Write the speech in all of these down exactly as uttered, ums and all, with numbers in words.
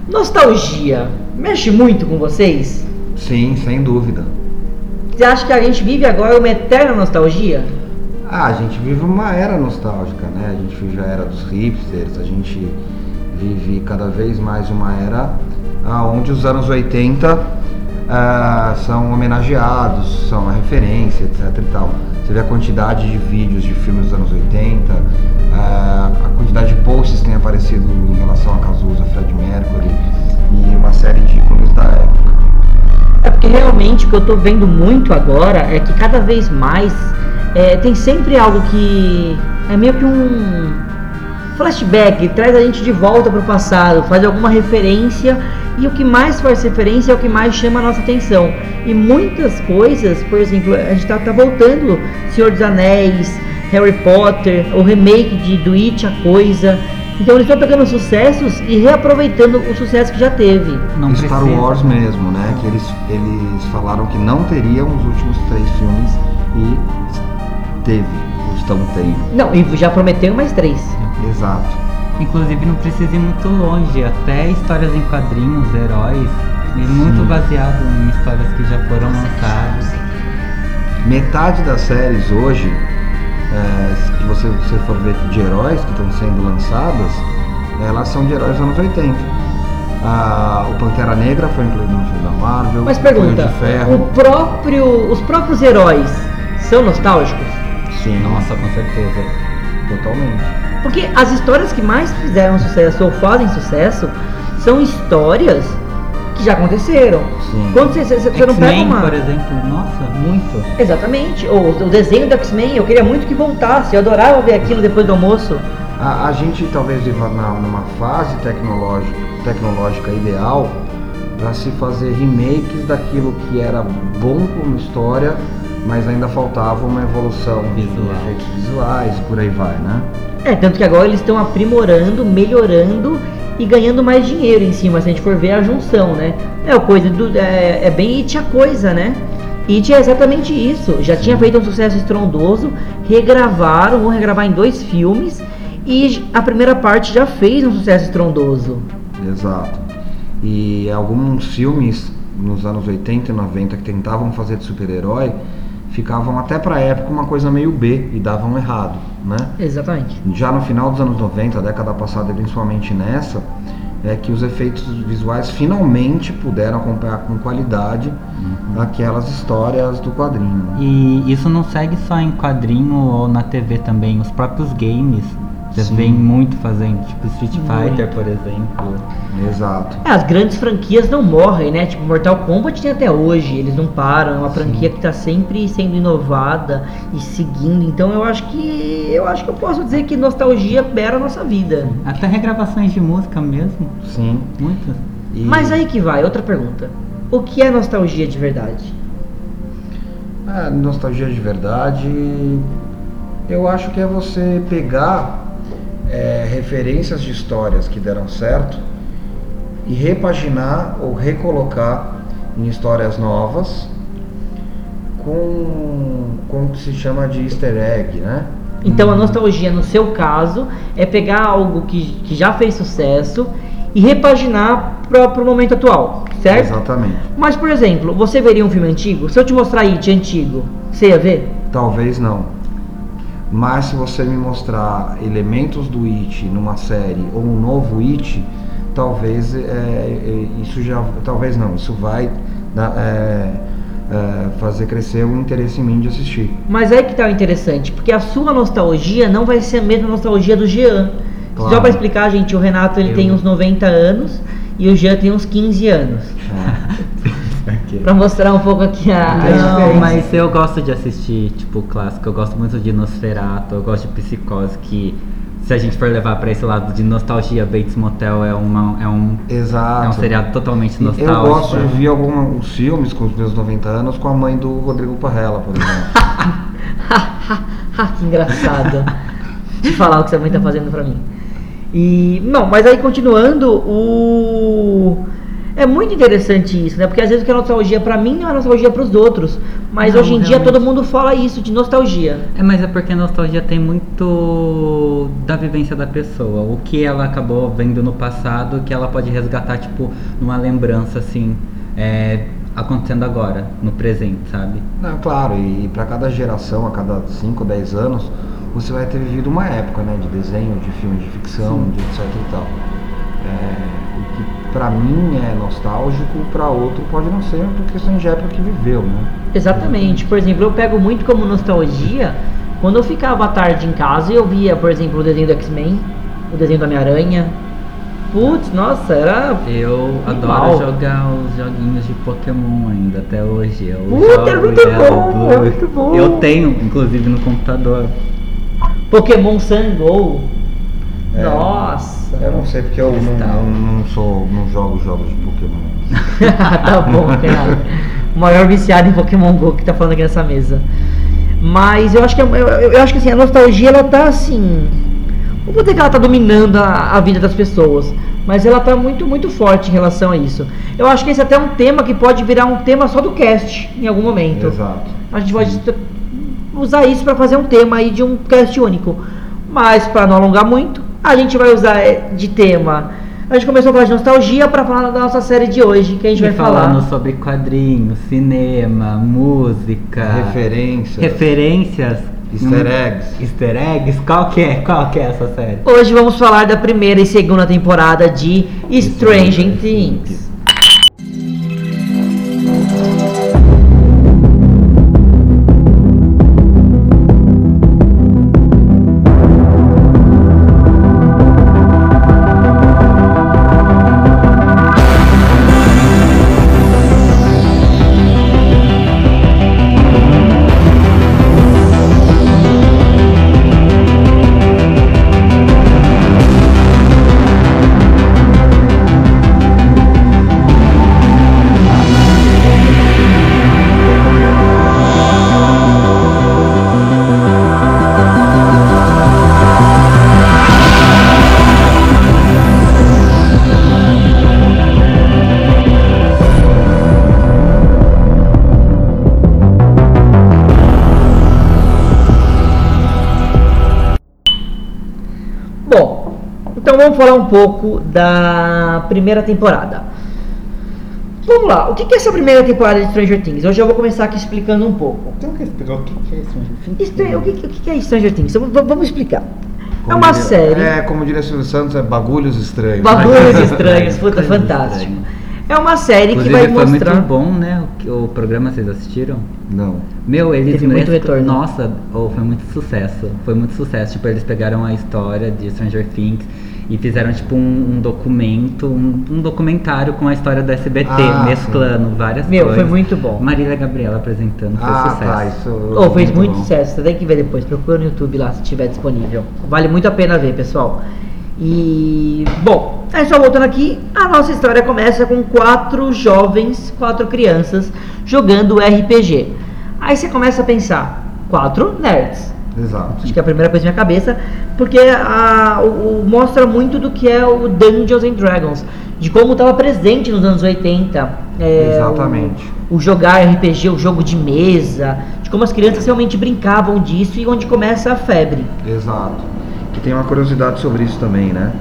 Nostalgia, mexe muito com vocês? Sim, sem dúvida. Você acha que a gente vive agora uma eterna nostalgia? Ah, a gente vive uma era nostálgica, né? A gente vive a era dos hipsters, a gente vive cada vez mais uma era onde os anos oitenta ah, são homenageados, são uma referência, etc e tal. Você vê a quantidade de vídeos de filmes dos anos oitenta, ah, a quantidade de posts que tem aparecido em relação a Cazuza, Freddie Mercury e uma série de ícones da época. É porque realmente o que eu tô vendo muito agora é que cada vez mais é, tem sempre algo que é meio que um flashback, traz a gente de volta pro passado, faz alguma referência, e o que mais faz referência é o que mais chama a nossa atenção. E muitas coisas, por exemplo, a gente tá, tá voltando Senhor dos Anéis, Harry Potter, o remake de do It, a Coisa. Então eles estão pegando sucessos e reaproveitando o sucesso que já teve. Não Star precisa. Wars mesmo, né? Que eles, eles falaram que não teriam os últimos três filmes e teve, estão tendo. Não, e já prometeu mais três. Exato. Inclusive não precisa ir muito longe, até histórias em quadrinhos, heróis, e muito baseado em histórias que já foram lançadas. Metade das séries hoje, é, se você, você for ver de heróis que estão sendo lançadas, elas são de heróis dos anos oitenta. Ah, o Pantera Negra foi incluído no filme da Marvel. Mas o Punho pergunta, de Ferro. o próprio, os próprios heróis são nostálgicos? Sim, Nossa, com certeza. totalmente. Porque as histórias que mais fizeram sucesso ou fazem sucesso são histórias que já aconteceram. Sim. Quando você, você, você não pega X-Men, uma... por exemplo, nossa, muito. Exatamente. O, o desenho do X-Men, eu queria muito que voltasse. Eu adorava ver aquilo depois do almoço. A, a gente talvez viva na, numa fase tecnológica, tecnológica ideal para se fazer remakes daquilo que era bom como história, mas ainda faltava uma evolução Visual. de efeitos visuais e por aí vai, né? É, tanto que agora eles estão aprimorando, melhorando e ganhando mais dinheiro em cima, se a gente for ver a junção, né? É a coisa do. É, é bem It a Coisa, né? It é exatamente isso. Já tinha feito um sucesso estrondoso, regravaram, vão regravar em dois filmes, e a primeira parte já fez um sucesso estrondoso. Exato. E alguns filmes nos anos oitenta e noventa que tentavam fazer de super-herói ficavam até pra época uma coisa meio B e davam errado, né? Exatamente. Já no final dos anos noventa, a década passada, principalmente nessa, é que os efeitos visuais finalmente puderam acompanhar com qualidade uhum. aquelas histórias do quadrinho. E isso não segue só em quadrinho ou na T V também, os próprios games. Vocês Sim. veem muito fazendo, tipo Street Fighter, Muito. por exemplo. Exato. É, as grandes franquias não morrem, né? Tipo, Mortal Kombat tem até hoje, eles não param, é uma franquia Sim. que está sempre sendo inovada e seguindo. Então eu acho que eu acho que eu posso dizer que nostalgia beira a nossa vida. Até regravações de música mesmo. Sim. Muitas. E... Mas aí que vai, outra pergunta. O que é nostalgia de verdade? A nostalgia de verdade, eu acho que é você pegar é, referências de histórias que deram certo e repaginar ou recolocar em histórias novas com, com o que se chama de easter egg, né? Então a nostalgia, no seu caso, é pegar algo que, que já fez sucesso e repaginar para o momento atual, certo? Exatamente. Mas, por exemplo, você veria um filme antigo? Se eu te mostrar It antigo, você ia ver? Talvez não. Mas se você me mostrar elementos do It numa série ou um novo It, talvez é, é, isso já, talvez não, isso vai dar, é, é, fazer crescer o interesse em mim de assistir. Mas aí que tá o interessante, porque a sua nostalgia não vai ser a mesma nostalgia do Jean. Claro. Só pra explicar, gente, o Renato ele Eu... tem uns noventa anos e o Jean tem uns quinze anos. É. Pra mostrar um pouco aqui a, a Não, diferença. mas eu gosto de assistir, tipo, clássico. Eu gosto muito de Nosferatu, eu gosto de Psicose, que se a gente for levar pra esse lado de nostalgia, Bates Motel é, uma, é, um, Exato. é um seriado totalmente nostálgico. Eu gosto de ver alguns filmes com os meus noventa anos com a mãe do Rodrigo Parrella, por exemplo. Que engraçado. De falar o que sua mãe tá fazendo pra mim. E, não, mas aí continuando, o... É muito interessante isso, né? Porque às vezes o que é nostalgia pra mim não é nostalgia pros outros. Mas Não, hoje em dia realmente. todo mundo fala isso, de nostalgia. É, mas é porque a nostalgia tem muito da vivência da pessoa. O que ela acabou vendo no passado, que ela pode resgatar, tipo, numa lembrança, assim, é, acontecendo agora, no presente, sabe? Não, claro, e para cada geração, a cada cinco, dez anos, você vai ter vivido uma época, né, de desenho, de filme, de ficção, de etc e tal. É, o que pra mim é nostálgico, pra outro pode não ser, por questão de época que viveu, né? Exatamente. Por exemplo, eu pego muito como nostalgia quando eu ficava à tarde em casa e eu via, por exemplo, o desenho do X-Men, o desenho do Homem-Aranha. Putz, nossa, era... Eu Animal. adoro jogar os joguinhos de Pokémon ainda, até hoje. Eu Puta, é jogo muito Yellow, bom, Blue. é muito bom. Eu tenho, inclusive, no computador. Pokémon Sun Go. É. Nossa. Eu não sei porque eu não, Cristal. não, não sou, não jogo jogos de Pokémon. Tá bom, cara. O maior viciado em Pokémon Go que tá falando aqui nessa mesa. Mas eu acho que, eu, eu, eu acho que assim, a nostalgia, ela tá assim... Não vou dizer que ela tá dominando a, a vida das pessoas, mas ela tá muito, muito forte em relação a isso. Eu acho que esse é até um tema que pode virar um tema só do cast, em algum momento. Exato. A gente pode t- usar isso para fazer um tema aí de um cast único. Mas para não alongar muito, a gente vai usar eh, de tema. A gente começou a falar de nostalgia para falar da nossa série de hoje, que a gente E vai falando falar. sobre quadrinhos, cinema, música, Referências. referências, Easter Hum, eggs. Easter eggs, qual que é? Qual que é essa série? Hoje vamos falar da primeira e segunda temporada de Stranger Things. Bom, então vamos falar um pouco da primeira temporada. Vamos lá, o que é essa primeira temporada de Stranger Things? Hoje eu vou começar aqui explicando um pouco. Então quer explicar o que é Stranger Things? Stra- O que, o que é Stranger Things? Então, v- vamos explicar. É Como uma diria- série, É, como diria Silvio Santos, é bagulhos estranhos. bagulhos estranhos, puta, Coisas fantástico. estranhas. É uma série que Inclusive vai foi mostrar... muito bom, né? O, que- o programa, vocês assistiram? Não. Meu, eles Teve muito retorno. Nossa, oh, foi muito sucesso. Foi muito sucesso. Tipo, eles pegaram a história de Stranger Things e fizeram tipo um, um documento, um, um documentário com a história do S B T, Ah, mesclando várias Meu, coisas. foi muito bom. Marília Gabriela apresentando, foi Ah, sucesso. tá, isso. Oh, fez muito bom. sucesso, você tem que ver depois, procura no YouTube lá se estiver disponível. Vale muito a pena ver, pessoal. E, bom, aí só voltando aqui, a nossa história começa com quatro jovens, quatro crianças jogando R P G. Aí você começa a pensar, quatro nerds. Exato. Acho que é a primeira coisa na minha cabeça, porque a, o, o- mostra muito do que é o Dungeons and Dragons, de como estava presente nos anos oitenta. é, Exatamente. O, o jogar R P G, o jogo de mesa, de como as crianças realmente brincavam disso e onde começa a febre. Exato. Que tem uma curiosidade sobre isso também, né?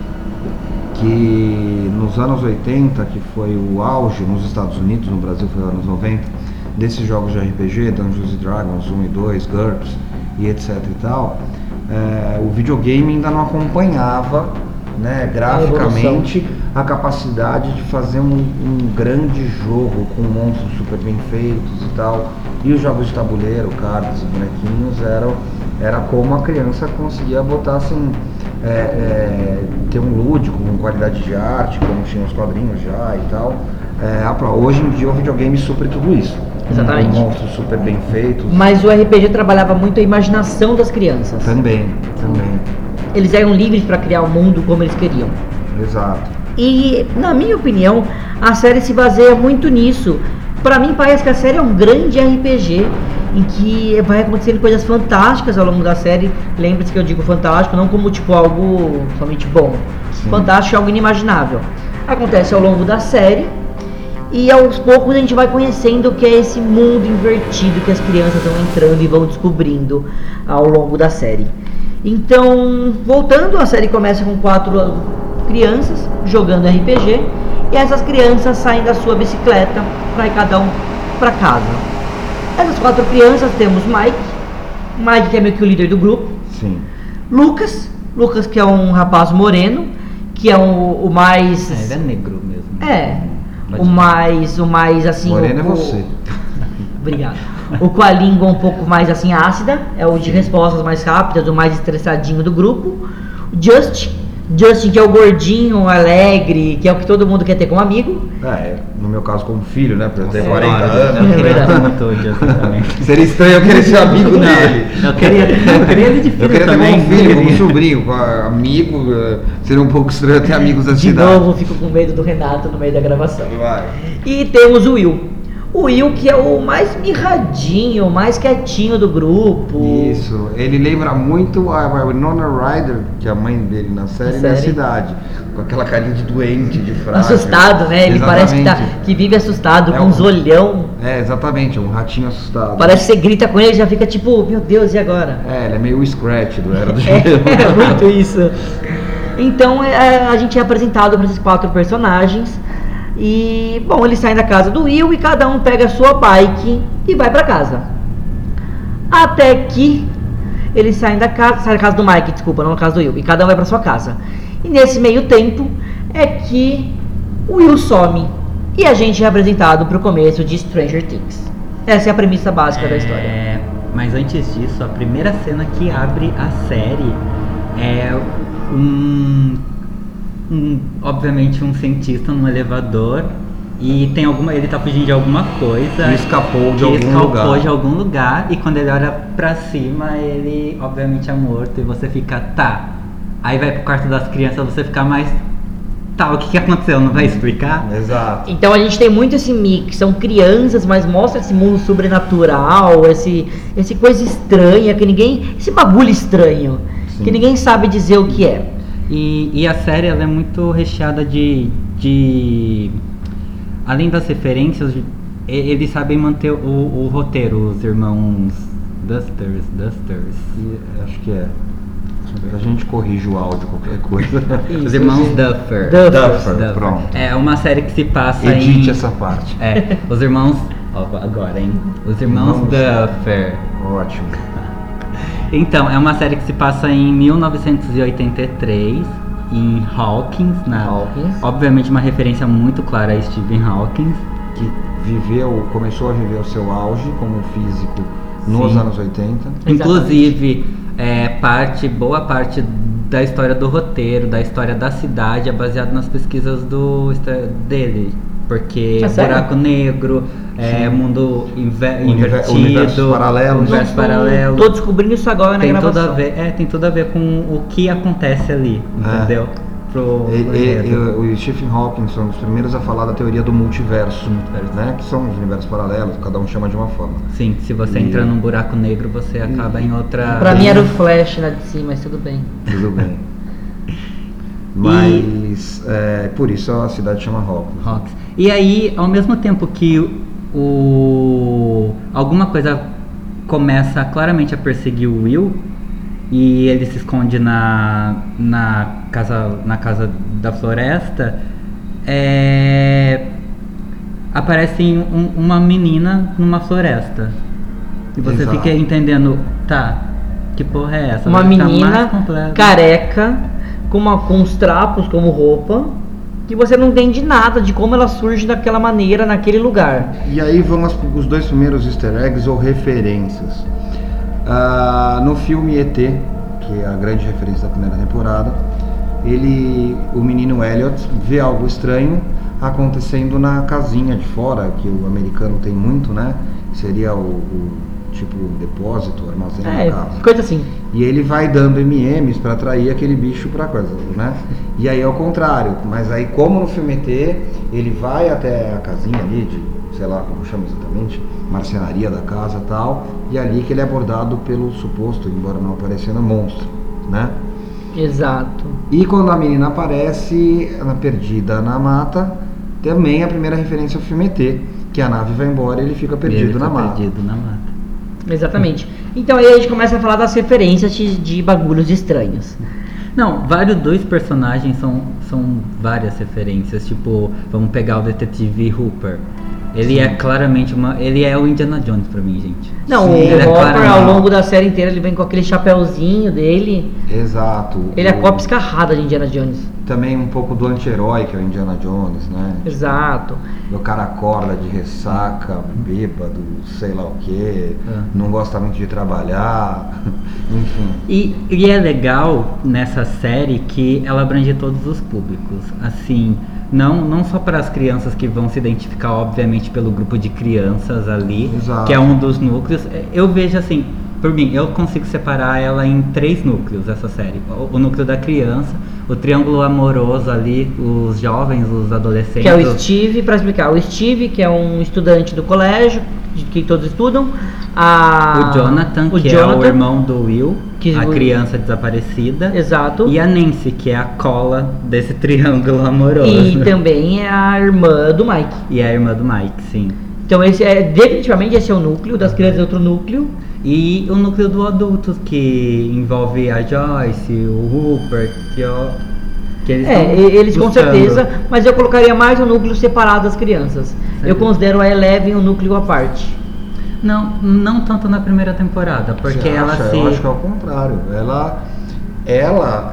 Que nos anos oitenta, que foi o auge nos Estados Unidos, no Brasil foi nos anos noventa, desses jogos de R P G, Dungeons and Dragons um e dois, GURPS e etc e tal, é, o videogame ainda não acompanhava, né, graficamente a capacidade de fazer um, um grande jogo com monstros super bem feitos e tal. E os jogos de tabuleiro, cartas e bonequinhos eram era como a criança conseguia botar assim, é, é, ter um lúdico, com qualidade de arte, como tinha os quadrinhos já e tal. É, a pro- hoje em dia o videogame supre tudo isso. Exatamente. Com monstros super bem feitos. Mas o R P G trabalhava muito a imaginação das crianças. Também, também. Eles eram livres para criar o mundo como eles queriam. Exato. E, na minha opinião, a série se baseia muito nisso. Pra mim, parece que a série é um grande R P G em que vai acontecendo coisas fantásticas ao longo da série. Lembre-se que eu digo fantástico, não como tipo algo somente bom. Sim. Fantástico é algo inimaginável. acontece ao longo da série. E aos poucos a gente vai conhecendo o que é esse mundo invertido que as crianças vão entrando e vão descobrindo ao longo da série. Então, voltando, a série começa com quatro crianças jogando R P G. E essas crianças saem da sua bicicleta para ir cada um para casa. Essas quatro crianças temos Mike, Mike que é meio que o líder do grupo. Sim. Lucas, Lucas que é um rapaz moreno, que é um, o mais... É, ele é negro mesmo. É, o mais, o mais assim... Moreno o, é você. Obrigado. O com a língua um pouco mais assim ácida, é o de respostas mais rápidas, o mais estressadinho do grupo. O Justin, Justin que é o gordinho, alegre, que é o que todo mundo quer ter como amigo. É, no meu caso como filho, né? Porque eu tenho É, quarenta Eu anos. queria verdade. muito o Justin também. Seria estranho eu querer ser amigo dele. Eu queria, eu queria ele de filho Eu queria ter também. como filho, como queria. sobrinho, com a- amigo. eh, Seria um pouco estranho ter amigos da De cidade. novo, fico com medo do Renato no meio da gravação. Vai. E temos o Will. O Will que é o mais mirradinho, o mais quietinho do grupo. Isso, ele lembra muito a Winona Ryder, que é a mãe dele na série, Na na série. cidade. Com aquela carinha de doente, de frágil. Assustado, né? Ele parece que, tá, Exatamente. que vive assustado, É com um- uns olhão. É, exatamente, um ratinho assustado. Parece que você grita com ele e já fica tipo, meu Deus, e agora? É, ele é meio o Scratch do Era do É, Gelo. é muito isso. Então é, a gente é apresentado para esses quatro personagens. E, bom, eles saem da casa do Will e cada um pega a sua bike e vai pra casa. Até que eles saem da casa, saem da casa do Mike, desculpa, não da casa do Will, e cada um vai pra sua casa. E nesse meio tempo é que o Will some e a gente é apresentado pro começo de Stranger Things. Essa é a premissa básica da história. É, mas antes disso, a primeira cena que abre a série é um, um obviamente um cientista num elevador e tem alguma, ele tá fugindo de alguma coisa. Que escapou de que algum escapou lugar. de algum lugar e quando ele olha pra cima, ele obviamente é morto e você fica, tá. Aí vai pro quarto das crianças, você fica mais, tá, o que que aconteceu? Não vai explicar? Exato. Então a gente tem muito esse mix, são crianças, mas mostra esse mundo sobrenatural, esse, esse coisa estranha, que ninguém. Esse bagulho estranho, Sim. que ninguém sabe dizer o que é. E, e a série ela é muito recheada de, de. Além das referências, e- eles sabem manter o, o roteiro, os irmãos Dusters, Dusters. E acho que é. A gente corrige o áudio, qualquer coisa. Os irmãos Duffer. Duffer, Duffer, pronto. É uma série que se passa Edite em. essa parte. É, os irmãos. Ó, agora, hein? Os irmãos Irmãos Duffer. Ótimo. Então, é uma série que se passa em mil novecentos e oitenta e três, em Hawkins, na, Hawkins. obviamente uma referência muito clara a Stephen Hawking. Que viveu, começou a viver o seu auge como físico nos Sim. anos oitenta. Inclusive, é, parte, boa parte da história do roteiro, da história da cidade é baseado nas pesquisas do, dele. Porque É sério? buraco negro, é, Sim. mundo inver, Univer- invertido, universos paralelos. universo Não, paralelo. Tô descobrindo isso agora na Tem tudo gravação. a ver, é, tem tudo a ver com o que acontece ali, É. entendeu? Pro, pro E- e- enredo. e- o Stephen Hawking foi um dos primeiros a falar da teoria do multiverso, Multiverso. né? Que são os universos paralelos, cada um chama de uma forma. Sim, se você E- entra num buraco negro, você acaba em outra. Pra mim era o Flash na D C, mas tudo bem. Tudo bem. Mas é, por isso a cidade chama Hawkins. Hawks. E aí, ao mesmo tempo que o alguma coisa começa claramente a perseguir o Will e ele se esconde na, na casa na casa da floresta, é, aparece um- uma menina numa floresta e você Exato. fica entendendo, tá? Que porra é essa? Uma Vai ficar mais menina complexo. careca, com, uma, com uns trapos como roupa, que você não entende nada de como ela surge daquela maneira, naquele lugar. E aí vão as- os dois primeiros easter eggs ou referências. Ah, no filme E T, que é a grande referência da primeira temporada, ele, o menino Elliot vê algo estranho acontecendo na casinha de fora, que o americano tem muito, né? Seria o, o tipo depósito, armazém É, da casa. coisa assim. E ele vai dando M e M's para atrair aquele bicho para coisa, né? E aí é o contrário, mas aí como no filme E T, ele vai até a casinha ali de, sei lá como chama exatamente, marcenaria da casa e tal, e é ali que ele é abordado pelo suposto, embora não aparecendo, monstro, né? Exato. E quando a menina aparece, ela perdida na mata, também a primeira referência ao filme E T, que a nave vai embora e ele fica perdido Ele na fica mata. perdido na mata. Exatamente. Então aí a gente começa a falar das referências de, de bagulhos estranhos. Não, vários dois personagens são, são várias referências. Tipo, vamos pegar o detetive Hooper. Ele Sim. é claramente uma. Ele é o Indiana Jones pra mim, gente. Não, Sim, o ele é Hopper claramente- ao longo da série inteira ele vem com aquele chapéuzinho dele. Exato. Ele é a O- cópia escarrada de Indiana Jones. Também um pouco do anti-herói, que é o Indiana Jones, né? Exato. O cara acorda de ressaca, bêbado, sei lá o quê, É. não gosta muito de trabalhar, enfim. E, e é legal nessa série que ela abrange todos os públicos. Assim, não, não só para as crianças que vão se identificar, obviamente, pelo grupo de crianças ali, Exato. que é um dos núcleos. Eu vejo assim, por mim, eu consigo separar ela em três núcleos, essa série. O, o núcleo da criança, o triângulo amoroso ali, os jovens, os adolescentes. Que é o Steve, pra explicar, o Steve, que é um estudante do colégio, de que todos estudam. A... O Jonathan, o que Jonathan, é o irmão do Will, que a o- criança desaparecida. Exato. E a Nancy, que é a cola desse triângulo amoroso. E também é a irmã do Mike. E a irmã do Mike, sim. Então esse é definitivamente esse é o núcleo, das crianças é outro núcleo. E o núcleo do adulto, que envolve a Joyce, o Hooper, que, ó, que eles É, tão e- eles com buscando. certeza, mas eu colocaria mais o núcleo separado das crianças. Eu Sério? considero a Eleven um núcleo à parte. Não, não tanto na primeira temporada, porque Você ela acha? se... Eu acho que é o contrário. Ela, ela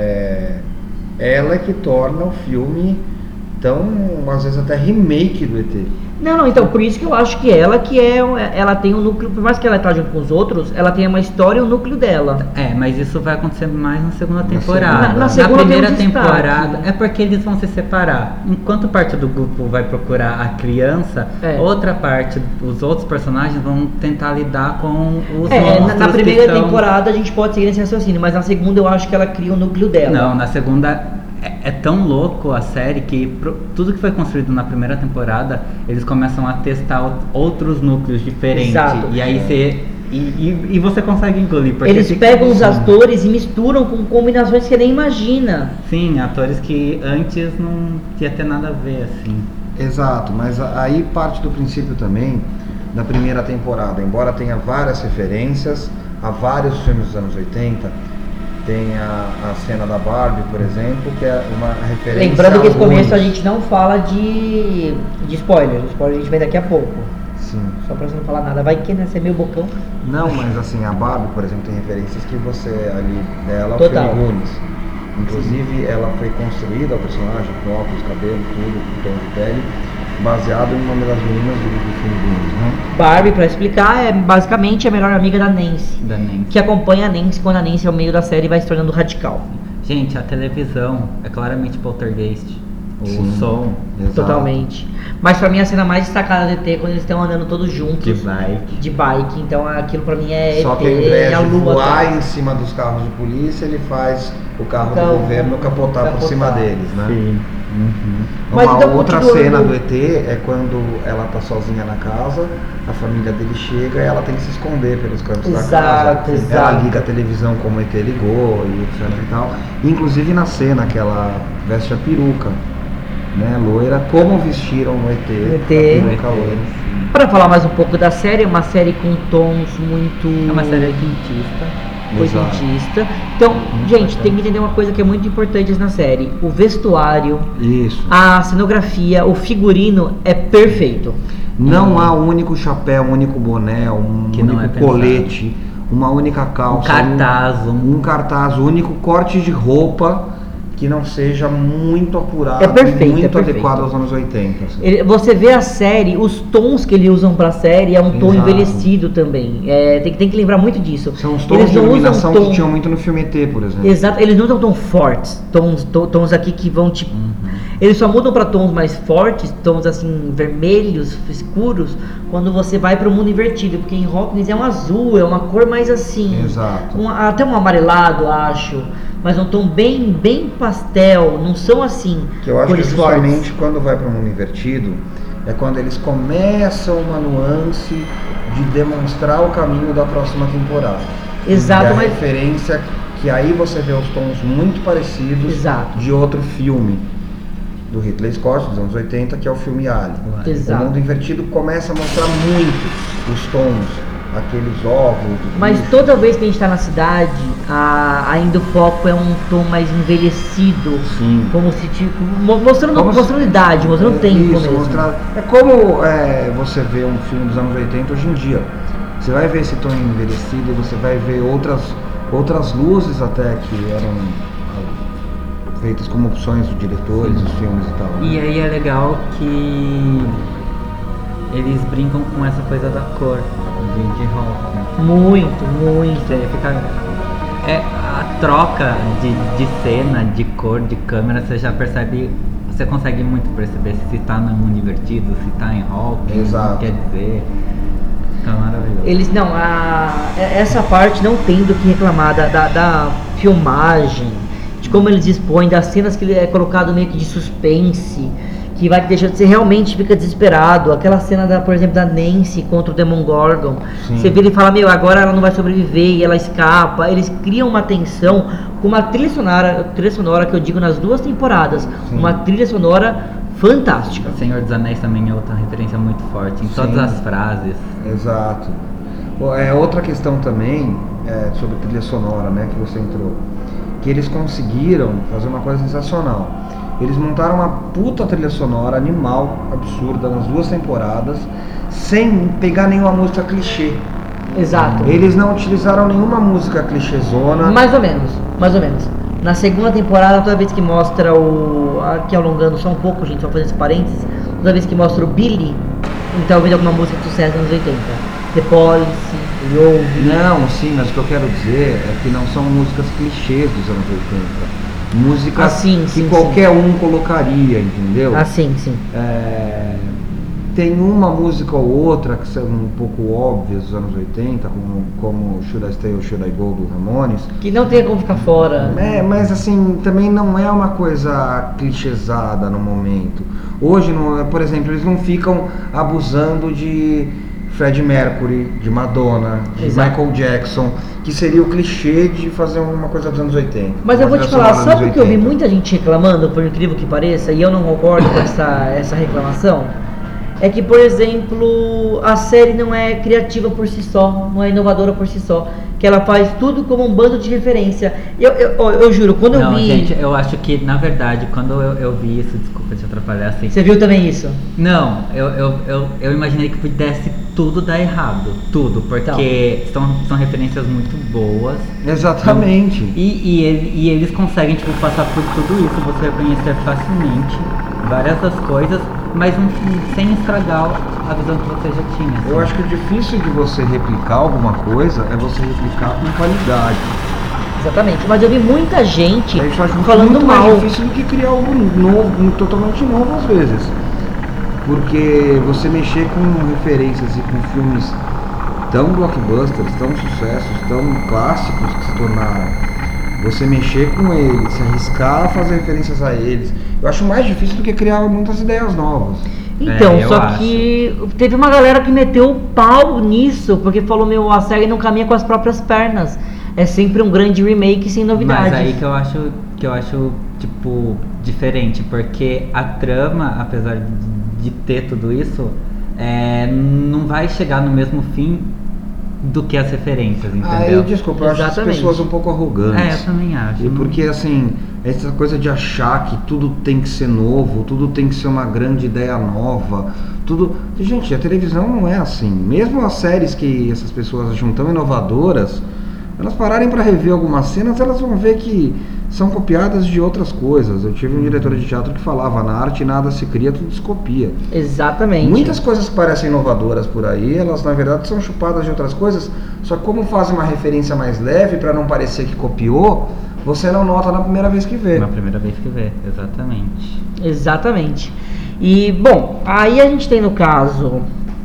é, ela é que torna o filme tão, às vezes até remake do E T. Não, não, então por isso que eu acho que ela que é, ela tem um núcleo, por mais que ela tá junto com os outros, ela tem uma história e um núcleo dela. É, mas isso vai acontecer mais na segunda temporada. segunda. Na- na segunda primeira tem um destaque. temporada é porque eles vão se separar. Enquanto parte do grupo vai procurar a criança, É. outra parte, os outros personagens vão tentar lidar com os É, na, monstros na que primeira são- temporada a gente pode seguir nesse raciocínio, mas na segunda eu acho que ela cria o núcleo dela. Não, na segunda é, é tão louco a série que pro- tudo que foi construído na primeira temporada, eles começam a testar o- outros núcleos diferentes. Exato. E aí você. E, e, e você consegue engolir. Porque Eles fica- pegam os Sim. atores e misturam com combinações que você nem imagina. Sim, atores que antes não ia ter nada a ver, assim. Exato, mas a- aí parte do princípio também da primeira temporada, embora tenha várias referências a vários filmes dos anos oitenta, tem a, a cena da Barbie, por exemplo, que é uma referência. Lembrando que esse a alguns. começo a gente não fala de, de spoiler. O spoiler a gente vem daqui a pouco. Sim. Só pra você não falar nada. Vai que né, você é meio bocão. Não, mas assim, a Barbie, por exemplo, tem referências que você ali dela, o Total. filme Goonies. Inclusive, ela foi construída, a personagem, com óculos, cabelo, tudo, com tom de pele, baseado em uma das meninas do, do filme Goonies, né? Barbie, pra explicar, é basicamente a melhor amiga da Nancy. Da Nancy. Que acompanha a Nancy quando a Nancy ao meio da série vai se tornando radical. Gente, a televisão é claramente poltergeist. O Sim. som Exato. Totalmente. Mas pra mim a cena mais destacada do E T é quando eles estão andando todos juntos. de bike. De bike. Então aquilo pra mim é Só E T que ao e invés a de lua. voar tá? em cima dos carros de polícia, ele faz o carro Então, do governo capotar, por capotar. cima deles, né? Sim. Uhum. Mas Uma então, outra continuando- cena do E T é quando ela tá sozinha na casa, a família dele chega e ela tem que se esconder pelos cantos da Exato, casa. exato. Ela liga a televisão como o E T ligou e etc e tal. Inclusive na cena que ela veste a peruca, né, loira, como vestiram o E T, O E T. a peruca loira. Pra falar mais um pouco da série, é uma série com tons muito. É uma série quintista. Exato. oitentista. Então, Muito gente, bacana. tem que entender uma coisa que é muito importante na série. O vestuário, Isso. a cenografia, o figurino é perfeito. Não há um único chapéu, um único boné, um Que não único é pensado. colete, uma única calça, Um cartaz, um, um cartaz, o único corte de roupa que não seja muito apurado, É perfeito, muito é perfeito. adequado aos anos oitenta. assim. Ele- Você vê a série, os tons que eles usam pra série é um tom Exato. envelhecido também. É, tem, que- tem que lembrar muito disso. São os tons Eles de não usam iluminação tom- que tinham muito no filme E T, por exemplo. Exato, eles não usam tons fortes, tons, to- tons aqui que vão tipo. Uhum. Eles só mudam para tons mais fortes, tons assim vermelhos, escuros, quando você vai para o mundo invertido, porque em Hawkins é um azul, é uma cor mais assim, Exato. um- até um amarelado, acho, mas um tom bem, bem pastel, não são assim. Que eu acho que cores justamente fortes. quando vai para o mundo invertido é quando eles começam uma nuance de demonstrar o caminho da próxima temporada. Exato, e a mas- referência que aí você vê os tons muito parecidos Exato. de outro filme do Ridley Scott, dos anos oitenta, que é o filme Alien. Exato. O Mundo Invertido começa a mostrar muito os tons, aqueles ovos. Mas bicho. toda vez que a gente tá na cidade, a, ainda o foco é um tom mais envelhecido. Sim. Como se tipo. mo- Mostrando, Como se- mostrando idade, mostrando É, tempo isso, mesmo. mostrar- É como é, você vê um filme dos anos oitenta hoje em dia. Você vai ver esse tom envelhecido, você vai ver outras, outras luzes até que eram ah, feitas como opções dos diretores, dos filmes e tal. né? E aí é legal que eles brincam com essa coisa da cor de, de rock. Muito, muito. Você fica. É, a troca de, de cena, de cor, de câmera, você já percebe. Você consegue muito perceber se tá no mundo invertido, se tá em rock, Exato. quer dizer. Tá maravilhoso. Eles não, a, essa parte não tem do que reclamar da, da, da filmagem, de como eles dispõem, das cenas que ele é colocado meio que de suspense, que vai te deixando, você realmente fica desesperado. Aquela cena, da, por exemplo, da Nancy contra o Demogorgon, Sim. você vê ele fala, meu, agora ela não vai sobreviver e ela escapa. Eles criam uma tensão com uma trilha sonora, trilha sonora que eu digo nas duas temporadas, Sim. uma trilha sonora fantástica. O Senhor dos Anéis também é outra referência muito forte, em Sim. todas as frases. Exato. Bom, É outra questão também é, sobre trilha sonora, né, que você entrou, que eles conseguiram fazer uma coisa sensacional. Eles montaram uma puta trilha sonora animal, absurda, nas duas temporadas, sem pegar nenhuma música clichê. Exato. Eles não utilizaram nenhuma música clichêzona. Mais ou menos, mais ou menos. Na segunda temporada, toda vez que mostra o... Aqui alongando só um pouco, gente, só fazendo esse parênteses. Toda vez que mostra o Billy, ele tá ouvindo alguma música de sucesso dos anos oitenta. The Police, ele ouve... Não, sim, mas o que eu quero dizer é que não são músicas clichês dos anos oitenta. Músicas Ah, sim, que sim, qualquer um colocaria, entendeu? Ah, sim, sim. É, tem uma música ou outra que são um pouco óbvias dos anos oitenta, como, como Should I Stay or Should I Go do Ramones. Que não tem como ficar fora. É, mas assim, também não é uma coisa clichêsada no momento. Hoje, não, por exemplo, eles não ficam abusando de Freddie Mercury, de Madonna, de Exato. Michael Jackson, que seria o clichê de fazer uma coisa dos anos oitenta. Mas eu uma vou te trilha falar, sonora dos sabe o que eu vi oitenta? muita gente reclamando, por incrível que pareça, e eu não concordo com essa, essa reclamação? É que, por exemplo, a série não é criativa por si só, não é inovadora por si só, que ela faz tudo como um bando de referência. Eu, eu, ó, eu juro, quando Não, eu vi... gente, eu acho que, na verdade, quando eu, eu vi isso, desculpa te atrapalhar assim. Você viu também isso? Não, eu, eu, eu, eu imaginei que pudesse tudo dar errado. Tudo, porque são, são referências muito boas. Exatamente. E, e, ele- e eles conseguem, tipo, passar por tudo isso, você conhecer facilmente várias das coisas, mas não, sem estragar a visão que você já tinha. assim. Eu acho que o difícil de você replicar alguma coisa é você replicar com qualidade. Exatamente. Mas eu vi muita gente Eu acho falando muito mal. mais difícil do que criar algo novo, totalmente novo às vezes. Porque você mexer com referências e com filmes tão blockbusters, tão sucessos, tão clássicos que se tornaram, você mexer com eles, se arriscar a fazer referências a eles, eu acho mais difícil do que criar muitas ideias novas. Então, É, eu só acho. que teve uma galera que meteu o pau nisso, porque falou, meu, a série não caminha com as próprias pernas. É sempre um grande remake sem novidades. Mas aí que eu acho que eu acho tipo diferente, porque a trama, apesar de ter tudo isso, é, não vai chegar no mesmo fim do que as referências, Ah, entendeu? eu desculpa, eu acho as Exatamente. pessoas um pouco arrogantes. É, eu também acho. E porque assim, essa coisa de achar que tudo tem que ser novo, tudo tem que ser uma grande ideia nova, tudo. Gente, a televisão não é assim. Mesmo as séries que essas pessoas acham tão inovadoras, elas pararem para rever algumas cenas, elas vão ver que são copiadas de outras coisas. Eu tive um diretor de teatro que falava, na arte nada se cria, tudo se copia. Exatamente. Muitas coisas que parecem inovadoras por aí, elas na verdade são chupadas de outras coisas, só que como fazem uma referência mais leve para não parecer que copiou, você não nota na primeira vez que vê. Na primeira vez que vê, exatamente. Exatamente. E, bom, aí a gente tem no caso,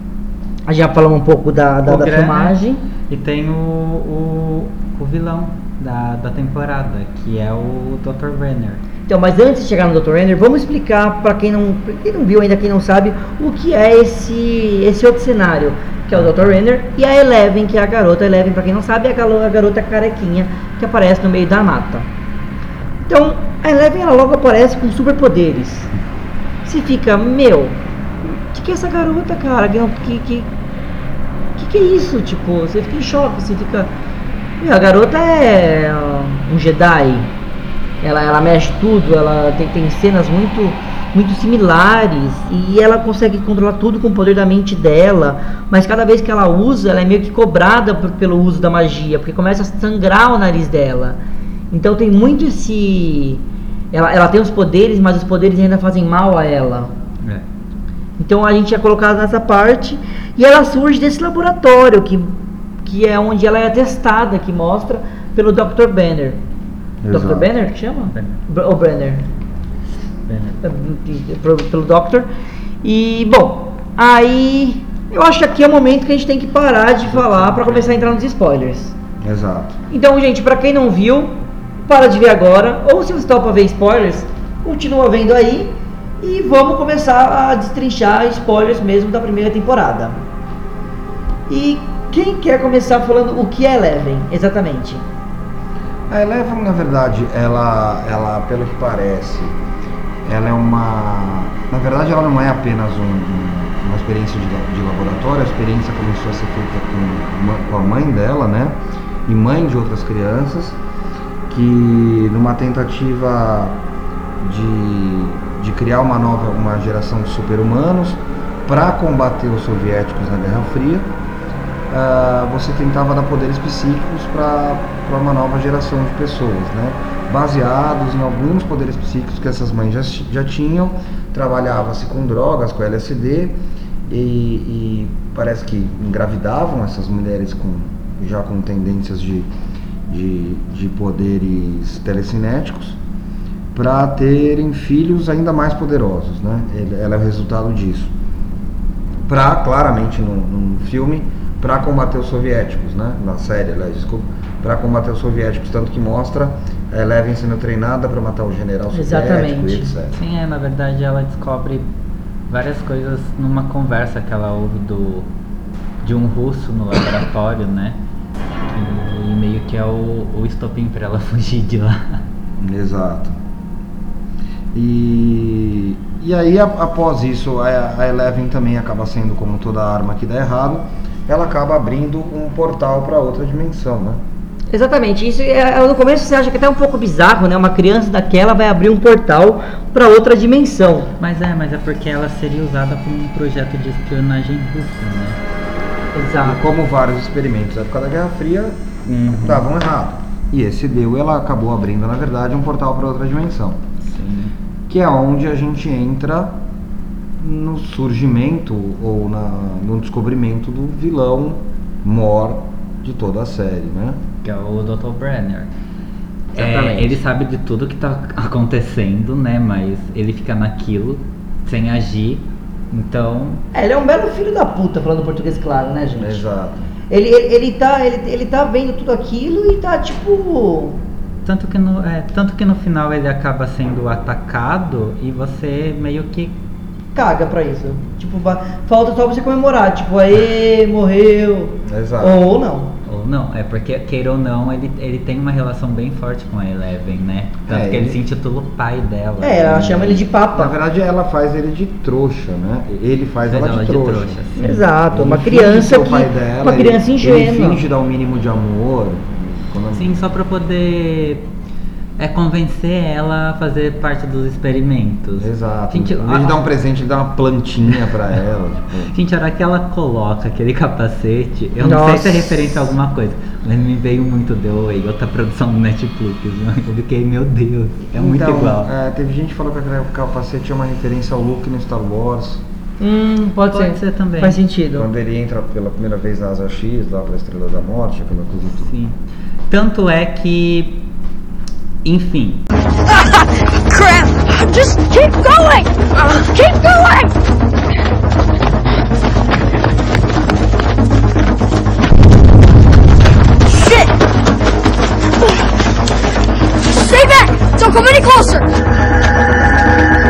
já falamos um pouco da, da, O da Gran- filmagem. E tem o, o, o vilão da, da temporada, que é o doutor Brenner. Então, mas antes de chegar no doutor Renner, vamos explicar para quem não, pra quem não viu ainda, quem não sabe, o que é esse, esse outro cenário, que é o doutor Renner, e a Eleven, que é a garota. A Eleven, pra quem não sabe, é a garota carequinha que aparece no meio da mata. Então, a Eleven, ela logo aparece com superpoderes. Você fica, meu, o que, que é essa garota, cara? Que, que, que, que é isso? Tipo, você fica em choque, você fica... Meu, a garota é um Jedi. Ela, ela mexe tudo, ela tem, tem cenas muito, muito similares. E ela consegue controlar tudo com o poder da mente dela. Mas cada vez que ela usa, ela é meio que cobrada por, pelo uso da magia. Porque começa a sangrar o nariz dela. Então tem muito esse... Ela, ela tem os poderes, mas os poderes ainda fazem mal a ela. É. Então a gente é colocado nessa parte. E ela surge desse laboratório que... que é onde ela é testada, que mostra pelo doutor Banner. Exato. doutor Banner, que chama? Banner. Ou Banner. Banner. Pelo Doctor. E, bom, aí eu acho que aqui é o momento que a gente tem que parar de falar para começar a entrar nos spoilers. Exato. Então, gente, para quem não viu, para de ver agora. Ou se você está para ver spoilers, continua vendo aí. E vamos começar a destrinchar spoilers mesmo da primeira temporada. E... quem quer começar falando o que é Eleven, exatamente? A Eleven, na verdade, ela, ela, pelo que parece, ela é uma... Na verdade, ela não é apenas um, um, uma experiência de, de laboratório. A experiência começou a ser feita com, com a mãe dela, né? E mãe de outras crianças, que numa tentativa de, de criar uma nova uma geração de super-humanos para combater os soviéticos na Guerra Fria, Uh, você tentava dar poderes psíquicos para uma nova geração de pessoas, né? Baseados em alguns poderes psíquicos que essas mães já, já tinham. Trabalhava-se com drogas, com L S D, e, e parece que engravidavam essas mulheres com, já com tendências de, de, de poderes telecinéticos para terem filhos ainda mais poderosos, né? Ela é o resultado disso. Para, claramente, no, no filme, para combater os soviéticos, né? Na série, aliás, desculpa, para combater os soviéticos, tanto que mostra a Eleven sendo treinada para matar o general soviético e etcétera. Sim, é, na verdade ela descobre várias coisas numa conversa que ela ouve do, de um russo no laboratório, né? E meio que é o, o estopim para ela fugir de lá. Exato. E, e aí, a, após isso, a, a Eleven também acaba sendo, como toda arma que dá errado, ela acaba abrindo um portal para outra dimensão, né? Exatamente, isso é, no começo você acha que é até um pouco bizarro, né? Uma criança daquela vai abrir um portal para outra dimensão. Mas é, mas é porque ela seria usada como um projeto de espionagem russa, né? Exato. E como vários experimentos da época da Guerra Fria uhum. davam errado. E esse deu, ela acabou abrindo, na verdade, um portal para outra dimensão. Sim. Que é onde a gente entra no surgimento ou na, no descobrimento do vilão mor de toda a série, né? Que é o doutor Brenner. É, ele sabe de tudo que tá acontecendo, né? Mas ele fica naquilo, sem agir, então... É, ele é um belo filho da puta, falando português claro, né, gente? Exato. Ele, ele, ele, tá, ele, ele tá vendo tudo aquilo e tá, tipo... Tanto que, no, é, tanto que no final ele acaba sendo atacado e você meio que... caga pra isso. Tipo, falta só você comemorar. Tipo, aê, morreu. Exato. Ou não. Ou não, é porque, queira ou não, ele, ele tem uma relação bem forte com a Eleven, né? Tanto é, que ele, ele se intitula o pai dela. É, ela né? chama ele de papa. Na verdade, ela faz ele de trouxa, né? Ele faz, faz ela, ela de trouxa. De trouxa sim. Exato, ele uma criança que... pai dela, uma criança ele, ingênua. Ele finge dar o um mínimo de amor. Quando... Sim, só pra poder... é convencer ela a fazer parte dos experimentos. Exato. Gente, em vez de dar um presente, ele dá uma plantinha pra ela. Tipo... Gente, a hora que ela coloca aquele capacete, eu Nossa. não sei se é referência a alguma coisa, mas me veio muito The Way, outra produção do Netflix. Eu fiquei, meu Deus, é então, muito igual. É, teve gente que falou que aquele capacete é uma referência ao Luke no Star Wars. Hum, pode, pode ser. ser também. Faz sentido. Quando ele entra pela primeira vez na Asa X, lá pra Estrela da Morte, aquela coisa tudo. Sim. Tanto é que... enfim. Crap! Just keep going! Uh, keep going! Shit! Stay back! Don't come any closer!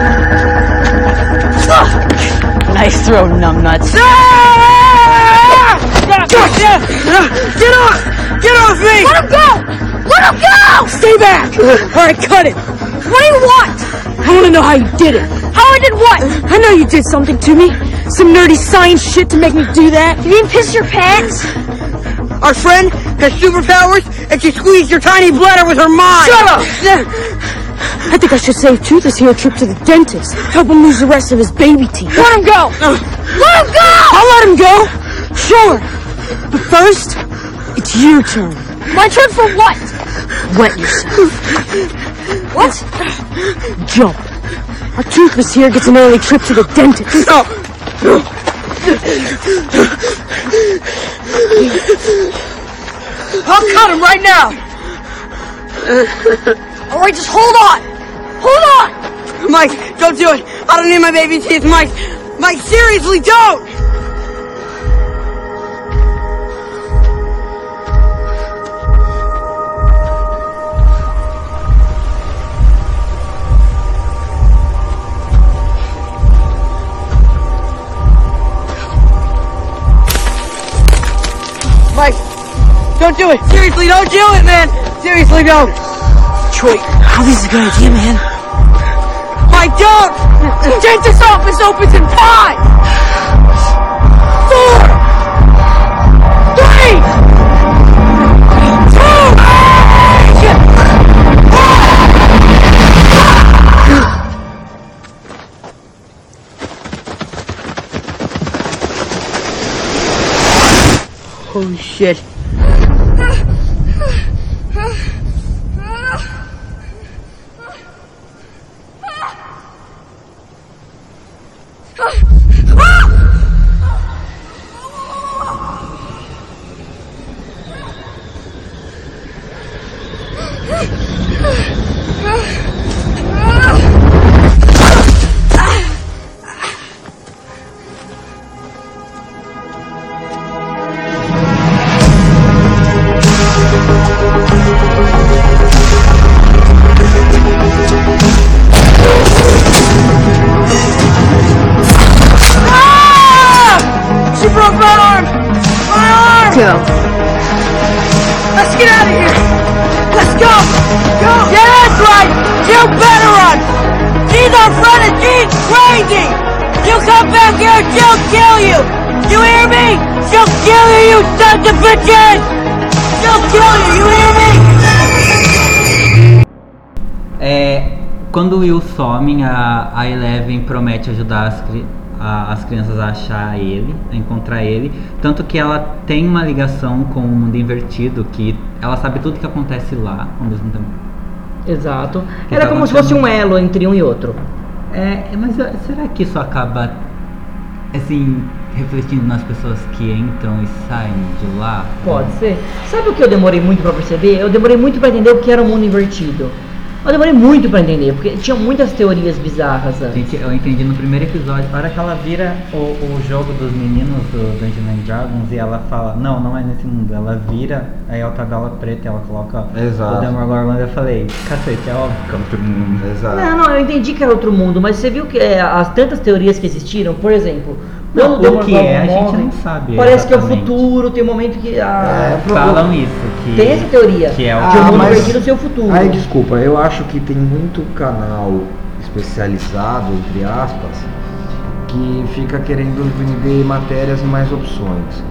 Nice throw, numbnuts! Ah! Yeah! Get off! Get off me! Let him go! Let him go! Stay back! Alright, cut it! What do you want? I want to know how you did it. How I did what? I know you did something to me. Some nerdy science shit to make me do that. You mean piss your pants? Our friend has superpowers and she squeezed your tiny bladder with her mind. Shut up! I think I should save Tooth this here trip to the dentist. Help him lose the rest of his baby teeth. Let him go! Let him go! I'll let him go! Sure! But first, it's your turn. My turn for what? Wet yourself. What? Jump. Our Toothless here gets an early trip to the dentist. No! I'll cut him right now! Alright, just hold on! Hold on! Mike, don't do it! I don't need my baby teeth, Mike! Mike, seriously, don't! Mike, don't do it! Seriously, don't do it, man! Seriously, don't! Troy, how is this a good idea, man? Mike, don't! The dentist's office opens in five! Four! Three! Two! Holy shit. Let's get out of here! Let's go! Go! Yeah, that's right! You better run! She's our friend and she's crazy! You come back here, she'll kill you! You hear me? She'll kill you, you sons of bitches! She'll kill you, you hear me? É, quando o Will some, a, a Eleven promete ajudar as crianças. As crianças a achar ele, a encontrar ele, tanto que ela tem uma ligação com o mundo invertido, que ela sabe tudo que acontece lá ao mesmo tempo. Exato. Que Era tá como se fosse um elo entre um e outro. É, mas será que isso acaba, assim, refletindo nas pessoas que entram e saem de lá? Pode ser. Sabe o que eu demorei muito pra perceber? Eu demorei muito pra entender o que era o mundo invertido. Eu demorei muito pra entender, porque tinha muitas teorias bizarras antes. Gente, eu entendi no primeiro episódio, a hora que ela vira o, o jogo dos meninos do Dungeons and Dragons e ela fala, não, não é nesse mundo, ela vira, aí ela tabela preta e ela coloca Exato. o Demogorgon, eu falei, cacete, é óbvio que é outro mundo. Exato. Não, não, eu entendi que era outro mundo, mas você viu que é, as tantas teorias que existiram, por exemplo, Não, quando o que é, a gente morre, não sabe parece que é o exatamente. futuro, tem um momento que... Ah, É, Falam isso, que... tem essa teoria, que é o que o Ah, mundo mas- invertido ser o futuro. Aí, desculpa, eu acho que tem muito canal especializado, entre aspas, que fica querendo vender matérias e mais opções.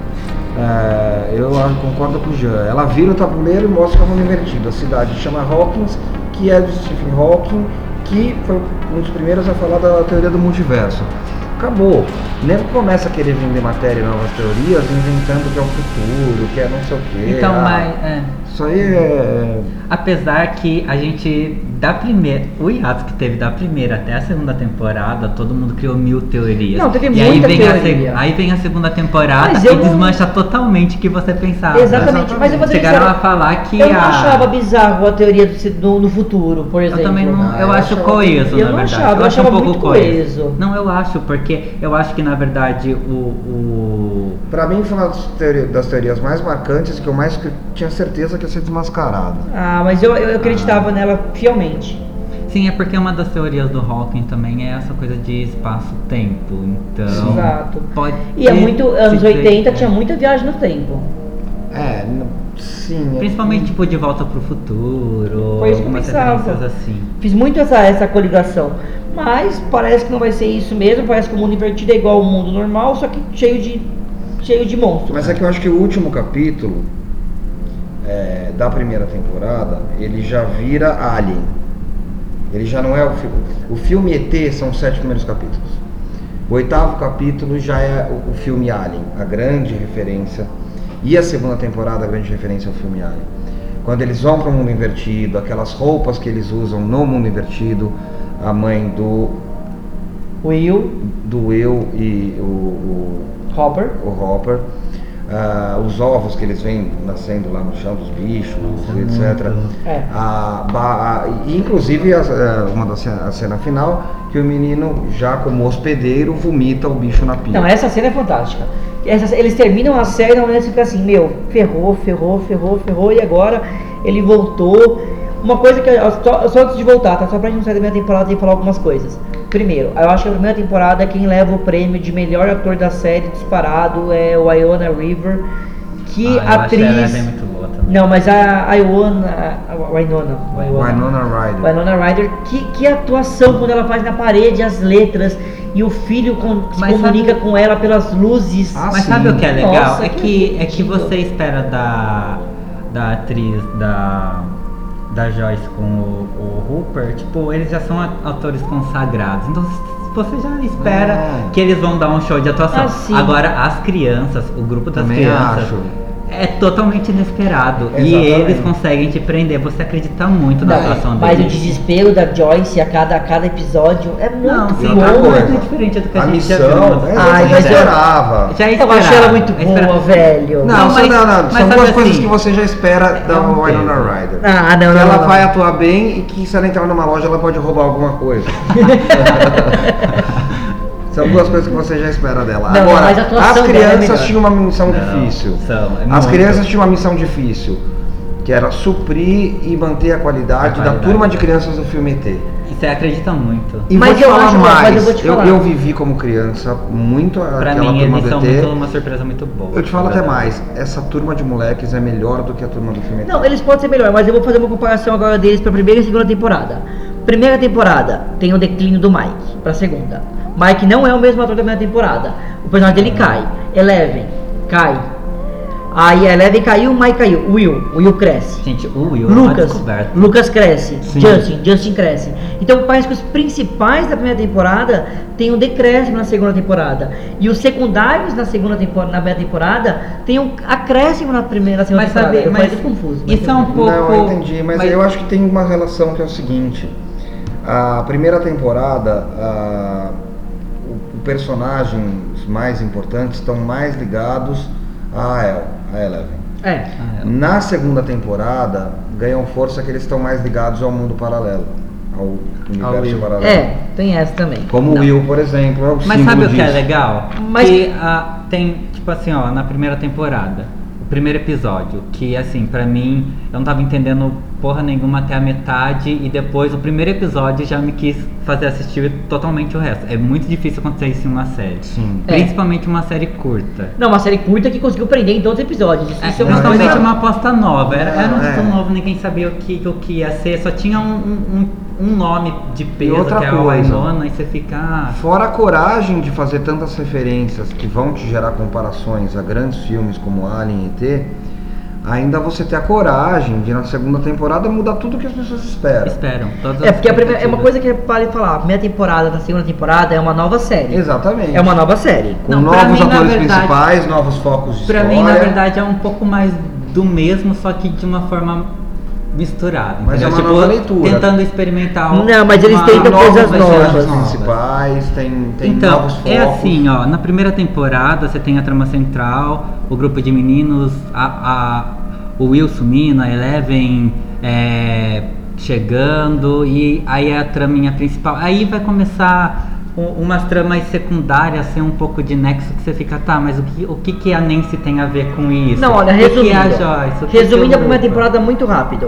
É, eu concordo com o Jean. Ela vira o tabuleiro e mostra o mundo invertido. A cidade chama Hawkins, que é do Stephen Hawking, que foi um dos primeiros a falar da teoria do multiverso. Acabou. O nego começa a querer vender matéria e novas teorias, inventando que é o futuro, que é não sei o quê. Então, ah, mas... É. Isso aí é... Apesar que a gente, da primeira, o hiato que teve da primeira até a segunda temporada, todo mundo criou mil teorias. Não, teve e aí muita vem teoria. A, se- aí vem a segunda temporada Mas e eu não- desmancha totalmente o que você pensava. Exatamente, mas eu vou dizer Chegaram que a falar que eu não a... achava bizarro a teoria do, se- do, do futuro, por exemplo. Eu também não, Ah, eu, eu acho achava- coeso, eu na não verdade. achava, eu acho um achava pouco muito coeso. coeso. Não, eu acho, porque eu acho que na verdade o... o... Pra mim foi uma das, teori- das teorias mais marcantes, que eu mais que- tinha certeza que ia ser desmascarada. Ah, mas eu, eu acreditava nela fielmente. Sim, é porque uma das teorias do Hawking também é essa coisa de espaço-tempo, então... Exato. Pode E é ter- muito, anos se ter- oitenta é. tinha muita viagem no tempo. É, n- sim. é- Principalmente tipo De Volta pro Futuro, Foi isso que eu algumas pensava. referências assim. Fiz muito essa, essa coligação. Mas parece que não vai ser isso mesmo. Parece que o mundo invertido é igual ao mundo normal, só que cheio de, cheio de monstros. Mas é que eu acho que o último capítulo é, da primeira temporada, ele já vira Alien. Ele já não é o filme. O filme E T são os sete primeiros capítulos. O oitavo capítulo já é o, o filme Alien, a grande referência. E a segunda temporada, a grande referência ao filme Alien. Quando eles vão para o mundo invertido, aquelas roupas que eles usam no mundo invertido, a mãe do, Will, do Will e o, o, Hopper. o Hopper, ah, os ovos que eles vêm nascendo lá no chão dos bichos, etcétera. É. A, ba- a- e inclusive a, a- uma da cena, a cena final, que o menino já como hospedeiro vomita o bicho na pia. Não, essa cena é fantástica. Essa- eles terminam a série na maneira que você fica assim, meu, ferrou, ferrou, ferrou, ferrou, e agora ele voltou. Uma coisa que, eu- só, só antes de voltar, tá? Só pra gente não sair da minha temporada, tem que falar algumas coisas. Primeiro, eu acho que a primeira temporada, quem leva o prêmio de melhor ator da série disparado é o Iona River. Que Ah, eu acho atriz. ela é muito boa também. Não, mas a, a Iona. A Winona. Winona Ryder. Winona Ryder, que, que atuação quando ela faz na parede as letras e o filho com- se Mas comunica sabe- com ela pelas luzes. Ah, Mas sim. sabe o que é legal? Nossa, é que que, é que divertido. você espera da, da atriz da, da Joyce com o, o Hooper, tipo, eles já são a- atores consagrados. Então você já espera É. que eles vão dar um show de atuação. Ah, sim. Agora, as crianças, o grupo das Também crianças. acho. É totalmente inesperado. E Exatamente. eles conseguem te prender. Você acredita muito na Não, atuação mas o deles. desespero da Joyce a cada, a cada episódio é muito Não, E sim, outra não é coisa, muito diferente do que a, a gente já missão, viu. é, Ai, você mas já eu- esperava. Já é Eu achei ela muito é boa, esperado. velho. Não, Não, são, mas- não, não, mas são sabe duas coisas assim, que você já espera da é um Winona peso. Ryder. Ah, não, Que não, ela não, vai não. atuar bem e que se ela entrar numa loja ela pode roubar alguma coisa. São duas coisas que você já espera dela. Não, Agora, mas a atuação as dela é crianças melhor. tinham uma missão Não, difícil. são, é As muito. crianças tinham uma missão difícil, que era suprir e manter a qualidade, A qualidade. da turma de crianças do filme E T. E você acredita muito. E Mas vou te eu falar acho- mais, mas eu vou te falar. eu vivi como criança muito Pra aquela mim, turma eles do são E T. muito, uma surpresa muito boa. Eu te falo na até verdade. mais, essa turma de moleques é melhor do que a turma do filme E T. Não, eles podem ser melhor, mas eu vou fazer uma comparação agora deles pra primeira e segunda temporada. Primeira temporada tem o declínio do Mike pra segunda. Mike não é o mesmo ator da primeira temporada. O personagem dele cai. Eleven cai. Aí a Eleven caiu, o Mike caiu. O Will, o Will cresce. Gente, o Will é uma Lucas, descoberta. Lucas cresce, Sim. Justin, Justin cresce. Então parece que os principais da primeira temporada têm um decréscimo na segunda temporada. E os secundários na segunda temporada, na primeira temporada, têm um acréscimo na primeira, na segunda Mas temporada. sabe, eu mas falei tudo confuso. mas isso é um tudo bem. pouco- Não, eu entendi, mas, mas- eu acho que tem uma relação que é o seguinte. A primeira temporada, a, o, o personagens mais importantes estão mais ligados a El, a Eleven. É. Ah, é. Na segunda temporada, ganham força que eles estão mais ligados ao mundo paralelo, ao universo Will. paralelo. É, tem essa também. Como o Will, por exemplo, é o Mas símbolo sabe o que é disso. legal? Mas- Que ah, tem, tipo assim, ó, na primeira temporada, o primeiro episódio, que assim, pra mim, eu não tava entendendo porra nenhuma até a metade, e depois o primeiro episódio já me quis fazer assistir totalmente o resto. É muito difícil acontecer isso em uma série. Sim. É. Principalmente uma série curta. Não, uma série curta que conseguiu prender em todos os episódios. Isso, É, isso é uma principalmente coisa... uma aposta nova. Era, era um É. título novo, ninguém sabia o que, o que ia ser, só tinha um, um, um nome de peso, outra que é a coisa. Winona, e você fica. ah, Fora a coragem de fazer tantas referências que vão te gerar comparações a grandes filmes como Alien e E T, ainda você ter a coragem de na segunda temporada mudar tudo que as pessoas esperam. esperam. Todas É, as porque a primeira, é uma expectativas. coisa que vale falar, a primeira temporada da segunda temporada é uma nova série. Exatamente. É uma nova série. Com Não, pra novos mim, na atores verdade- principais, novos focos de Pra história. mim, na verdade, é um pouco mais do mesmo, só que de uma forma misturada. Mas é entendeu? uma nova leitura. Tentando experimentar um- Não, mas eles uma- tentam novos coisas personagens novas. principais, tem, tem Então, novos focos. é assim, ó, na primeira temporada você tem a trama central, o grupo de meninos, a, a, o Will sumindo, a Eleven é, chegando, e aí é a traminha principal. Aí vai começar u- umas tramas secundárias, ser um pouco de nexo, que você fica, tá, mas o que, o que, que a Nancy tem a ver com isso? Não, olha, O que resumindo. que é a Joyce? O que que resumindo o a primeira grupo? temporada muito rápido.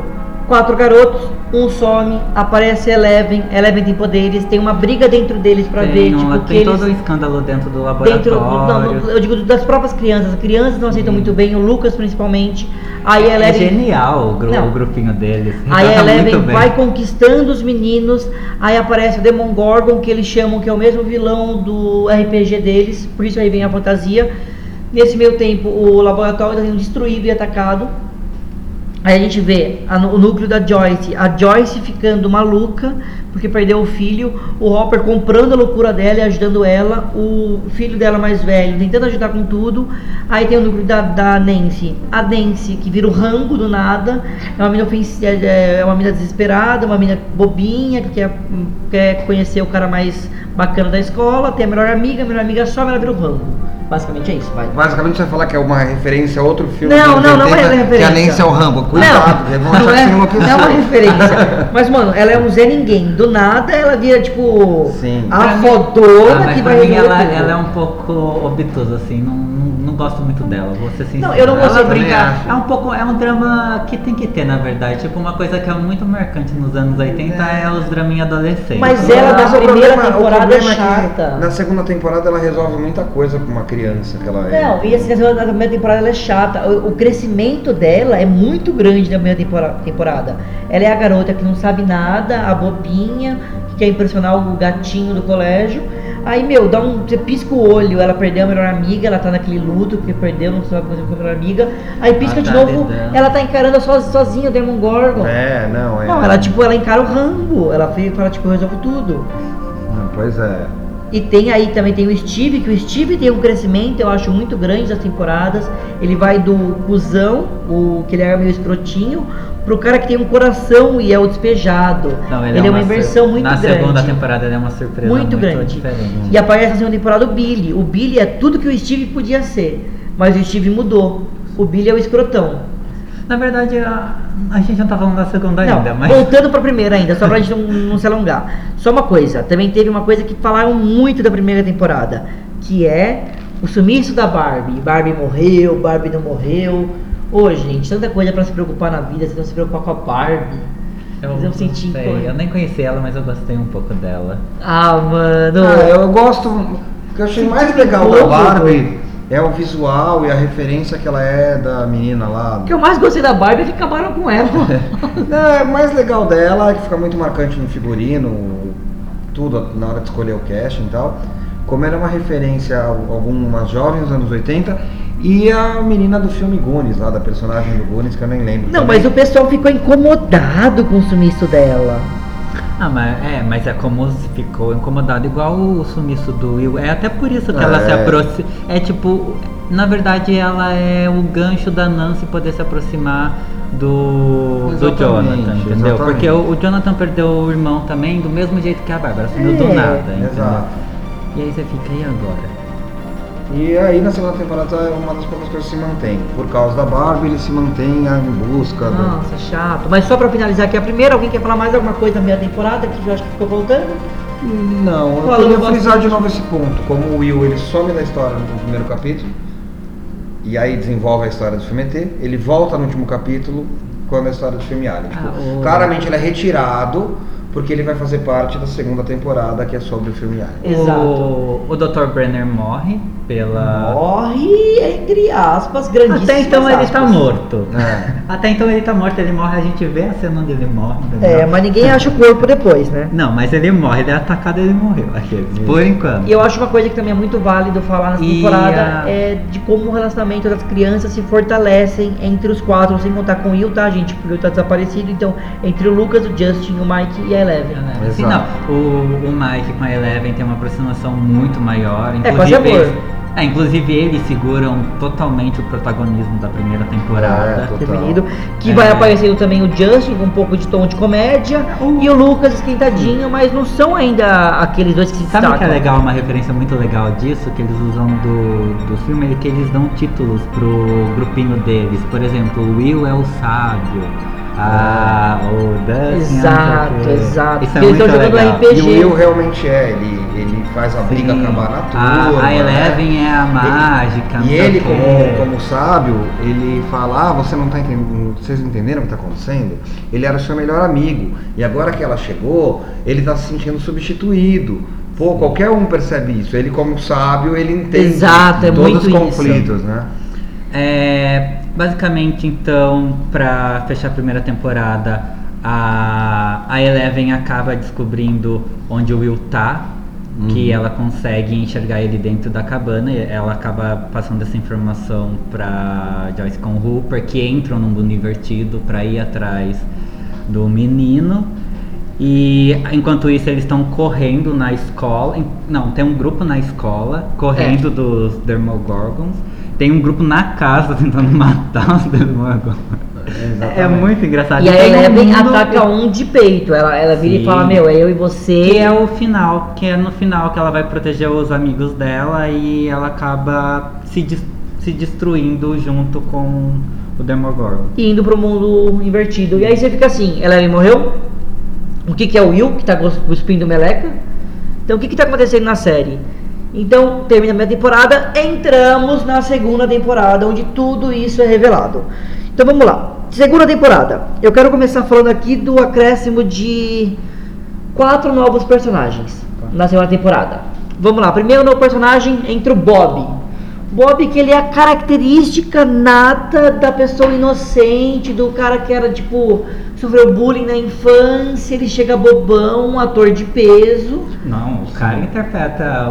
quatro garotos, um some, aparece Eleven, Eleven tem poderes, tem uma briga dentro deles pra Tem, ver, um- tipo, que tem eles... todo o escândalo dentro do laboratório. Dentro, não, não, eu digo das próprias crianças, as crianças não aceitam muito bem, o Lucas principalmente, aí a É Eleven... genial o, gru- Não. o grupinho deles. Aí a Retrata muito Eleven bem. vai conquistando os meninos, aí aparece o Demon Gorgon, que eles chamam que é o mesmo vilão do R P G deles, por isso aí vem a fantasia. Nesse meio tempo, o laboratório está sendo destruído e atacado. Aí a gente vê a- o núcleo da Joyce, a Joyce ficando maluca, porque perdeu o filho, o Hopper comprando a loucura dela e ajudando ela, o filho dela mais velho tentando ajudar com tudo. Aí tem o núcleo da, da Nancy, a Nancy que vira o Rambo do nada, é uma mina ofensiva, é é uma mina desesperada, uma mina bobinha, que quer, quer conhecer o cara mais bacana da escola, tem a melhor amiga, a melhor amiga some, ela vira o Rambo. Basicamente é isso, vai. Basicamente você vai falar que é uma referência a outro filme. Não, dos não, não é oitenta, referência. Que a Nancy é o Rambo. Cuidado, eles vão Não, achar não que é, você não é uma enlouqueceu. referência. Mas, mano, ela é um Zé Ninguém. Do nada, ela vira, tipo, Sim. a Pra mim- fodona Ah, mas que pra vai mim resolver ela, tudo. ela é um pouco obtusa, assim, não, não, não gosto muito dela, vou ser sincero. Não, eu não Ela gostei brinca- também, acho. É um pouco, é um drama que tem que ter, na verdade, tipo, uma coisa que é muito marcante nos anos oitenta é, os draminhas adolescentes. Mas ela, Mas na o primeira problema- o temporada, problema é que chata. Na segunda temporada ela resolve muita coisa com uma criança que ela é. Não, e assim, a primeira temporada ela é chata. O, o crescimento dela é muito grande na primeira tempora- temporada. Ela é a garota que não sabe nada, a bobinha, que quer impressionar o gatinho do colégio. Aí, meu, dá um, você pisca o olho, ela perdeu a melhor amiga, ela tá naquele luto porque perdeu, não sabe o que fazer com a melhor amiga. Aí pisca Ah, de tá, novo, dedão. ela tá encarando so, sozinha o Demon Gorgon. É, não, é. Não, ela tipo, ela encara o Rambo, ela fez- fala tipo, eu resolvo tudo. Não, pois é. E tem aí também tem o Steve, que o Steve tem um crescimento, eu acho, muito grande das temporadas. Ele vai do cuzão, o que ele é meio escrotinho, pro cara que tem um coração e é o despejado. Não, ele é uma inversão sur- muito na grande. segunda temporada ele é uma surpresa Muito muito, grande. diferente. E aparece na segunda temporada o Billy. O Billy é tudo que o Steve podia ser, mas o Steve mudou. O Billy é o escrotão. Na verdade, a, a gente não tá falando da segunda Não, ainda, mas... voltando pra primeira ainda, só pra gente não, não se alongar. Só uma coisa, também teve uma coisa que falaram muito da primeira temporada, que é o sumiço da Barbie. Barbie morreu, Barbie não morreu. Ô, gente, tanta coisa pra se preocupar na vida, vocês vão se preocupar com a Barbie. Eu Vocês vão sentir... sei, eu nem conheci ela, mas eu gostei um pouco dela. Ah, mano... Ah, eu gosto. O que eu achei mais legal da Louco, Barbie é o visual e a referência que ela é da menina lá. O que eu mais gostei da Barbie é que acabaram com ela. Não, o mais legal dela é que fica muito marcante no figurino, tudo na hora de escolher o casting e tal. Como era uma referência a algumas jovens dos anos oitenta e a menina do filme Goonies, lá da personagem do Goonies, que eu nem lembro. Não, também. mas o pessoal ficou incomodado com o sumiço dela. Ah, mas é, mas é como ficou incomodado igual o sumiço do Will. É até por isso que ela É. se aproxima. É tipo, na verdade ela é o gancho da Nancy poder se aproximar do, do Exatamente, Jonathan, entendeu? exatamente. Porque o, o Jonathan perdeu o irmão também do mesmo jeito que a Bárbara, sumiu É, do nada, entendeu? Exato. E aí você fica, e agora? E aí na segunda temporada uma das poucas coisas que se mantém. Por causa da Barbie, ele se mantém em busca do. Nossa, chato. Mas só pra finalizar aqui a primeira, alguém quer falar mais alguma coisa da minha temporada que eu acho que ficou faltando? Não, eu Fala, queria eu gosto frisar de disso. novo esse ponto. Como o Will ele some da história no primeiro capítulo, e aí desenvolve a história do filme E T, ele volta no último capítulo quando a história do filme Alien. Tipo, Ah, o- claramente ele é retirado porque ele vai fazer parte da segunda temporada que é sobre o filme Alien. Exato. O, o doutor Brenner morre pela... Morre, entre aspas, grandíssimas Até então ele aspas. tá morto. É. Até então ele tá morto, ele morre, a gente vê a cena onde ele morre. entendeu? É, mas ninguém acha o corpo depois, né? Não, mas ele morre, ele é atacado e ele morreu, aqueles, por enquanto. E eu acho uma coisa que também é muito válido falar nessa E temporada a- é de como o relacionamento das crianças se fortalecem entre os quatro, sem contar com o Will, tá, gente? Porque o Will tá desaparecido, então entre o Lucas, o Justin, o Mike e a Eleven. Sim, não, o, o Mike com a Eleven tem uma aproximação muito maior. É, quase amor. eles, é, inclusive eles seguram totalmente o protagonismo da primeira temporada. É, tô- Feminino, que É. vai aparecendo também o Justin com um pouco de tom de comédia e o Lucas esquentadinho, mas não são ainda aqueles dois que se Sabe o que é destacam. legal, uma referência muito legal disso, que eles usam do, do filme, é que eles dão títulos pro grupinho deles. Por exemplo, o Will é o sábio, Ah, o Dan. Exato, exato. Isso é Porque eles muito estão jogando legal. R P G. E o Will realmente é, ele, ele faz a briga Sim. acabar na A, turma. a Eleven né? é a mágica. não E sei ele, o como, quê. como sábio, ele fala, ah, você não tá entendendo, vocês entenderam o que está acontecendo? Ele era o seu melhor amigo, e agora que ela chegou, ele está se sentindo substituído. Pô, qualquer um percebe isso, ele como sábio, ele entende Exato, é todos muito os conflitos, isso. né? É, basicamente, então, pra fechar a primeira temporada, a, a Eleven acaba descobrindo onde o Will tá, Uhum. que ela consegue enxergar ele dentro da cabana, e ela acaba passando essa informação pra Joyce com o Hooper, que entram num mundo invertido pra ir atrás do menino. E enquanto isso eles estão correndo na escola. em- Não, tem um grupo na escola correndo É. dos Demogorgons. Tem um grupo na casa tentando matar os Demogorgons. É Exatamente. muito engraçado. E a tem um Eleven mundo- ataca um de peito. Ela, ela vira Sim. e fala, meu, é eu e você. Que é o final, que é no final que ela vai proteger os amigos dela e ela acaba se, des- se destruindo junto com o Demogorgon. E indo pro mundo invertido. E aí você fica assim, Eleven morreu? O que, que é o Will, que tá cus- cuspindo meleca? Então o que, que tá acontecendo na série? Então, termina a primeira temporada, entramos na segunda temporada, onde tudo isso é revelado. Então vamos lá. Segunda temporada. Eu quero começar falando aqui do acréscimo de quatro novos personagens na segunda temporada. Vamos lá. Primeiro novo personagem entra o Bob. Bob, que ele é a característica nata da pessoa inocente, do cara que era tipo, sofreu bullying na infância, ele chega bobão, um ator de peso. Não, o cara interpreta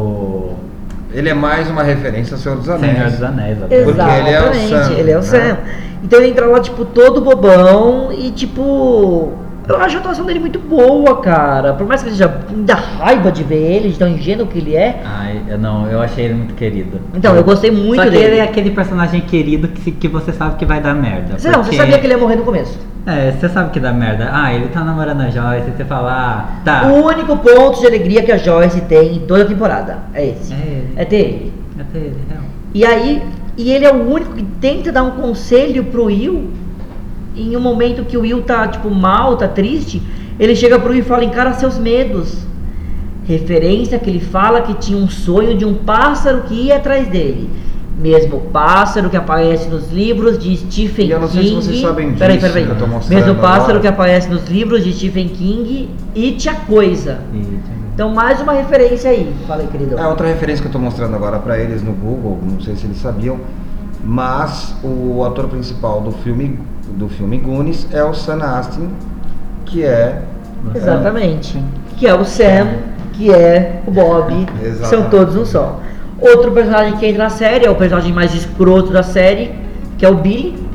o Ele é mais uma referência ao Senhor dos Anéis. Senhor dos Anéis. Porque Exatamente, ele é o Sam, ele é o né? Sam. Então ele entra lá, tipo, todo bobão e, tipo, eu acho a atuação dele muito boa, cara. Por mais que seja da raiva de ver ele, de tão ingênuo que ele é. Ai, eu não, eu achei ele muito querido. Então, eu gostei muito Só que dele. ele é aquele personagem querido que, se- que você sabe que vai dar merda. Você, não, você porque- sabia que ele ia morrer no começo. É, você sabe que dá merda. Ah, ele tá namorando a Joyce, você fala, ah, tá. O único ponto de alegria que a Joyce tem em toda a temporada é esse. É ele. É ter ele. Até ele, real. E aí, e ele é o único que tenta dar um conselho pro Will em um momento que o Will tá, tipo, mal, tá triste. Ele chega pro Will e fala, encara seus medos. Referência que ele fala que tinha um sonho de um pássaro que ia atrás dele. Mesmo pássaro que aparece nos livros de Stephen E eu não sei King. se vocês sabem disso, Peraí, peraí, que eu tô peraí. mostrando Mesmo pássaro agora. que aparece nos livros de Stephen King e Tia Coisa. E- Então, mais uma referência aí. Fala aí, querido. É outra referência que eu estou mostrando agora para eles no Google, não sei se eles sabiam, mas o ator principal do filme do filme Goonies é o Sam Astin, que é Exatamente. Que é o Sam, que é o Bob, Exatamente. são todos um só. Outro personagem que entra na série é o personagem mais escroto da série, que é o Billy.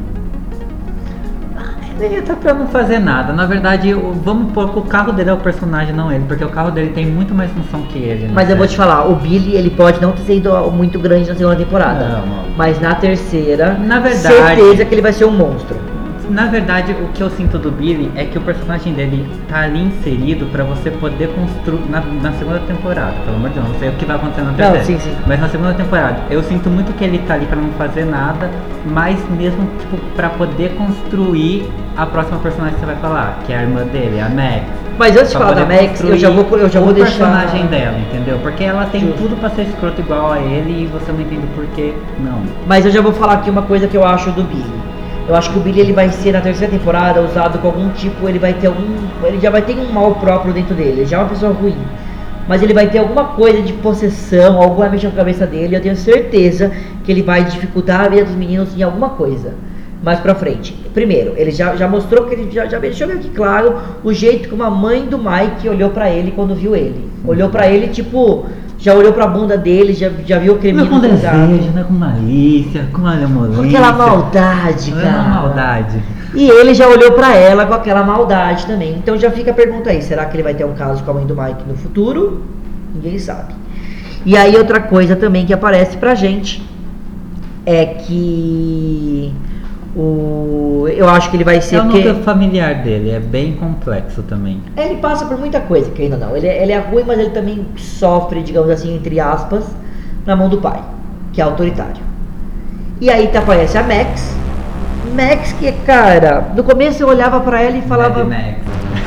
Ele tá pra não fazer nada. Na verdade, o- vamos pôr que o carro dele é o personagem, não ele, porque o carro dele tem muito mais função que ele. né? Mas eu vou te falar, o Billy ele pode não ter sido muito grande na segunda temporada, Não, não. mas na terceira, Na verdade- certeza que ele vai ser um monstro. Na verdade, o que eu sinto do Billy é que o personagem dele tá ali inserido pra você poder construir na, na segunda temporada. Pelo amor de Deus, não sei o que vai acontecer na terceira. sim, sim. Mas na segunda temporada, eu sinto muito que ele tá ali pra não fazer nada, mas mesmo tipo para poder construir a próxima personagem que você vai falar, que é a irmã dele, a Max. Mas antes de Pra falar da poder Max, eu já vou, eu já o vou deixar... personagem dela, entendeu? Porque ela tem Justo. tudo pra ser escroto igual a ele e você não entende por que não. Mas eu já vou falar aqui uma coisa que eu acho do Billy. Eu acho que o Billy ele vai ser na terceira temporada usado com algum tipo, ele vai ter algum, ele já vai ter um mal próprio dentro dele, ele já é uma pessoa ruim. Mas ele vai ter alguma coisa de possessão, algo vai mexer com a cabeça dele, eu tenho certeza que ele vai dificultar a vida dos meninos em alguma coisa. Mais pra frente. Primeiro, ele já, já mostrou que ele já, já deixou meio que claro o jeito como a mãe do Mike olhou pra ele quando viu ele. Olhou pra ele, tipo, já olhou pra bunda dele, já, já viu o Não é creminho com cruzado. desejo, não é com malícia, com malemolência. Com aquela maldade, Não é cara. uma maldade. E ele já olhou pra ela com aquela maldade também. Então já fica a pergunta aí, será que ele vai ter um caso com a mãe do Mike no futuro? Ninguém sabe. E aí outra coisa também que aparece pra gente é que o eu acho que ele vai ser É o porque núcleo familiar dele, é bem complexo também. ele passa por muita coisa, que ainda não. Ele, é- ele é ruim, mas ele também sofre, digamos assim, entre aspas, na mão do pai, que é autoritário. E aí tá, aparece a Max. Max, que cara, no começo eu olhava pra ela e falava, Mad Max.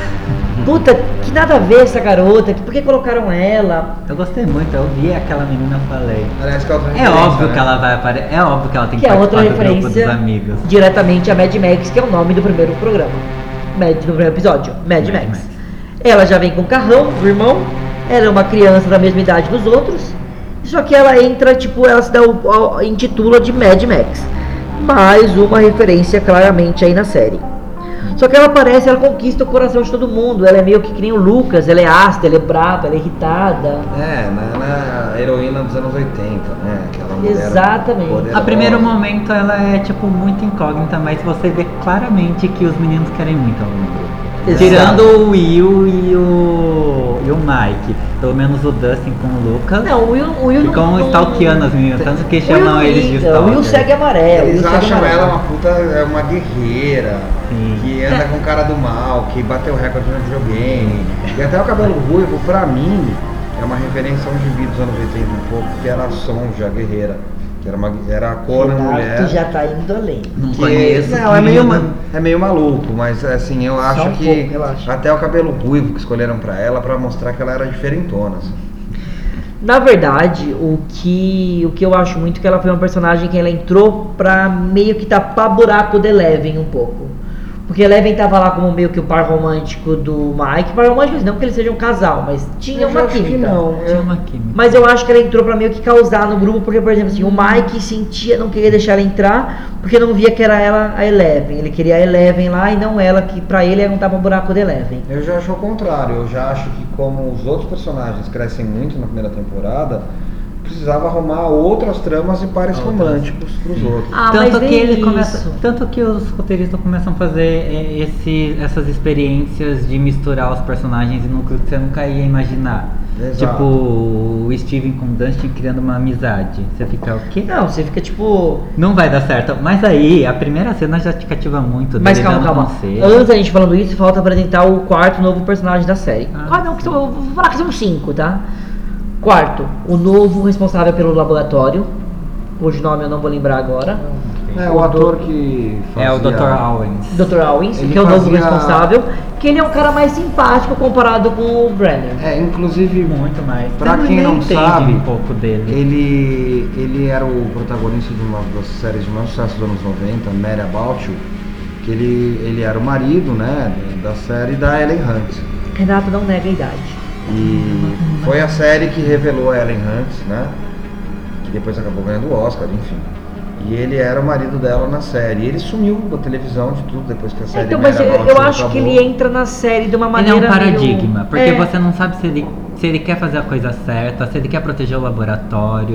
puta, que nada a ver essa garota, por que colocaram ela? Eu gostei muito, eu vi aquela menina e falei. Aliás, que é outra É referência, óbvio né? que ela vai aparecer. É óbvio que ela tem que, Que é outra participar do grupo dos referência amigos. diretamente a Mad Max, que é o nome do primeiro programa, Mad, do primeiro episódio, Mad, Mad Max. Max. Ela já vem com o carrão do irmão, ela é uma criança da mesma idade dos outros, só que ela entra, tipo, ela se dá o, o, intitula de Mad Max. Mais uma referência claramente aí na série. Só que ela aparece, ela conquista o coração de todo mundo. Ela é meio que, que nem o Lucas, ela é ácida, ela é brava, ela é irritada. É, ela é a heroína dos anos oitenta, né? Aquela mulher Exatamente. poderosa. A primeiro momento ela é tipo muito incógnita, mas você vê claramente que os meninos querem muito ela no grupo. Exato. Tirando o Will e o, e o Mike. Pelo menos o Dustin com o Lucas. Não, o Will, o Will Ficam não, não stalkeando as meninas, tanto que o Will chamam não eles de liga, stalker. O Will segue amarelo. Eles o Will segue acham amarelo. ela uma puta, é uma guerreira, Sim. que anda com cara do mal, que bateu recorde no videogame. E até o cabelo ruivo, pra mim, é uma referência a um gibi dos anos oitenta um pouco, que era a Sonja, a guerreira. Que era, uma, era a Conan Renato mulher. já tá indo além. Não Que, conheço. não, é meio, querida. ma- é meio maluco, mas assim, eu acho um que pouco, relaxa. até o cabelo ruivo que escolheram pra ela, pra mostrar que ela era diferentona. Assim. Na verdade, o que, o que eu acho muito é que ela foi uma personagem que ela entrou pra meio que tapar buraco de Eleven um pouco. Porque Eleven tava lá como meio que o par romântico do Mike. Par romântico não porque eles sejam um casal, mas tinha Eu uma acho que química. não. Tinha uma química. Mas eu acho que ela entrou pra meio que causar no grupo, porque, por exemplo, assim, o Mike sentia, não queria deixar ela entrar, porque não via que era ela a Eleven. Ele queria a Eleven lá e não ela, que pra ele era um tapa-buraco de Eleven. Eu já acho o contrário, eu já acho que como os outros personagens crescem muito na primeira temporada, precisava arrumar outras tramas e pares Outras. românticos pros outros. Ah, tanto mas que nem ele isso. começa, tanto que os roteiristas começam a fazer é, esse, essas experiências de misturar os personagens em núcleos que você nunca ia imaginar. Exato. Tipo o Steven com o Dustin criando uma amizade. Você fica o quê? Não, você fica tipo... Não vai dar certo. Mas aí a primeira cena já te cativa muito. Mas dele calma, dando calma. conselho. Antes da gente falando isso, falta apresentar o quarto novo personagem da série. Ah, Quarto não, que são, eu vou falar que são cinco, tá? Quarto, o novo responsável pelo laboratório, cujo nome eu não vou lembrar agora. É, o ator que fazia... É o doutor Owens. doutor Owens, Ele que é o novo fazia- responsável, que ele é um cara mais simpático comparado com o Brenner. É, inclusive, Muito mais. pra Você quem nem não entende sabe, um pouco dele. ele, ele era o protagonista de uma das séries de mais sucesso dos anos noventa, Mad About You, que ele, ele era o marido, né, da série da Ellen Hunt. Renato não nega a idade. E foi a série que revelou a Ellen Hunt, né? Que depois acabou ganhando o Oscar, enfim. E ele era o marido dela na série. E ele sumiu da televisão de tudo depois que a série Então, mas Mad eu, About eu You acho que acabou. ele entra na série de uma Ele é maneira um paradigma, meio... porque É. você não sabe se ele, se ele quer fazer a coisa certa, se ele quer proteger o laboratório,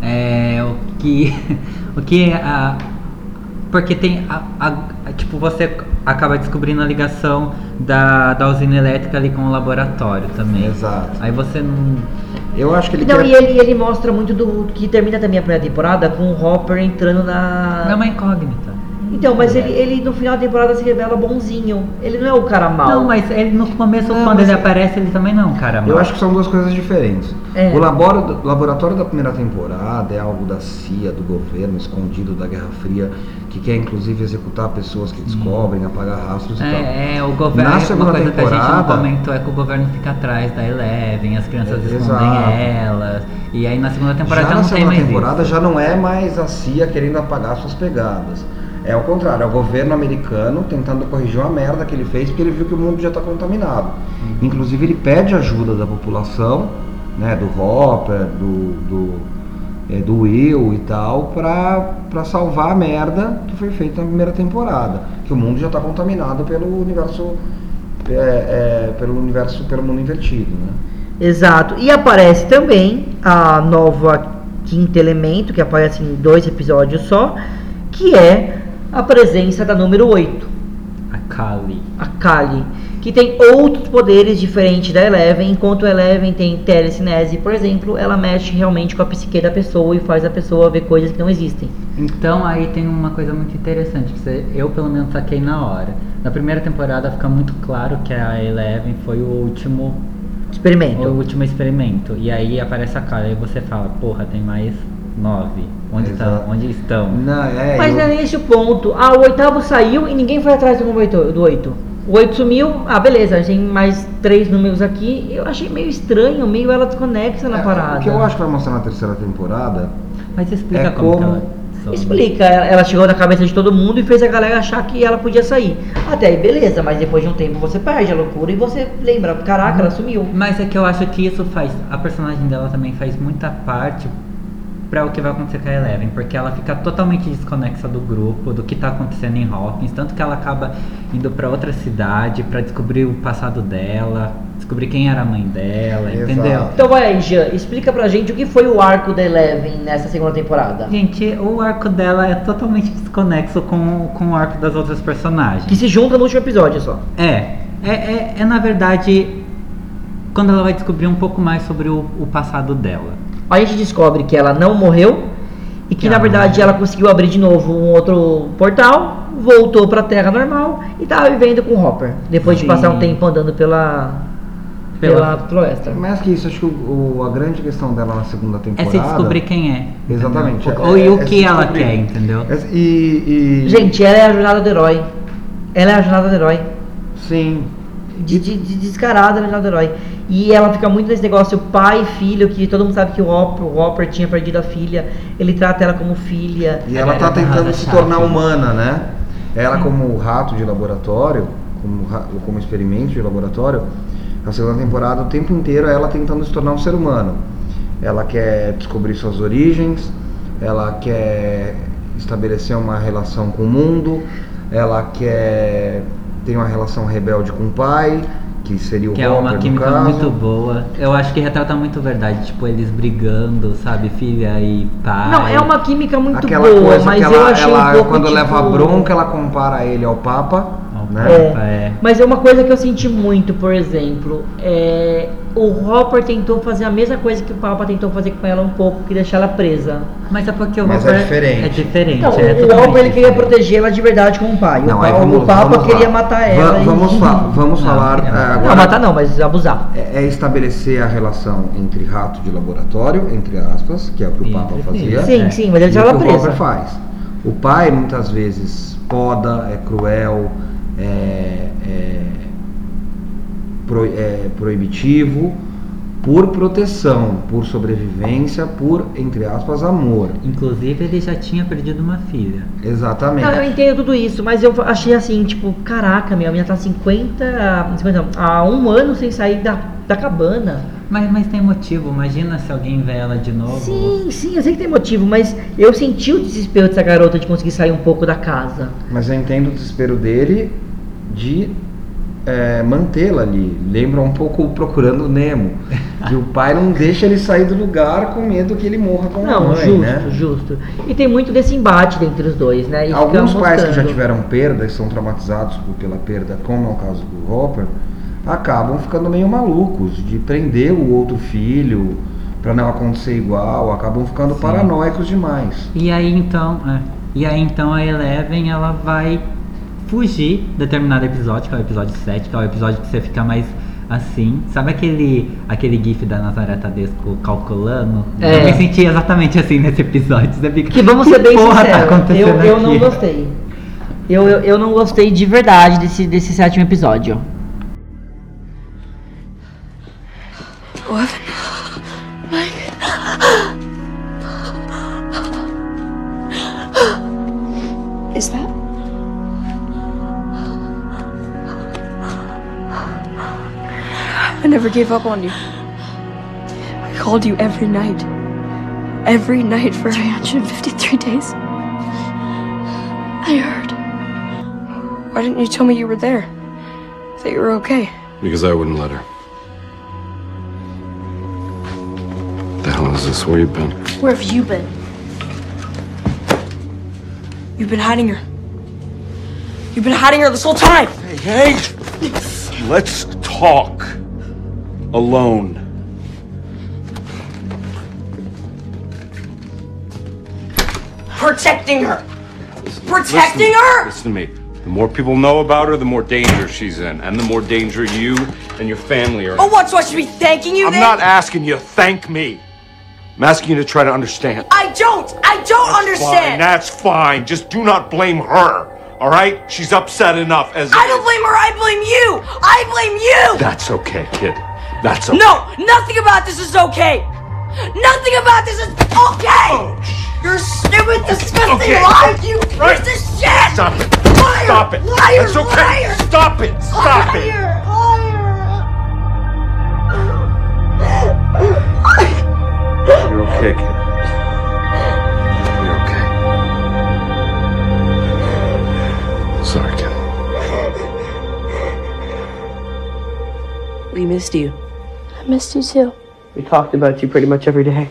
é, o que, o que a, porque tem a, a- a- tipo, você acaba descobrindo a ligação da, da usina elétrica ali com o laboratório também. Exato. Aí você não. Eu acho que ele Não, quer... e ele, ele mostra muito do... que termina também a primeira temporada com o Hopper entrando na... É uma incógnita. Então, mas ele, ele no final da temporada se revela bonzinho. Ele não é o cara mau. Não, mas ele no começo, Não, quando mas ele é- aparece, ele também não é um cara mau. Eu acho que são duas coisas diferentes. É. O labora- laboratório da primeira temporada é algo da C I A, do governo, escondido da Guerra Fria, que quer inclusive executar pessoas que descobrem, apagar rastros e tal. É, é, o governo. Na Uma segunda coisa que a gente não temporada- comentou é que o governo fica atrás da Eleven, as crianças É, escondem exato. elas. E aí na segunda temporada Já já, na não tem segunda mais temporada isso. já não é mais a C I A querendo apagar suas pegadas. É o contrário, é o governo americano tentando corrigir uma merda que ele fez porque ele viu que o mundo já está contaminado. Inclusive ele pede ajuda da população, né, do Hopper, do, do, é, do Will e tal, pra, pra salvar a merda que foi feita na primeira temporada. Que o mundo já está contaminado pelo universo, é, é, pelo universo, pelo mundo invertido, né? Exato. E aparece também a nova quinto elemento, que aparece em dois episódios só, que é a presença da número oito, A Kali. a Kali, que tem outros poderes diferentes da Eleven. Enquanto a Eleven tem telecinese, por exemplo, ela mexe realmente com a psique da pessoa e faz a pessoa ver coisas que não existem. Então aí tem uma coisa muito interessante, que você- eu pelo menos saquei na hora. Na primeira temporada fica muito claro que a Eleven foi o último, o Experimento. último experimento. E aí aparece a Kali e você fala, porra, tem mais nove? Onde, tá, Exato. onde estão? Não, é, Mas eu- não é nem esse o ponto. Ah, o oitavo saiu e ninguém foi atrás do número oito. Do oito. O oito sumiu, ah, beleza, tem mais três números aqui. Eu achei meio estranho, meio ela desconexa na é, parada. O que eu acho que vai mostrar na terceira temporada Mas explica É como, que como- ela some. Explica, ela chegou na cabeça de todo mundo e fez a galera achar que ela podia sair. Até aí, beleza, mas depois de um tempo você perde a loucura e você lembra, caraca, ela sumiu. Mas é que eu acho que isso faz. A personagem dela também faz muita parte pra o que vai acontecer com a Eleven, porque ela fica totalmente desconexa do grupo, do que tá acontecendo em Hawkins, tanto que ela acaba indo pra outra cidade pra descobrir o passado dela, descobrir quem era a mãe dela, Exato. entendeu? Então vai aí, Jean, explica pra gente o que foi o arco da Eleven nessa segunda temporada. Gente, o arco dela é totalmente desconexo com, com o arco das outras personagens. Que se junta no último episódio só. É, é, é, é na verdade quando ela vai descobrir um pouco mais sobre o, o passado dela. A gente descobre que ela não morreu e que Que na ela verdade não ela conseguiu abrir de novo um outro portal, voltou pra Terra normal e tava vivendo com o Hopper. Depois de Sim. passar um tempo andando pela, pela, Pela- floresta. Mais que isso, acho que o, o- a grande questão dela na segunda É temporada se descobrir quem é. Exatamente. entendeu? É- Ou e o é que se ela descobrir. quer, entendeu? É- E, e- Gente, ela é a jornada do herói. Ela é a jornada do herói. Sim. De, de, de descarada, ela é a jornada do herói. E ela fica muito nesse negócio pai e filho, que todo mundo sabe que o Hopper, o Hopper tinha perdido a filha. Ele trata ela como filha. E ela Ela tá era tentando barrada se chata. tornar humana, né? Ela como rato de laboratório, como, ra- como experimento de laboratório, na segunda temporada, o tempo inteiro, ela tentando se tornar um ser humano. Ela quer descobrir suas origens, ela quer estabelecer uma relação com o mundo, ela quer ter uma relação rebelde com o pai, que seria o Que é Hopper, uma no química caso. muito boa. Eu acho que retrata muito verdade. Tipo, eles brigando, sabe? Filha e pai. Não, é uma química muito Aquela boa, coisa mas que eu ela, achei ela um pouco quando tipo... leva a bronca, ela compara ele ao Papa, Ao né? Papa. É. Mas é uma coisa que eu senti muito, por exemplo, é, o Hopper tentou fazer a mesma coisa que o Papa tentou fazer com ela um pouco, que deixar ela presa. Mas é porque o Mas é Hopper diferente. É diferente. Então, é o totalmente Hopper ele queria diferente. proteger ela de verdade como pai. Não, o, aí pa- vamos- o Papa vamos lá. queria matar ela. Va- e- vamos fa- vamos Não, falar queria é, matar. agora. Não, matar não, mas abusar. É, é estabelecer a relação entre rato de laboratório, entre aspas, que é o que o E Papa entre fazia. filhos. Sim, É. sim, mas ele E deixava o ela que o Hopper presa. faz. O pai muitas vezes poda, é cruel, é, é, pro- é proibitivo, por proteção, por sobrevivência, por, entre aspas, amor. Inclusive, ele já tinha perdido uma filha. Exatamente. Não, eu entendo tudo isso, mas eu achei assim, tipo, caraca, meu, a minha tá cinquenta, cinquenta não, há um ano sem sair da, da cabana. Mas, mas tem motivo. Imagina se alguém vê ela de novo. Sim, sim, eu sei que tem motivo, mas eu senti o desespero dessa garota de conseguir sair um pouco da casa. Mas eu entendo o desespero dele de é, mantê-la ali. Lembra um pouco o Procurando Nemo. Que o pai não deixa ele sair do lugar com medo que ele morra com a Não, mãe, justo, né? justo. E tem muito desse embate entre os dois, né? E fica Alguns pais que já mostrando. tiveram perda e são traumatizados por- pela perda, como é o caso do Hopper, acabam ficando meio malucos de prender o outro filho pra não acontecer igual, acabam ficando Sim. paranoicos demais. E aí então, é, e aí então a Eleven ela vai fugir de determinado episódio, que é o episódio sete, que é o episódio que você fica mais assim. Sabe aquele aquele gif da Nazaré Tedesco calculando? É. Eu me senti exatamente assim nesse episódio. Você fica, Que vamos "Que ser bem porra tá sinceros, eu, acontecendo eu não aqui?" gostei. Eu, eu, eu não gostei de verdade desse, desse sétimo episódio. What? Mike? Is that? I never gave up on you. I called you every night. Every night for three hundred fifty-three days. I heard. Why didn't you tell me you were there? That you were okay? Because I wouldn't let her. The hell is this? Where you been? Where have you been? You've been hiding her. You've been hiding her this whole time! Hey, hey! Let's talk. Alone. Protecting her! Listen- Protecting listen- her? Listen to me. The more people know about her, the more danger she's in. And the more danger you and your family are in. Oh, what? So I should be thanking you I'm then? not asking you to thank me. I'm asking you to try to understand. I don't! I don't Fine, understand! that's fine. Just do not blame her. All right? She's upset enough as it I don't is. blame her, I blame you! I blame you! That's okay, kid. That's okay. No! Nothing about this is okay! Nothing about this is okay! Oh, sh- You're stupid, disgusting okay. liar! You Right. piece of shit! Stop it. Liar! Stop it. Liar! That's okay. Liar! Stop it. Stop it. Liar! Liar! You're okay, kid. You're okay. Sorry, kid. We missed you. I missed you too. We talked about you pretty much every day.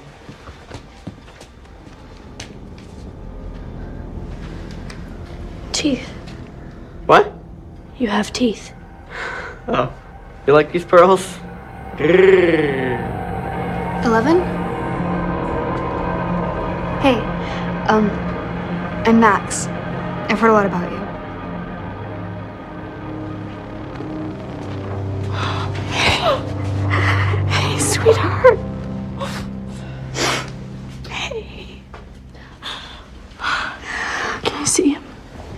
Teeth. What? You have teeth. Oh. You like these pearls? Eleven? Hey, um, I'm Max. I've heard a lot about you. Hey, sweetheart. Hey. Can I see him?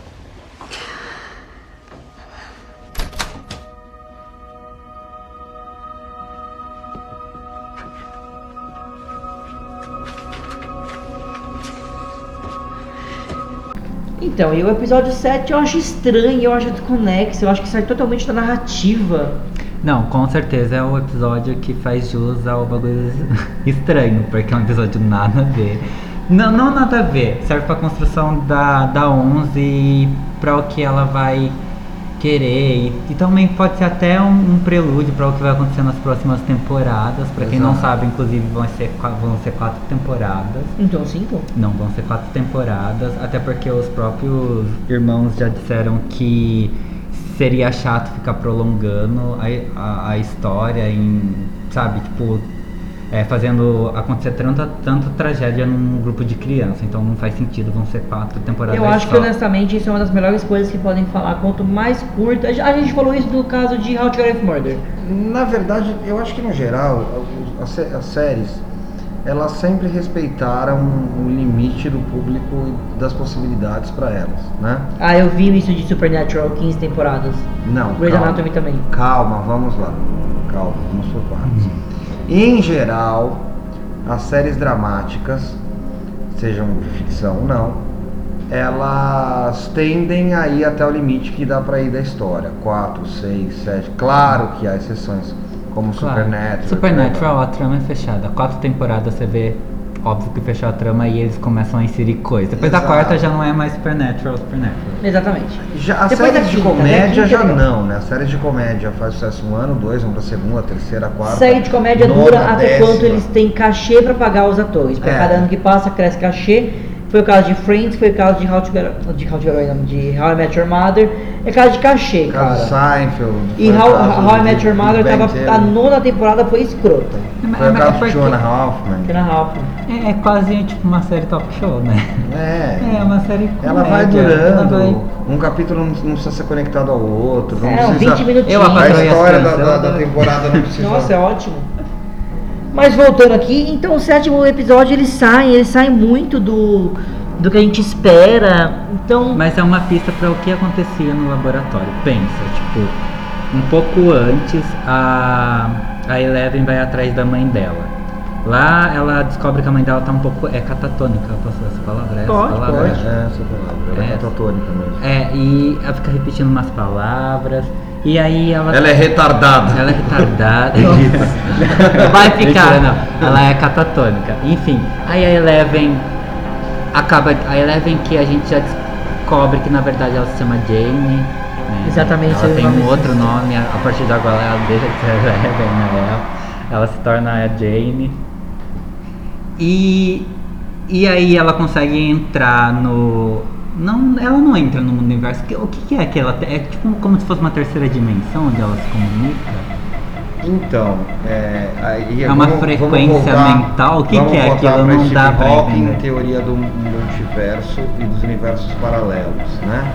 Então, e o episódio sete eu acho estranho, eu acho desconexo, eu acho que sai totalmente da narrativa. Não, com certeza é o episódio que faz jus ao bagulho estranho, porque é um episódio nada a ver. Não, não nada a ver, serve pra construção da, da onze e pra o que ela vai querer. E, e também pode ser até um, um prelúdio para o que vai acontecer nas próximas temporadas. Pra quem não Exato. sabe, inclusive vão ser, qua- vão ser quatro temporadas. Então, cinco? Não, vão ser quatro temporadas, até porque os próprios irmãos já disseram que seria chato ficar prolongando a, a, a história em, sabe, tipo, é, fazendo acontecer tanta, tanta tragédia num grupo de criança, então não faz sentido, vão ser quatro temporadas Eu acho só. que honestamente isso é uma das melhores coisas que podem falar. Quanto mais curta. A gente falou isso no caso de How to Get Away with Murder. Na verdade, eu acho que no geral, as, sé- as séries, elas sempre respeitaram o limite do público e das possibilidades para elas, né? Ah, eu vi isso de Supernatural, quinze temporadas. Não, Grey's calma. Anatomy também. Calma, vamos lá. Calma, vamos por partes. Em geral, as séries dramáticas, sejam de ficção ou não, elas tendem a ir até o limite que dá pra ir da história. quatro, seis, sete. Claro que há exceções, como Claro. Supernatural. Supernatural, a trama é fechada. Quatro temporadas você vê, óbvio que fechou a trama e eles começam a inserir coisas. Depois da Exato. quarta já não é mais Supernatural, Supernatural. Exatamente. Já, as Depois da séries de quinta, né? comédia Quinta já é legal. não, né? As séries de comédia faz sucesso um ano, dois, vão pra segunda, terceira, quarta. Série de comédia nona, dura até décima. quanto eles têm cachê pra pagar os atores. Pra É. cada ano que passa, cresce cachê. Foi o caso de Friends, foi o caso de How to Get, de How to Get Away, não, de How I Met Your Mother. É caso de cachê, O cara. caso de Seinfeld. E foi o How, caso How I de Met Your Mother Big Bang tava, Theory. a nona temporada foi escrota. Foi o caso de porque- Fiona Hoffman. Fiona Hoffman. É, é quase tipo uma série talk show, né? É. É uma série Ela vai comédia, ela durando, vai- um capítulo não, não precisa ser conectado ao outro, não É, precisa... vinte minutinhos. Eu A apaguei as história da, crianças, da, eu da adoro. temporada não precisa... Nossa, é ótimo. Mas voltando aqui, então o sétimo episódio ele sai, ele sai muito do, do que a gente espera. Então, Mas é uma pista para o que acontecia no laboratório. Pensa, tipo, um pouco antes a, a Eleven vai atrás da mãe dela. Lá ela descobre que a mãe dela tá um pouco é catatônica, eu posso usar essa palavra? É essa Pode, palavra? pode. É, essa palavra, ela é, É. catatônica mesmo. É, e ela fica repetindo umas palavras. E aí ela. Ela é retardada. Ela é retardada. Vai ficar, não. Ela é catatônica. Enfim, aí a Eleven acaba. A Eleven que a gente já descobre que na verdade ela se chama Jane. Né? Exatamente, Ela esse tem nome um outro existe. nome, a a partir de agora ela deixa de ser Eleven, né? Ela, ela se torna a Jane. E, e aí ela consegue entrar no. Não, ela não entra no mundo universo. O que, que é que ela tem? É tipo como se fosse uma terceira dimensão onde ela se comunica? Então, é, aí É uma vamos- frequência vamos voltar- mental? O que vamos que é voltar aquilo? pra Não Stephen dá pra Hawking, entender. teoria do multiverso e dos universos paralelos, né?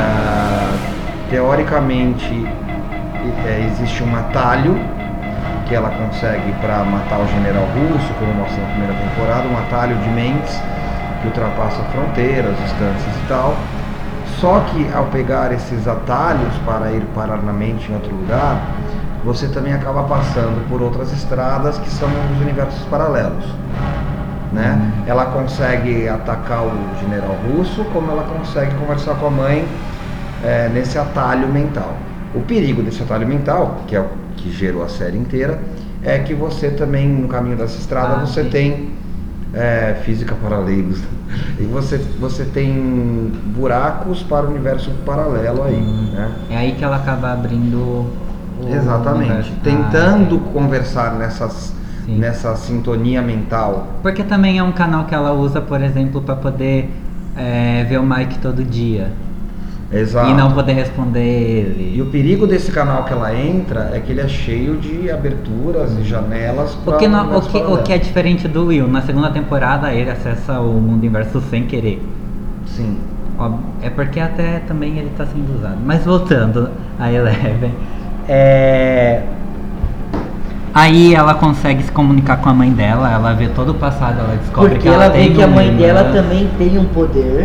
Ah, teoricamente, é, existe um atalho que que ela consegue para matar o general russo, como mostra na primeira temporada, um atalho de mentes que ultrapassa fronteiras, distâncias e tal. Só que ao pegar esses atalhos para ir parar na mente em outro lugar, você também acaba passando por outras estradas que são os universos paralelos, né? Hum. Ela consegue atacar o general russo, como ela consegue conversar com a mãe é, nesse atalho mental. O perigo desse atalho mental, que é o que gerou a série inteira, é que você também, no caminho dessa estrada, ah, você sim. tem é, física para leigos, e você, você tem buracos para o universo paralelo aí, hum. né? É aí que ela acaba abrindo o Exatamente, universo. Tentando ah, conversar nessas, nessa sintonia mental. Porque também é um canal que ela usa, por exemplo, para poder é, ver o Mike todo dia. Exato. E não poder responder ele. E o perigo desse canal que ela entra é que ele é cheio de aberturas e janelas para o que, não, o, que, o que é diferente do Will. Na segunda temporada ele acessa o mundo inverso sem querer. Sim. É porque até também ele está sendo usado. Mas voltando a Eleven, é... aí ela consegue se comunicar com a mãe dela, ela vê todo o passado, ela descobre porque que ela, ela tem vê que a mãe um dela também tem um poder.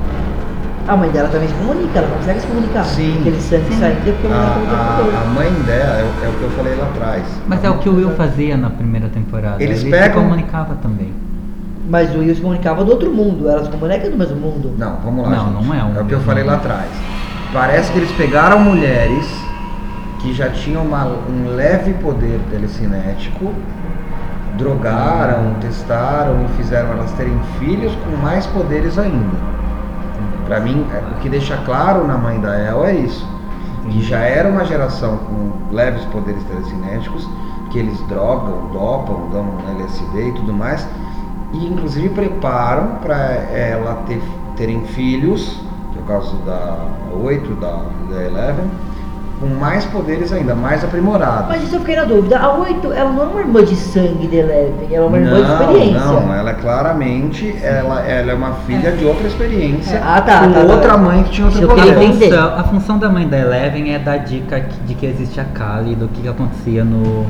A mãe dela também se comunica, ela consegue se comunicar. Sim. Aquele sangue saindo porque a mãe dela tem a, poder. a mãe dela é o, é o que eu falei lá atrás. Mas é o que o Will fazia na primeira temporada. Eles ele pegam... se comunicava também. Mas o Will se comunicava do outro mundo, ela se comunica do mesmo mundo. Não, vamos lá. Não, gente. não é um. É o que eu falei lá atrás. Parece que eles pegaram mulheres que já tinham uma, um leve poder telecinético, drogaram, testaram e fizeram elas terem filhos com mais poderes ainda. Pra mim, o que deixa claro na mãe da El é isso, que já era uma geração com leves poderes telecinéticos, que eles drogam, dopam, dão L S D e tudo mais, e inclusive preparam para ela ter, terem filhos, que é o caso da oito, da, da Eleven, com mais poderes ainda, mais aprimorados. Mas isso eu fiquei na dúvida, a oito, ela não é uma irmã de sangue de Eleven, ela é uma irmã não, de experiência. Não, ela é claramente, ela, ela é uma filha é. de outra experiência, é. ah, tá, com tá, outra tá, mãe que tinha outro poder. poder. A função, a função da mãe da Eleven é dar dica de que existe a Kali, do que acontecia no,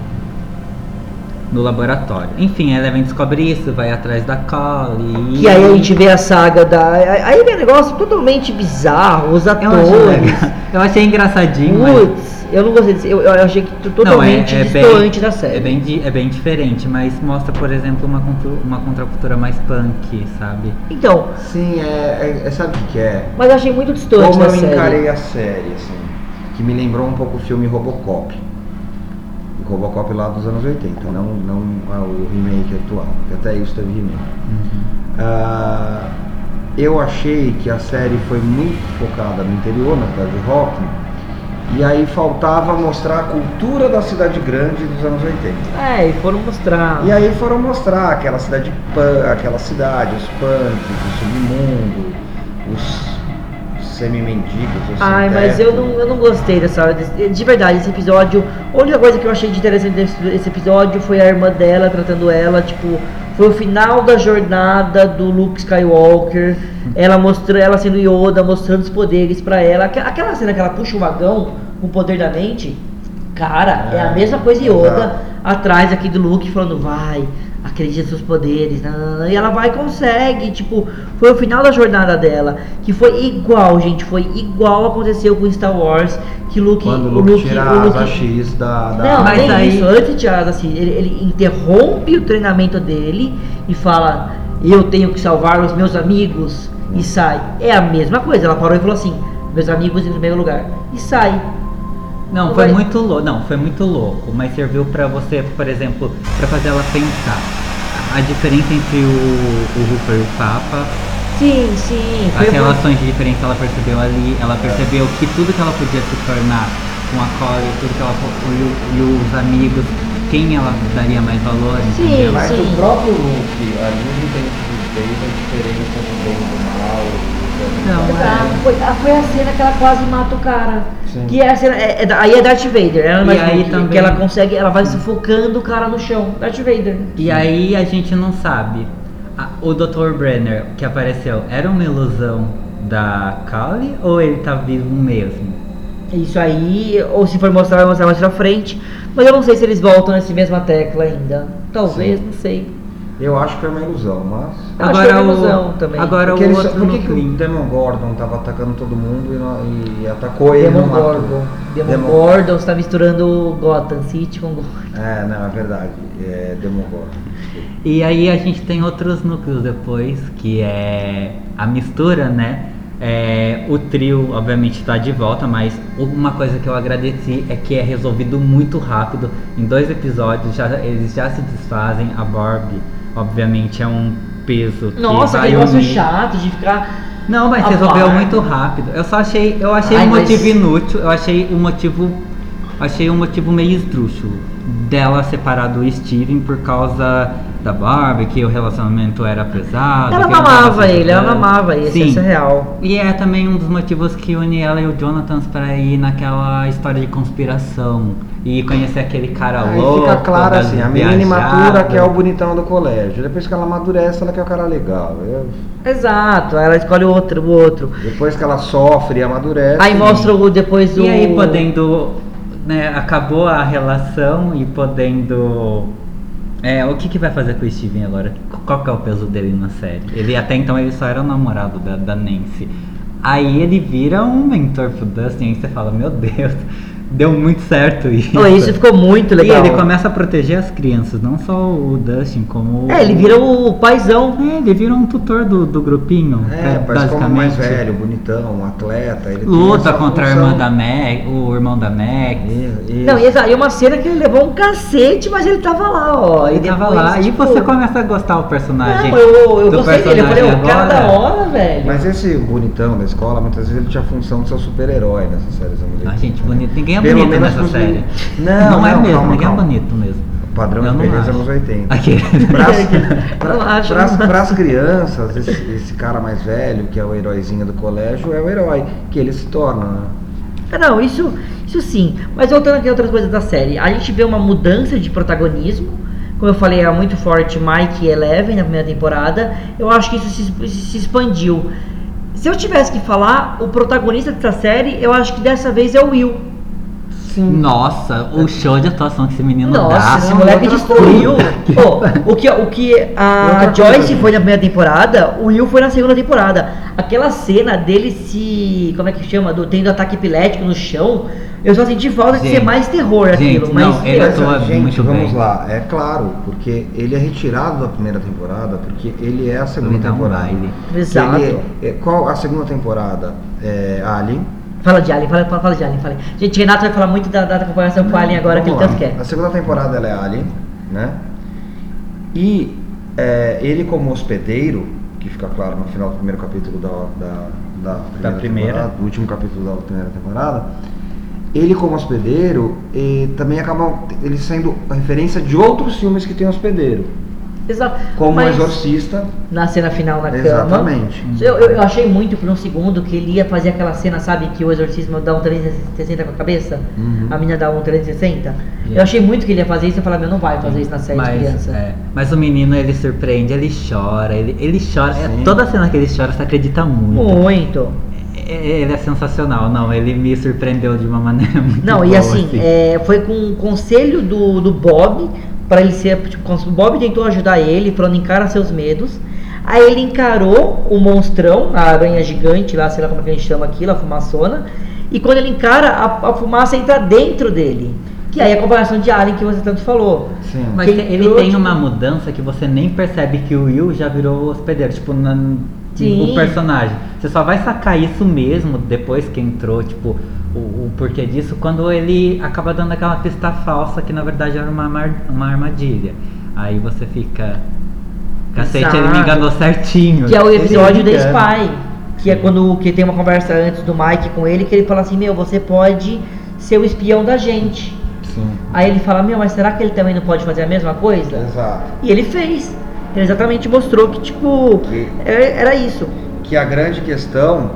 no laboratório. Enfim, a Eleven descobre isso, vai atrás da Kali. Que aí a gente vê a saga da... Aí vem um negócio totalmente bizarro, os atores... Eu, eu achei engraçadinho, Putz, mas... eu não gostei disso, eu, eu achei que totalmente não, é, é distoante bem, da série. É bem, é bem diferente, mas mostra, por exemplo, uma, uma contracultura mais punk, sabe? Então... Sim, é, é, é sabe o que é? Mas eu achei muito distante Como da eu série. encarei a série, assim, que me lembrou um pouco o filme Robocop. O Robocop lá dos anos oitenta, não, não o remake atual, que até isso teve remake. Uhum. Uh, eu achei que a série foi muito focada no interior, na cidade de Rockland, e aí faltava mostrar a cultura da cidade grande dos anos oitenta. É, e foram mostrar. E aí foram mostrar aquela cidade, aquela cidade, os punks, o submundo, os semi-mendigos. Ai, mas eu não, eu não gostei dessa. De, de verdade, esse episódio. A única coisa que eu achei de interessante desse, desse episódio foi a irmã dela tratando ela, tipo. Foi o final da jornada do Luke Skywalker. Ela mostrando, ela sendo Yoda, mostrando os poderes pra ela. Aquela cena que ela puxa o vagão com o poder da mente. Cara, é, é a mesma coisa Yoda exato. Atrás aqui do Luke falando, vai. Acredita nos seus poderes, e ela vai e consegue, tipo, foi o final da jornada dela, que foi igual, gente, foi igual aconteceu com Star Wars, que Luke, quando o Luke, Luke tira o Luke, a asa X da, da... Não, mas nem aí... isso, antes de tirar a asa X, ele, ele interrompe o treinamento dele e fala, eu tenho que salvar os meus amigos, hum. e sai, é a mesma coisa, ela parou e falou assim, meus amigos em primeiro lugar, e sai. Não, foi muito louco, não, foi muito louco, mas serviu pra você, por exemplo, pra fazer ela pensar a diferença entre o, o Hooper e o Papa. Sim, sim. As relações de diferença ela percebeu ali, ela percebeu que tudo que ela podia se tornar com a Cole, tudo que ela e, e os amigos, quem ela daria mais valor, sim, entendeu? Mas sim. o próprio Luke, ali não tem que ter a diferença do bem e do mal. Não, Exato, é. foi, foi a cena que ela quase mata o cara. Sim. Que é a cena, é, é, aí é Darth Vader, ela E aí que, também- que ela consegue, ela vai sufocando o cara no chão. Darth Vader. E aí a gente não sabe. A- o doutor Brenner que apareceu era uma ilusão da Cole ou ele tá vivo mesmo? Isso aí, ou se for mostrar, vai mostrar mais pra frente. Mas eu não sei se eles voltam nessa mesma tecla ainda. Talvez, Sim. não sei. Eu acho que é uma ilusão, mas... Eu acho que é Agora uma o ilusão também. agora Porque o eles- outro por que, que núcleo. o Demon Gordon tava atacando todo mundo e, não- e atacou ele Demon não matou? Gordon. Demon Demon- Gordon, você tá misturando Gotham City com Gotham. É, não, é verdade. É Demon Gordon. E aí a gente tem outros núcleos depois, que é a mistura, né? É, o trio, obviamente, está de volta, mas uma coisa que eu agradeci é que é resolvido muito rápido. Em dois episódios, já, eles já se desfazem. A Barbie, obviamente, é um peso. que Nossa, vai aquele negócio unir. chato de ficar. Não, mas A resolveu Barbie. muito rápido. Eu só achei, eu achei Ai, um mas- motivo inútil. Eu achei um motivo, achei um motivo meio esdrúxulo dela separar do Steven por causa da Barbie, que o relacionamento era pesado. Ela que não tava mamava se ele, ela ajudando. mamava ele, Sim. isso é real. E é também um dos motivos que une ela e o Jonathan para ir naquela história de conspiração e conhecer aquele cara Aí louco. fica claro das assim, a menina viajadas. imatura que é o bonitão do colégio. Depois que ela amadurece, ela quer o cara legal. Eu- Exato, aí ela escolhe o outro, o outro. Depois que ela sofre e amadurece... Aí mostra o depois o. E aí podendo, né, acabou a relação e podendo... É, o que que vai fazer com o Steven agora? Qual que é o peso dele na série? Ele até então ele só era o namorado da, da Nancy. Aí ele vira um mentor pro Dustin e aí você fala, meu Deus, deu muito certo isso. Oh, isso ficou muito legal. E ele começa a proteger as crianças, não só o Dustin, como... É, ele vira o paizão. É, ele vira um tutor do, do grupinho, É, pra- parece como o mais basicamente. velho, bonitão, um atleta. Ele tem Luta essa contra a função. irmã da Meg, o irmão da Meg. Isso, isso. Não, e essa- e uma cena que ele levou um cacete, mas ele tava lá, ó. Ele E tava depois, lá, e tipo, você começa a gostar do personagem. Não, eu, eu do gostei dele, eu falei, personagem o cara agora. da hora, velho. Mas esse bonitão da escola, muitas vezes ele tinha a função de ser o super-herói nessa série. vamos dizer. Ah, gente, bonito. Ninguém é Pelo bonito menos nessa pros série. meninos. Não, não é não, mesmo, calma, ninguém calma. é bonito mesmo. O padrão Eu de não beleza acho. anos oitenta. Aquele. Eu acho, não. Para as crianças, esse, esse cara mais velho, que é o heróizinho do colégio, é o herói que ele se torna, né? Ah, não, isso, isso sim. Mas voltando aqui a outras coisas da série, a gente vê uma mudança de protagonismo. Como eu falei, era muito forte Mike e Eleven na primeira temporada. Eu acho que isso se, se expandiu. Se eu tivesse que falar, o protagonista dessa série, eu acho que dessa vez é o Will. Nossa, o show de atuação que esse menino Nossa, dá. esse não, moleque outra destruiu. coisa. Pô, o que, o que a Outra Joyce coisa. foi na primeira temporada, o Will foi na segunda temporada. Aquela cena dele se. Como é que chama? Do, tendo ataque epilético no chão. Eu só senti falta de Gente, ser mais terror gente, aquilo. Mas não, ele eu- atua gente, muito vamos bem. lá, é claro, porque ele é retirado da primeira temporada, porque ele é a segunda Ele dá um temporada. baile. Que Exato. ele é- é- qual a segunda temporada? É Alien. Fala de Alien, fala, fala, fala de Alien. Fala. Gente, Renato vai falar muito da, da comparação com o Alien agora, que ele Vamos tanto lá. quer. A segunda temporada ela é Alien, né? E é, ele como hospedeiro, que fica claro no final do primeiro capítulo da, da, da primeira, primeira. temporada, do último capítulo da primeira temporada, ele como hospedeiro e também acaba ele sendo referência de outros filmes que tem hospedeiro, Exato. como Mas O Exorcista. na cena final na Exatamente. cama. Eu, eu, eu achei muito por um segundo que ele ia fazer aquela cena, sabe, que o exorcismo dá um trezentos e sessenta com a cabeça, Uhum. a menina dá um trezentos e sessenta. Eu Yeah. achei muito que ele ia fazer isso e eu falei, meu, não vai fazer isso na série de Mas, criança. é, mas o menino ele surpreende, ele chora, ele, ele chora. é, Sim. toda cena que ele chora, você acredita muito. Muito. É, Ele é sensacional, não, ele me surpreendeu de uma maneira muito Não, boa, e assim, é, foi com o conselho do, do Bob, pra ele ser, tipo, o Bob tentou ajudar ele, falando encara seus medos. Aí ele encarou o monstrão, a aranha gigante lá, sei lá como é que a gente chama aquilo, a fumaçona. E quando ele encara, a, a fumaça entra dentro dele. Que aí é a comparação de Alien que você tanto falou. Sim. Mas que ele entrou, tem tipo, uma mudança que você nem percebe que o Will já virou hospedeiro, tipo, na, Sim. o personagem. Você só vai sacar isso mesmo depois que entrou, tipo, o, o porquê disso, quando ele acaba dando aquela pista falsa que na verdade era uma, mar- uma armadilha. Aí você fica. Cacete, Exato. ele me enganou certinho. Que é o Ele episódio me da engana. Spy. Que é quando que tem uma conversa antes do Mike com ele, que ele fala assim, meu, você pode ser o espião da gente. Sim. Aí ele fala, meu, mas será que ele também não pode fazer a mesma coisa? Exato. E ele fez. Ele exatamente mostrou que, tipo, Que- é- era isso. Que é a grande questão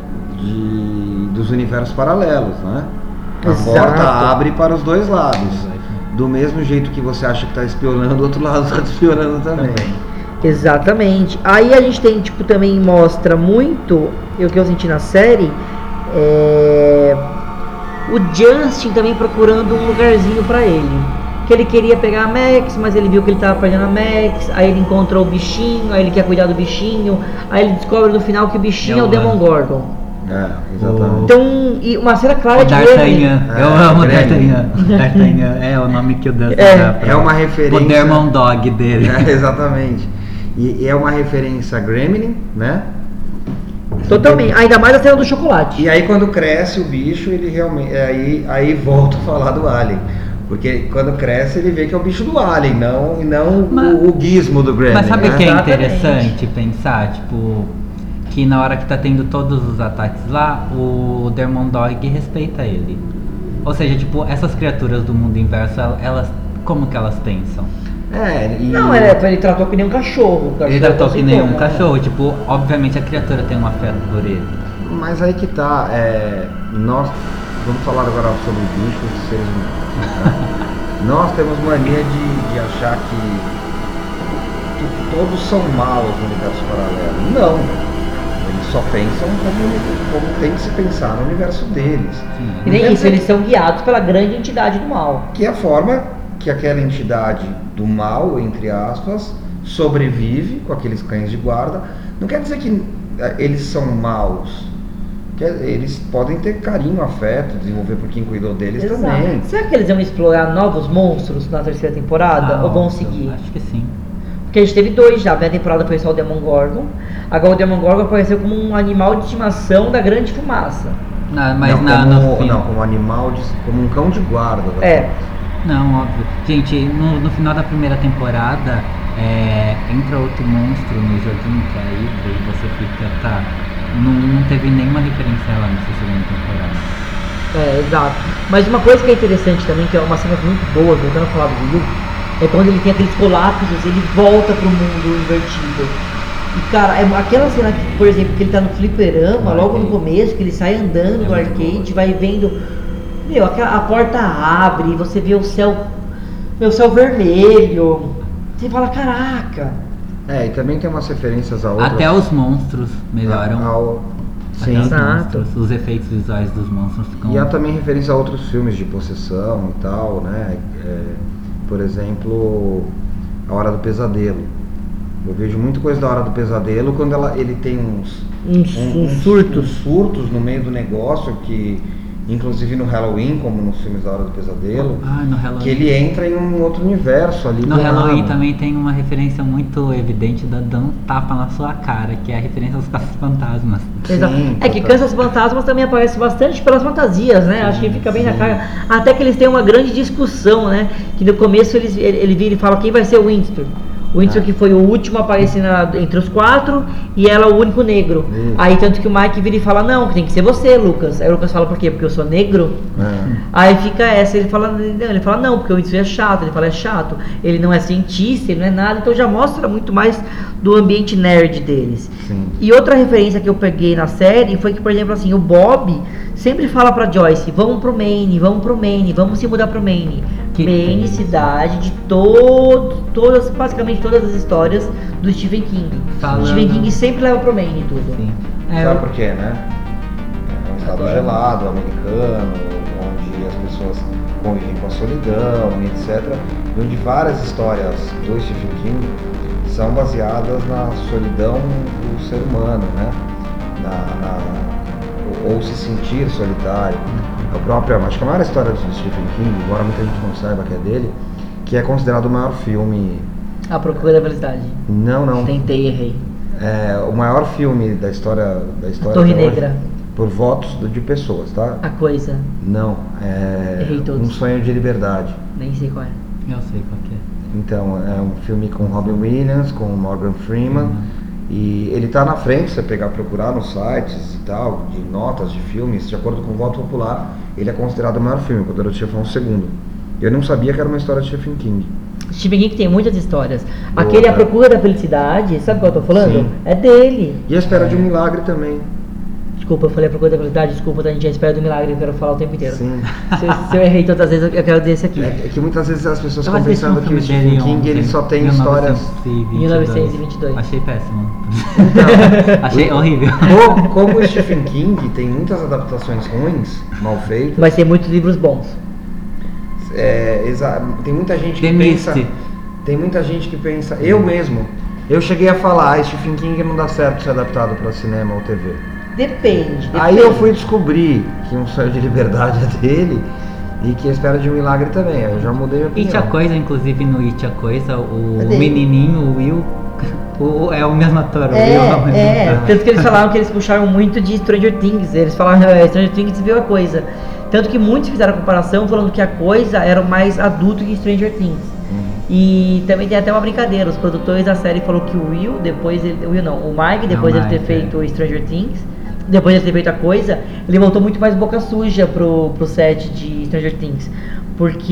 de, dos universos paralelos, né? A Exato. porta abre para os dois lados. Do mesmo jeito que você acha que está espionando, o outro lado está espionando também. Exatamente. Aí a gente tem, tipo, também mostra muito, e o que eu senti na série, é... o Justin também procurando um lugarzinho pra ele. Que ele queria pegar a Max, mas ele viu que ele tava perdendo a Max, aí ele encontrou o bichinho, aí ele quer cuidar do bichinho, aí ele descobre no final que o bichinho é, é o Demon Gordon. É, exatamente. Então, e uma cena clara o de D'Artagnan, É, eu amo o Gremlin. D'Artagnan. D'Artagnan é o nome que o Dustin É. dá pra É uma referência. o Demon Dog dele. É, exatamente. E, e é uma referência a Gremlin, né? Totalmente, ainda mais a cena do chocolate. E aí quando cresce o bicho, ele realmente. Aí, aí volta a falar do Alien. Porque quando cresce ele vê que é o bicho do Alien, não, e não Mas- o, o gizmo do Gremlin. Mas sabe o né? que é Exatamente. interessante pensar? Tipo, que na hora que tá tendo todos os ataques lá, o Demon Dog respeita ele. Ou seja, tipo, essas criaturas do mundo inverso, el- elas, como que elas pensam? É, e... Não, ele, ele tratou que nem um cachorro. O Ele cachorro tratou que nem um como, né? cachorro, tipo, obviamente a criatura tem um afeto por ele. Mas aí que tá, é, nós vamos falar agora sobre bichos e seres humanos. Né? Nós temos mania de, de achar que, que todos são maus no universo paralelo. Não, eles só pensam como, como tem que se pensar no universo deles. E nem isso, eles são guiados pela grande entidade do mal. Que é a forma que aquela entidade do mal, entre aspas, sobrevive com aqueles cães de guarda. Não quer dizer que eh, eles são maus. Quer- Eles podem ter carinho, afeto, desenvolver por quem cuidou deles Exato. também. Será que eles vão explorar novos monstros na terceira temporada? Ah, ou vão eu seguir? Acho que sim. Porque a gente teve dois já. A primeira temporada foi só o Demon Gorgon. Agora o Demon Gorgon apareceu como um animal de estimação da grande fumaça. Na, mas não, na, como, no fim. não, como animal, de, como um cão de guarda. da É. fumaça. Não, óbvio. Gente, no, no final da primeira temporada, é, entra outro monstro no joguinho que é a Hydra e você fica, tá. Não, não teve nenhuma referência a ela nessa segunda temporada. É, exato. Mas uma coisa que é interessante também, que é uma cena muito boa, voltando a falar do Ryu, é quando ele tem aqueles colapsos, ele volta pro mundo invertido. E cara, é aquela cena que, por exemplo, que ele tá no fliperama, No logo no arcade. começo, que ele sai andando É no muito arcade, boa. vai vendo. Meu, aquela- a porta abre, você vê o céu. Meu, céu vermelho. Você fala, caraca. É, e também tem umas referências a outras. Até os monstros melhoram. ao- Até Sim. os Exato. monstros, os efeitos visuais dos monstros ficam. E há também referência a outros filmes de possessão e tal, né? É, por exemplo, A Hora do Pesadelo. Eu vejo muita coisa da Hora do Pesadelo quando ela, ele tem uns, Uns- um- uns surtos. uns surtos no meio do negócio que, inclusive no Halloween, como nos filmes da Hora do Pesadelo, Ah, no Halloween. que ele entra em um outro universo ali. No do Halloween nada. também tem uma referência muito evidente da dando um tapa na sua cara, que é a referência aos caças fantasmas. Exato. Sim, É que total. Cansas Fantasmas também aparece bastante pelas fantasias, né? Acho que fica bem na sim. cara. Até que eles têm uma grande discussão, né? Que no começo eles, ele, ele vira e fala quem vai ser o Winston. O Winston Ah. que foi o último a aparecer na- entre os quatro e ela o único negro. Isso. Aí tanto que o Mike vira e fala, não, que tem que ser você, Lucas. Aí o Lucas fala, por quê? Porque eu sou negro? É. Aí fica essa, ele fala, não, ele fala, não, porque o Winston é chato, ele fala, é chato, ele não é cientista, ele não é nada, então já mostra muito mais do ambiente nerd deles. Sim. E outra referência que eu peguei na série foi que, por exemplo, assim, o Bob sempre fala pra Joyce, vamos pro Maine, vamos pro Maine, vamos se mudar pro Maine. Que Maine, tem. cidade de todo, todas, basicamente todas as histórias do Stephen King. Falando- O Stephen King sempre leva pro Maine tudo. Sim. É, Sabe eu- por quê, né? É um estado gelado, americano, onde as pessoas convivem com a solidão e etcétera. E onde várias histórias do Stephen King são baseadas na solidão do ser humano, né? Na, na- ou se sentir solitário. A própria, acho que a maior história do Stephen King, embora muita gente não saiba que é dele, que é considerado o maior filme. A Procura da Felicidade. Não, não. Tentei, errei. É o maior filme da história da história Torre até hoje, Negra. por votos do- de pessoas, tá? A Coisa. Não, é Errei todos. Um Sonho de Liberdade. Nem sei qual é. eu sei qual que é. Então, é um filme com Robin Williams, com Morgan Freeman, Uhum. e ele tá na frente, se você pegar, procurar nos sites e tal, de notas de filmes, de acordo com o voto popular, ele é considerado o maior filme, quando Dorothy foi um segundo. Eu não sabia que era uma história de Stephen King. Stephen King tem muitas histórias. Boa, Aquele A cara. Procura da Felicidade, sabe qual eu tô falando? Sim. É dele. E A Espera de um Milagre também. Desculpa, eu falei pra coisa da velocidade, desculpa, tá? A gente é espera do milagre, eu quero falar o tempo inteiro. Sim. Se, se eu errei tantas vezes, eu quero desse aqui. É, é que muitas vezes as pessoas Eu ficam assisti um pensando que o filme Stephen dele King ele ontem, só tem histórias. mil novecentos e vinte e dois. Achei péssimo. Então, Achei horrível. Como, como o Stephen King tem muitas adaptações ruins, mal feitas, Mas tem muitos livros bons. é, exa- tem muita gente que The pensa. Mist. Tem muita gente que pensa. Eu mesmo, eu cheguei a falar, ah, Stephen King não dá certo ser adaptado para cinema ou T V. Depende, depende. Aí eu fui descobrir que um sonho de liberdade é dele e que a espera de um milagre também. Aí eu já mudei minha opinião. It a Coisa, inclusive no It a Coisa, o Cadê? menininho, o Will, o, é o mesmo ator, o Will É, não é, tanto que eles falaram que eles puxaram muito de Stranger Things, eles falaram, é, Stranger Things viu a coisa. Tanto que muitos fizeram a comparação falando que a coisa era o mais adulto que Stranger Things. Uhum. E também tem até uma brincadeira, os produtores da série falou que o Will, depois ele, o Will não, o Mike, depois Não, de ele ter Mike, feito Stranger Things, depois de ele ter feito a coisa, ele voltou muito mais boca suja pro, pro set de Stranger Things. Porque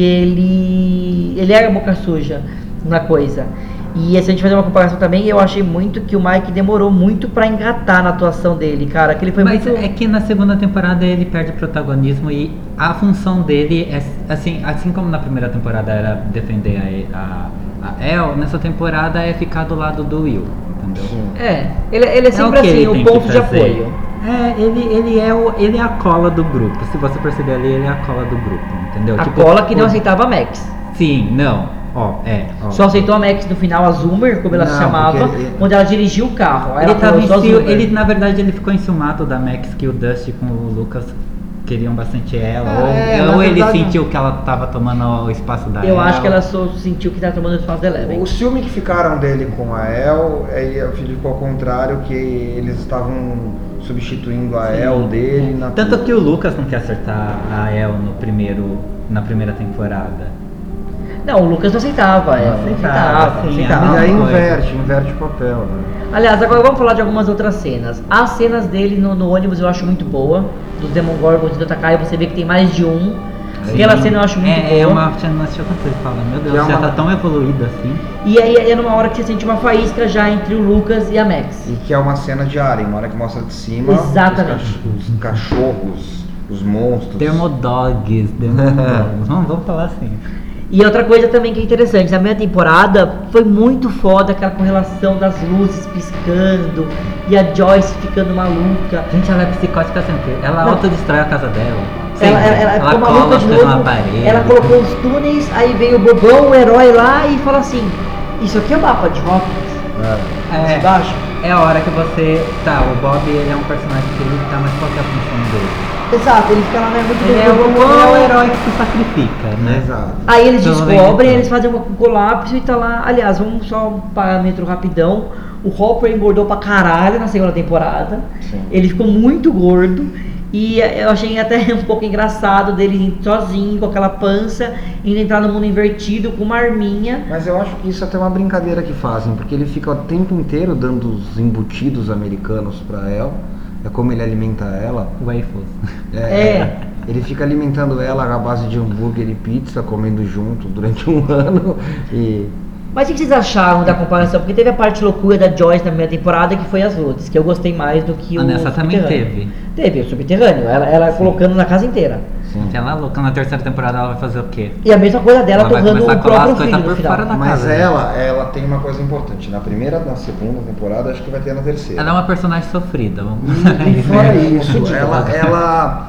ele, ele era boca suja na coisa. E se a gente fazer uma comparação também, eu achei muito que o Mike demorou muito pra engatar na atuação dele, cara. Que ele foi Mas muito... é que na segunda temporada ele perde protagonismo e a função dele é assim, assim como na primeira temporada era defender a, a, a El, nessa temporada é ficar do lado do Will, entendeu? É, ele, ele é sempre o que assim, ele o tem que ponto de fazer. apoio. É, ele, ele, é o, ele é a cola do grupo. Se você perceber ali, ele é a cola do grupo, entendeu? A Tipo, cola que não o- aceitava a Max. Sim, não. Ó, é. Ó. Só aceitou a Max no final, a Zoomer, como ela se Não, chamava, porque ele- quando ela dirigiu o carro. Aí Ele ela tava falou em só ciú- Zoomer. ele, na verdade, ele ficou enciumado da Max que o Dusty com o Lucas queriam bastante ela. É, ou na ou ele verdade- sentiu que ela tava tomando o espaço da Eu El. acho que ela só sentiu que tá tomando o espaço da Eleven. O ciúme que ficaram dele com a El, aí ficou ao contrário, que eles estavam substituindo a El dele na Tanto que o Lucas não quer acertar a El no primeiro, na primeira temporada. Não, o Lucas não aceitava ela. Não aceitava, aceitava, sim, aceitava. E aí coisa. inverte, inverte o papel, né? Aliás, agora vamos falar de algumas outras cenas. As cenas dele no, no ônibus eu acho muito boa. Dos Demogorgons e do Takai, você vê que tem mais de um. Aquela cena eu acho muito é, boa. É uma cena que você fala, meu Deus, Que é já uma- tá tão evoluído assim. E aí é numa hora que você sente uma faísca já entre o Lucas e a Max. E que é uma cena de Alien, uma hora que mostra de cima Exatamente. Os, cach- os cachorros, os monstros. Dermodogs, Dermodogs. vamos, vamos falar assim. E outra coisa também que é interessante, na minha temporada foi muito foda aquela correlação das luzes piscando e a Joyce ficando maluca. Gente, ela é psicótica sempre. Ela Não. autodestrói a casa dela. Ela, Sempre. ela, ela, ficou cola maluca as de coisas novo, na parede. ela colocou os túneis, aí veio o bobão, o herói lá e falou assim, isso aqui é o mapa de Hopkins. É. Você baixa? É a hora que você. Tá, o Bob ele é um personagem que ele tá, mas qual que é a função dele? Exato, ele fica lá, né, muito Ele é, o, bobão. ele é o herói que se sacrifica, né? Exato. Aí eles Tudo bem, descobrem, então. eles fazem um colapso e tá lá. Aliás, vamos só um parâmetro rapidão. O Hopper engordou pra caralho na segunda temporada. Sim. Ele ficou muito gordo. E eu achei até um pouco engraçado dele ir sozinho, com aquela pança, indo entrar no mundo invertido com uma arminha. Mas eu acho que isso é até uma brincadeira que fazem, porque ele fica o tempo inteiro dando os embutidos americanos pra El. É como ele alimenta ela. Waffles. É, É. Ele fica alimentando ela à base de hambúrguer e pizza, comendo junto durante um ano. E Mas o que vocês acharam da comparação? Porque teve a parte loucura da Joyce na primeira temporada, que foi as luzes, que eu gostei mais do que Ah, o nessa também subterrâneo. teve. Teve, o subterrâneo, ela, ela colocando na casa inteira. sim. Ela é louca, na terceira temporada ela vai fazer o quê? E a mesma coisa dela Ela vai torrando começar o a colar próprio as coisas filho no por final. fora da Mas casa. ela, ela tem uma coisa importante. Na primeira, na segunda temporada, acho que vai ter na terceira. Ela é uma personagem sofrida, vamos E fora isso, Fudida. ela, ela,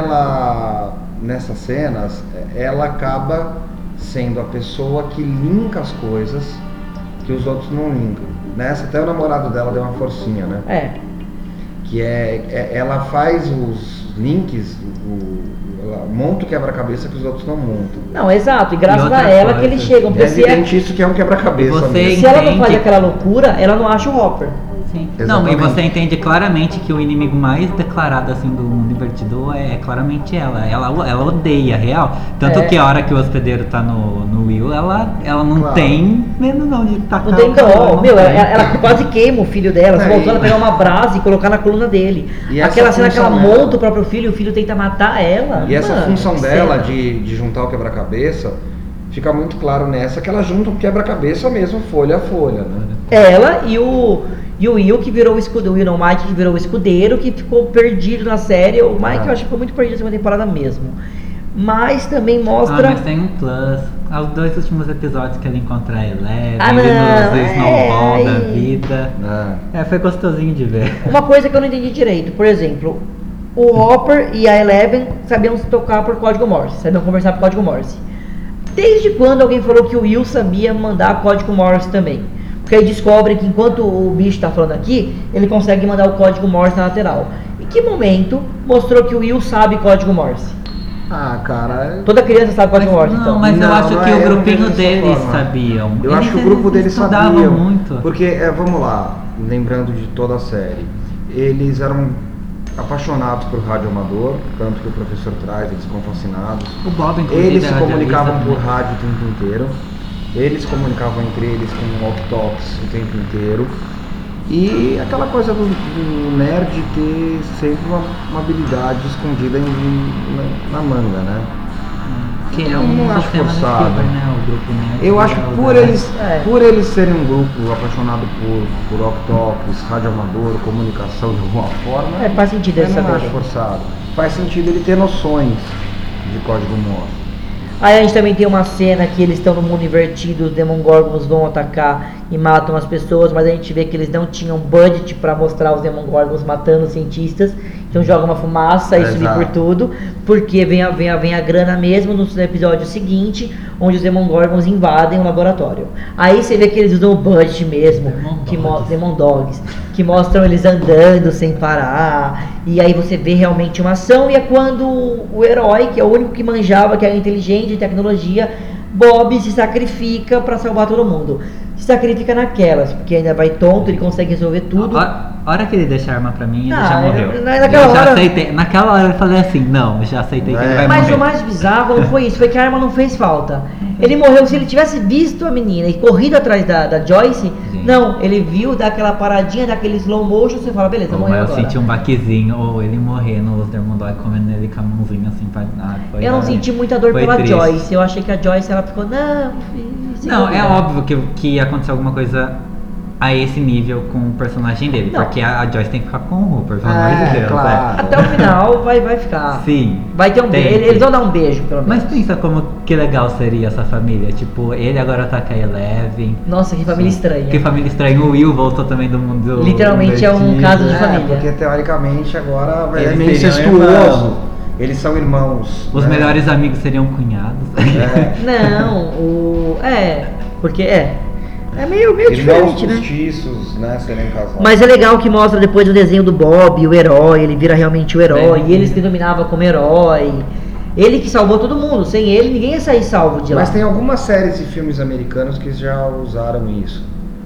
ela, nessas cenas, ela acaba sendo a pessoa que linka as coisas que os outros não linkam. Nessa, até o namorado dela deu uma forcinha, né? É. Que é, é- ela faz os links, o, ela monta o quebra-cabeça que os outros não montam. Não, exato. E graças E outra a ela coisa, que eles chegam. É Porque se, é- evidente isso que é um quebra-cabeça E você- mesmo. se ela não entende- faz aquela loucura, ela não acha o Hopper. Sim. Não, e Exatamente. você entende claramente que o inimigo mais declarado assim do mundo invertido é, é claramente ela. Ela, ela odeia real. Tanto É. que a hora que o hospedeiro tá no, no Will, ela, ela não Claro. tem medo não de tacar Não tem o calor, dó. não Meu, tem. ela, ela quase queima o filho dela. Só Não, voltando e- a pegar uma brasa e colocar na coluna dele. E essa Aquela cena que ela função dela- monta o próprio filho e o filho tenta matar ela. E essa Mano, função que dela cena. de, de juntar o quebra-cabeça fica muito claro nessa que ela junta o quebra-cabeça mesmo, folha a folha, né? Ela e o, E o Will que virou o escudeiro, o Will não, o Mike que virou o escudeiro, que ficou perdido na série. O Mike Ah. eu acho que ficou muito perdido na segunda temporada mesmo. Mas também mostra... Ah, mas tem um plus. Os dois últimos episódios que ele encontra a Eleven, Ah, não, ele nos é, Snowball da aí- vida. É. É, foi gostosinho de ver. Uma coisa que eu não entendi direito, por exemplo, o Hopper e a Eleven sabiam se tocar por código Morse, sabiam conversar por código Morse. Desde quando alguém falou que o Will sabia mandar código Morse também? Porque aí descobre que enquanto o bicho tá falando aqui, ele consegue mandar o código Morse na lateral. Em que momento mostrou que o Will sabe código Morse? Ah, cara. Toda criança sabe código Morse, Não, então. mas eu Não, acho não que é, o eu não grupinho vejo dessa deles forma. sabiam. Eu Eles- acho que o eles grupo deles estudavam sabia. muito. Porque, é, vamos lá, lembrando de toda a série, eles eram apaixonados por rádio amador, tanto que o professor traz, eles ficam fascinados. O Bob, inclusive, Eles se era comunicavam radialista por também. rádio o tempo inteiro. Eles se comunicavam entre eles com walkie-talkies o tempo inteiro. E aquela coisa do, do nerd ter sempre uma, uma habilidade escondida em- na, na manga, né? Que é Eu um não acho sistema do forçado. Spielberg, né? O grupo nerd. Eu acho que é o por da- eles, É. por eles serem um grupo apaixonado por, por walkie-talkies, rádio amador, comunicação de alguma forma, É, faz sentido eu eles não saberem. acho forçado. Faz sentido ele ter noções de código Morse. Aí a gente também tem uma cena que eles estão no mundo invertido, os Demogorgons vão atacar e matam as pessoas, mas a gente vê que eles não tinham budget para mostrar os Demogorgons matando os cientistas, então joga uma fumaça e subir Exato. por tudo, porque vem a, vem, a, vem a grana mesmo no episódio seguinte, onde os Demogorgons invadem o laboratório. Aí você vê que eles usam o budget mesmo, Demon que mo- Dogs. Demon Dogs, que mostram eles andando sem parar, e aí você vê realmente uma ação, e é quando o herói, que é o único que manjava, que era inteligente de tecnologia, Bob se sacrifica para salvar todo mundo. Se sacrifica naquelas, porque ainda vai tonto, ele consegue resolver tudo. A a hora que ele deixa a arma pra mim, ele Ah, já eu- morreu. na- naquela eu já hora- aceitei. Naquela hora eu falei assim, não, eu já aceitei que ele É. vai Mas morrer. o mais bizarro não foi isso, foi que a arma não fez falta. Ele morreu, se ele tivesse visto a menina e corrido atrás da, da Joyce, Sim. não, ele viu daquela paradinha, daquele slow motion, você fala, beleza, Pô, morreu mas eu agora. senti um baquezinho, ou ele morrer no Demondog comendo ele com a mãozinha assim pra. Ah, foi Eu não da- senti muita dor foi pela triste. Joyce, eu achei que a Joyce, ela ficou, não, filho, Não, é segura." óbvio que, que ia acontecer alguma coisa a esse nível com o personagem dele, Não. porque a, a Joyce tem que ficar com o Hooper, pelo É, amor de Deus. claro. Até o final vai, vai ficar. Sim. Vai ter um tem beijo, que- eles vão dar um beijo, pelo menos. Mas pensa como que legal seria essa família. Tipo, ele agora tá com a Eleven. Nossa, que família estranha. Que família estranha. O Will voltou também do mundo. Literalmente é um invertido. caso de É, família. porque teoricamente agora é Eles meio seriam incestuoso. irmãos. Eles são irmãos. Os né? melhores amigos seriam cunhados. É. Não, o. É, porque é. É meio, meio Irmãos diferente, né? postiços, né? Serem casados. Mas é legal que mostra depois o desenho do Bob, o herói, ele vira realmente o herói, Bem, e ele se denominava como herói. Ele que salvou todo mundo, sem ele ninguém ia sair salvo de lá. Mas tem algumas séries e filmes americanos que já usaram isso.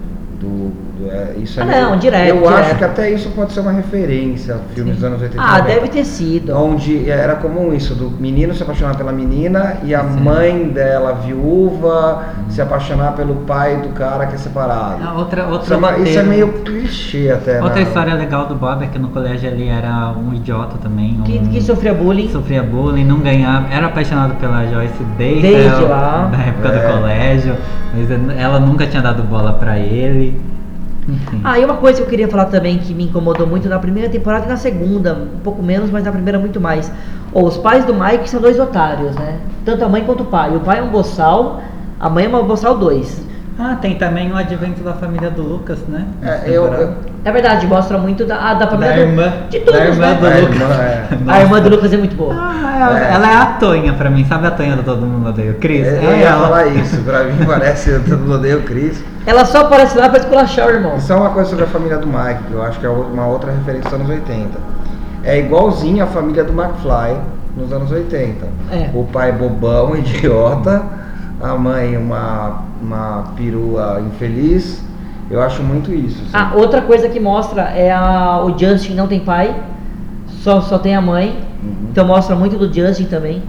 Do, do- é, isso é Ah, meio- não, direto, Eu direto. acho que até isso pode ser uma referência a filmes dos anos oitenta. Ah, e noventa. deve ter sido. Onde era comum isso, do menino se apaixonar pela menina e a mãe dela, viúva, se apaixonar pelo pai do cara que é separado. Ah, outra, Isso outra é, uma- isso é roteiro- meio clichê até, Outra né? história legal do Bob é que no colégio ele era um idiota também. Um, Que, que sofria bullying. Sofria bullying, não ganhava. Era apaixonado pela Joyce desde, Desde a- lá. da época É. do colégio, mas ela nunca tinha dado bola pra ele. Enfim. Ah, e uma coisa que eu queria falar também que me incomodou muito na primeira temporada e na segunda, um pouco menos, mas na primeira muito mais. Oh, os pais do Mike são dois otários, né? Tanto a mãe quanto o pai. O pai é um boçal, a mãe é uma boçal dois. Ah, tem também o advento da família do Lucas, né? É, eu, eu, É verdade, mostra muito da, ah, da Da família do, irmã, de todos, da irmã né? do a Lucas. irmã, é. A irmã do Lucas é muito boa. Ah, ela, É. ela é a Tonha pra mim, sabe a Tonha do Todo Mundo Odeia o Chris? Eu é ia ela. falar isso, pra mim parece, eu não odeio o Chris. Ela só aparece lá pra esculachar o irmão. Isso é uma coisa sobre a família do Mike, que eu acho que é uma outra referência dos anos oitenta. É igualzinho a família do McFly nos anos oitenta. É. O pai bobão, idiota, a mãe uma, uma perua infeliz. Eu acho muito isso. assim. Ah, outra coisa que mostra é a, o Justin não tem pai, só, só tem a mãe. Uhum. Então mostra muito do Justin também.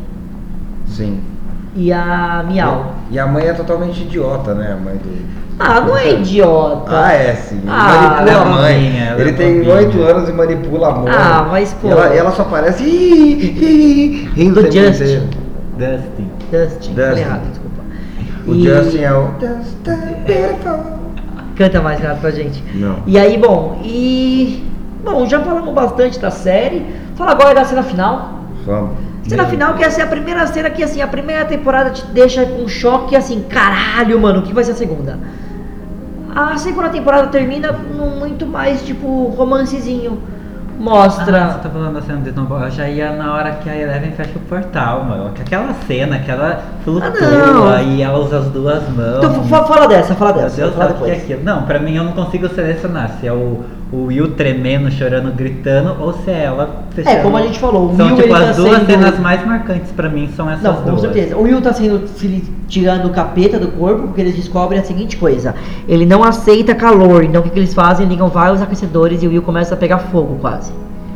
Sim. E a Miau. E a mãe é totalmente idiota, né? A mãe do. Ah, não é idiota. Ah, é sim. Ele Ah, manipula ela a é mãe. bobinha, ela Ele é tem bobinha. oito anos e manipula a mãe. Ah, mas, pô. E ela, e ela só parece. "Ih, ih", rindo Do o tempo Justin. inteiro. Dustin. Dustin. Falei errado, desculpa. O E- Justin é o. Just a beautiful. Canta mais, Renato, pra gente. Não. E aí, bom, e... Bom, já falamos bastante da série. Fala agora da cena final. Vamos. Cena final, que essa é a primeira cena que, assim, a primeira temporada te deixa com um choque, assim, caralho, mano, o que vai ser a segunda? A segunda temporada termina num muito mais, tipo, romancezinho. Mostra... Ah, você tá falando da cena de Snowball, eu já ia na hora que a Eleven fecha o portal, mano. Aquela cena que ela flutua Ah, e ela usa as duas mãos. Então fa- fala dessa, fala Meu dessa. Deus, fala sabe o que é depois. aquilo? Não, pra mim eu não consigo selecionar se é o, o Will tremendo, chorando, gritando, ou se é ela fechando. É, como a gente falou, o São Will, tipo ele as tá duas sendo- cenas mais marcantes pra mim, são essas Não, duas. com certeza. O Will tá sendo se tirando o capeta do corpo porque eles descobrem a seguinte coisa: ele não aceita calor, então o que, que eles fazem? Ligam vários aquecedores e o Will começa a pegar fogo quase.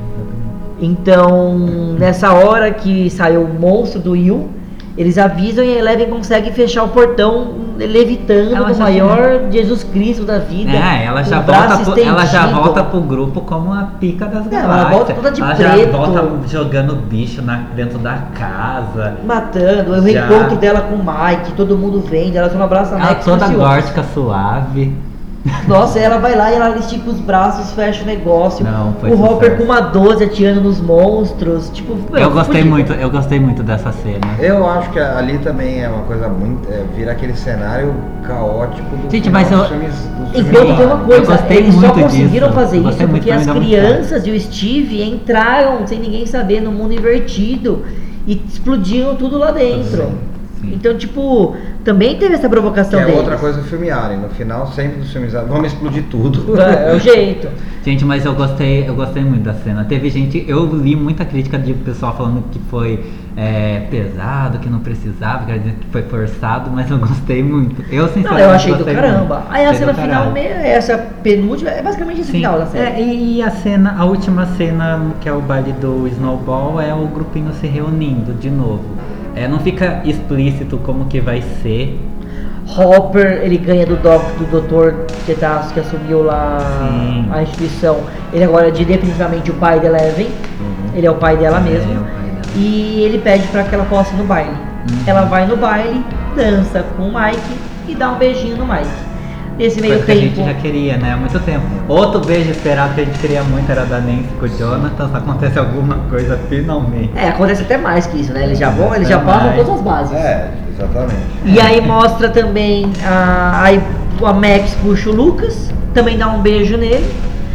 Então, nessa hora que saiu o monstro do Will, eles avisam e a Eleven consegue fechar o portão levitando Ela o já maior Jesus Cristo da vida. É, ela com já, o braço volta pro, ela já estendido. volta pro grupo como a pica das É, galáxias. ela volta toda de ela preto. já volta jogando bicho na, dentro da casa. Matando, o Já. reencontro dela com o Mike, todo mundo vendo, ela só não abraça a Ela Max. toda como se fosse- gótica, suave. Nossa, ela vai lá e ela estica os braços, fecha o negócio. Não, foi o Hopper sucesso. com uma doze atirando nos monstros. Tipo, meu, Eu gostei fudido. muito, eu gostei muito dessa cena. Eu acho que ali também é uma coisa muito. É, vira aquele cenário caótico do Gente, final mas eu- dos filmes, dos filmes Então lá, tem uma né? coisa, Eu gostei eles só muito conseguiram disso. fazer Eu isso gostei muito, porque pra as mim dá muito crianças e o Steve entraram sem ninguém saber no mundo invertido e explodiram tudo lá dentro. Sim, sim. Então, tipo, também teve essa Que provocação é deles. outra coisa do filme Alien. No final, sempre dos filmes Alien, vamos explodir tudo. É, é o jeito. Gente, mas eu gostei, eu gostei muito da cena. Teve gente, eu li muita crítica de pessoal falando que foi é, pesado, que não precisava, que foi forçado, mas eu gostei muito. Eu Não, sinceramente eu achei do gostei caramba. muito. Aí a Achei cena do final, caralho. meio- essa penúltima, é basicamente esse Sim. final da série. É, e a cena, a última cena, que é o baile do Snowball, é o grupinho se reunindo de novo. É, não fica explícito como que vai ser. Hopper, ele ganha do, doc, do doutor Tetas, que assumiu lá Sim. a instituição. Ele agora é de, definitivamente o pai da Eleven. Ele é o pai dela mesmo. É, o pai dela. E ele pede pra que ela possa ir no baile. Uhum. Ela vai no baile, dança com o Mike e dá um beijinho no Mike. Nesse meio Coisa que a gente tempo. já queria, né? Há muito tempo. Outro beijo esperado que a gente queria muito era da Nancy com o Jonathan. Se acontece alguma coisa, finalmente. É, acontece até mais que isso, né? Eles já vão, eles Até já passam mais. todas as bases. É, exatamente. E aí mostra também a, aí a Max puxa o Lucas, também dá um beijo nele.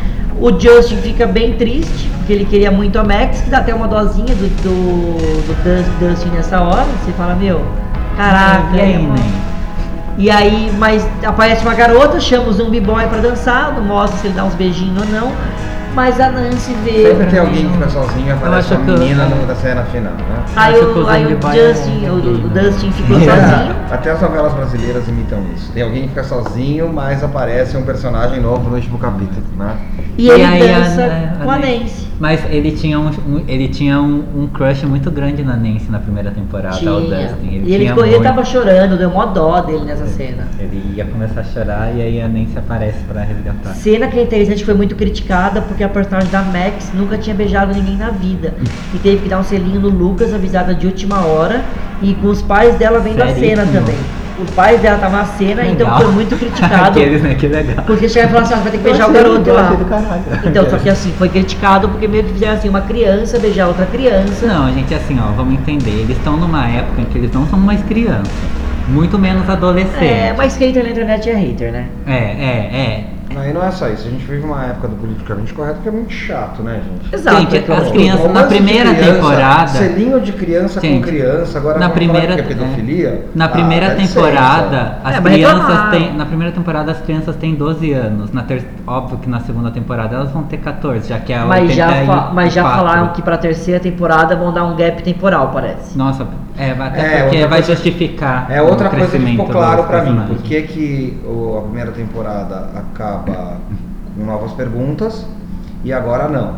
O Justin fica bem triste, porque ele queria muito a Max, que dá até uma dosinha do, do, do Dus- Dustin nessa hora. Você fala, meu, caraca, E aí, mano? né? E aí, mas aparece uma garota, chama o Zumbi Boy pra dançar, não mostra se ele dá uns beijinhos ou não. Mas a Nancy vê. Sempre tem alguém que fica sozinho e aparece acho uma que- menina no- da cena final, né? Aí, acho que o, o aí Zumbi o Boy é Justin, um o, o menino. Dustin ficou É, sozinho. até as novelas brasileiras imitam isso. Tem alguém que fica sozinho, mas aparece um personagem novo no último capítulo, né? E, ele aí a- dança a- com a Nancy. Nancy. Mas ele tinha, um, um- ele tinha um, um crush muito grande na Nancy na primeira temporada, o Tinha. Dustin. Ele E ele, tinha ficou, ele muito. tava chorando, deu mó dó dele nessa cena. Ele ia começar a chorar e aí a Nancy aparece pra resgatar. Cena que é interessante, foi muito criticada porque a personagem da Max nunca tinha beijado ninguém na vida. E teve que dar um selinho no Lucas, avisada de última hora, e com os pais dela vendo a cena Seríssimo. também. Os pais dela estavam na cena, então Legal. foi muito criticado. Aqueles, né? Que legal. Porque chega e fala assim, ah, você vai ter que beijar o garoto lá. Então, só que assim, foi criticado porque meio que fizeram assim, uma criança beijar outra criança. Não, gente, assim, ó, vamos entender. Eles estão numa época em que eles não são mais crianças. Muito menos adolescentes. É, mas hater na internet é hater, né? É, é, é. Não, e não é só isso. A gente vive uma época do politicamente correto que é muito chato, né, gente? Exato. Gente, é que eu- as crianças- Romance na de primeira criança, temporada- Selinho de criança Gente, com criança, agora na vamos primeira, falar que é pedofilia? Na Ah, primeira dá licença. temporada, as É, mas crianças reclamaram. têm. Na primeira temporada as crianças têm doze anos. Na ter, óbvio que na segunda temporada elas vão ter catorze, já que é Mas já, oitenta e fa- mas já quatro. falaram que pra terceira temporada vão dar um gap temporal, parece. Nossa, é, até É, porque outra vai coisa- justificar É outra o coisa que crescimento ficou claro dos pra mim. personagens. Por que, que o- a primeira temporada acaba com novas perguntas e agora não?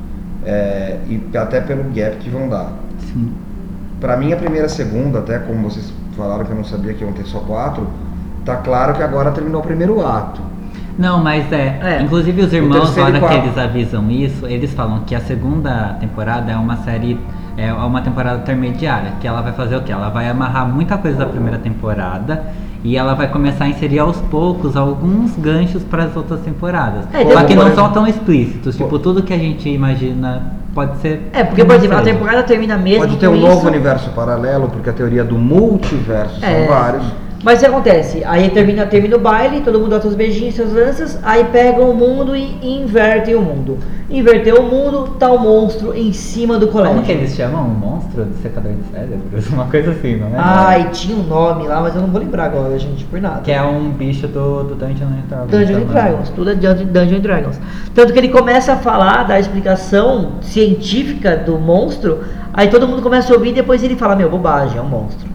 É, e até pelo gap que vão dar. Sim. Pra mim, a primeira e a segunda, até como vocês falaram que eu não sabia que iam ter só quatro, tá claro que agora terminou o primeiro ato. Não, mas é, É. inclusive os irmãos, na terceiro e hora que quarto. eles avisam isso, eles falam que a segunda temporada é uma série, é uma temporada intermediária, que ela vai fazer o quê? Ela vai amarrar muita coisa da primeira temporada E ela vai começar a inserir aos poucos alguns ganchos para as outras temporadas. É, Só tem- que não são tão explícitos. Tipo, tudo que a gente imagina pode ser. É, porque, por exemplo, a seja. temporada termina mesmo Pode ter com um isso. novo universo paralelo, porque a teoria do multiverso É. são vários. Mas o que acontece? Aí termina, termina o baile, todo mundo dá seus beijinhos, suas lanças, aí pegam o mundo e invertem o mundo. Inverteu o mundo, tá o monstro em cima do colégio. Como que eles chamam? Um monstro de secador de cérebros? Uma coisa assim, não é? Ai, tinha um nome lá, mas eu não vou lembrar agora, gente, por nada. Que é um bicho do, do Dungeon and Dragons. Dungeons and também. Dragons, tudo é Dungeon Dungeons and Dragons. Tanto que ele começa a falar da explicação científica do monstro, aí todo mundo começa a ouvir e depois ele fala, meu, bobagem, é um monstro.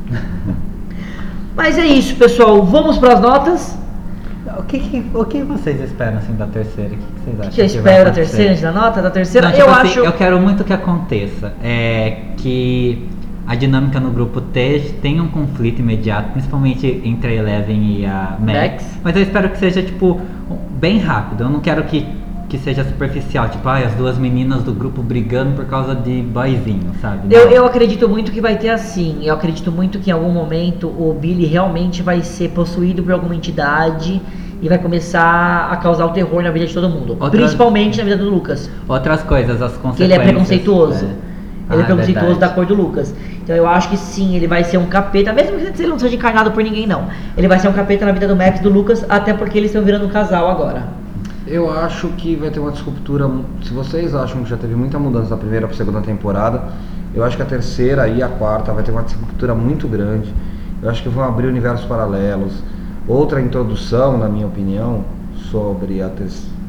Mas é isso, pessoal, vamos para as notas. O que, que- o que vocês esperam assim da terceira? O que, que vocês O acham? que eu que vai espero da acontecer? terceira, antes da nota? Da terceira, Não, tipo eu assim, acho... eu quero muito que aconteça é que a dinâmica no grupo te- tenha um conflito imediato, principalmente entre a Eleven e a Max. Max. Mas eu espero que seja tipo bem rápido. Eu não quero que, que seja superficial, tipo, ah, as duas meninas do grupo brigando por causa de boyzinho, sabe? Eu, Não. eu acredito muito que vai ter assim. Eu acredito muito que em algum momento o Billy realmente vai ser possuído por alguma entidade e vai começar a causar o terror na vida de todo mundo. Outra- Principalmente na vida do Lucas. Outras coisas, as Que consequências. ele é preconceituoso. é. Ele Ah, é preconceituoso verdade. da cor do Lucas. Então eu acho que sim, ele vai ser um capeta, mesmo que ele não seja encarnado por ninguém, não. Ele vai ser um capeta na vida do Max e do Lucas, até porque eles estão virando um casal agora. Eu acho que vai ter uma disruptura. Se vocês acham que já teve muita mudança da primeira para a segunda temporada, eu acho que a terceira e a quarta vai ter uma disruptura muito grande. Eu acho que vão abrir universos paralelos. Outra introdução, na minha opinião, sobre a ter...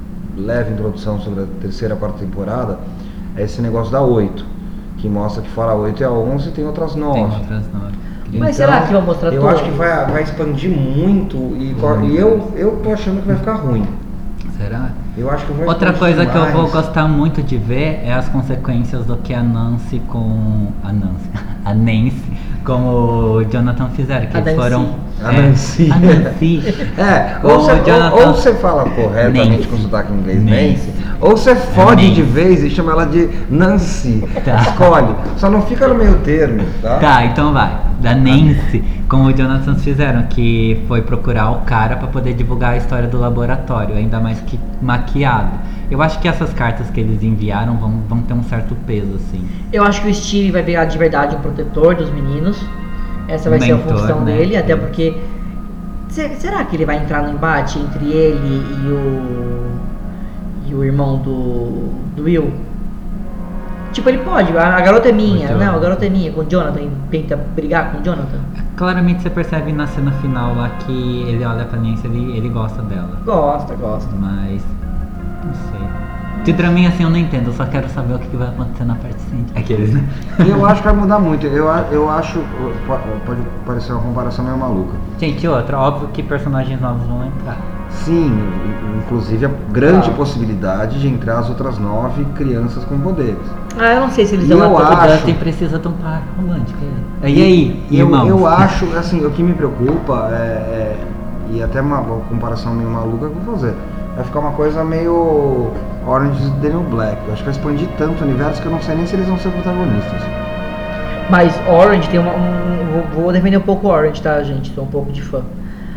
leve introdução sobre a terceira e quarta temporada é esse negócio da oito, que mostra que fora a oito e a onze tem outras Tem nove. outras nove. Mas será que vai mostrar Eu tudo? acho que vai, vai expandir muito e, co- e eu, eu tô achando que vai ficar ruim. Será? Eu acho que vai Outra expandir coisa que eu vou demais. gostar muito de ver é as consequências do que a Nancy com a Nancy, a Nancy com o Jonathan fizeram, que A eles Nancy. foram A é, Nancy. a Nancy. É, Com ou o você, Jonathan- ou, ou você fala corretamente Nancy. com sotaque inglês, Nancy. Nancy, ou você fode Nancy. de vez e chama ela de Nancy. Tá. Escolhe. Só não fica no meio termo, tá? Tá, então vai. Da Nancy, como o Jonathan fizeram, que foi procurar o cara pra poder divulgar a história do laboratório, ainda mais que maquiado. Eu acho que essas cartas que eles enviaram vão, vão ter um certo peso, assim. Eu acho que o Steve vai virar de verdade um protetor dos meninos. Essa vai ser a Mentor, função né? dele, até porque. se- Será que ele vai entrar no embate entre ele e o. e o irmão do. do Will? Tipo, ele pode, a, a garota é minha, O não, a Jonathan. garota é minha, com o Jonathan, e tenta brigar com o Jonathan. Claramente você percebe na cena final lá que ele olha pra Nancy e ele, ele gosta dela. Gosta, gosta. Mas. Não sei. De draminha assim eu não entendo, eu só quero saber o que que vai acontecer na parte seguinte. Aqueles, né? E eu acho que vai mudar muito. Eu, a- eu acho. po- Pode parecer uma comparação meio maluca. Gente, outra, óbvio que personagens novos vão entrar. Sim, i- inclusive a grande Ah. possibilidade de entrar as outras nove crianças com poderes. Ah, eu não sei se eles E dão eu a O acho- Dustin precisa de um par romântico. E aí, eu, irmãos? eu acho, assim, o que me preocupa é, é- e até uma, uma comparação meio maluca que eu vou fazer, vai ficar uma coisa meio Orange is the New Black. Eu acho que vai expandir tanto o universo que eu não sei nem se eles vão ser protagonistas. Mas Orange tem uma. Um, vou, vou defender um pouco Orange, tá, gente? Sou um pouco de fã.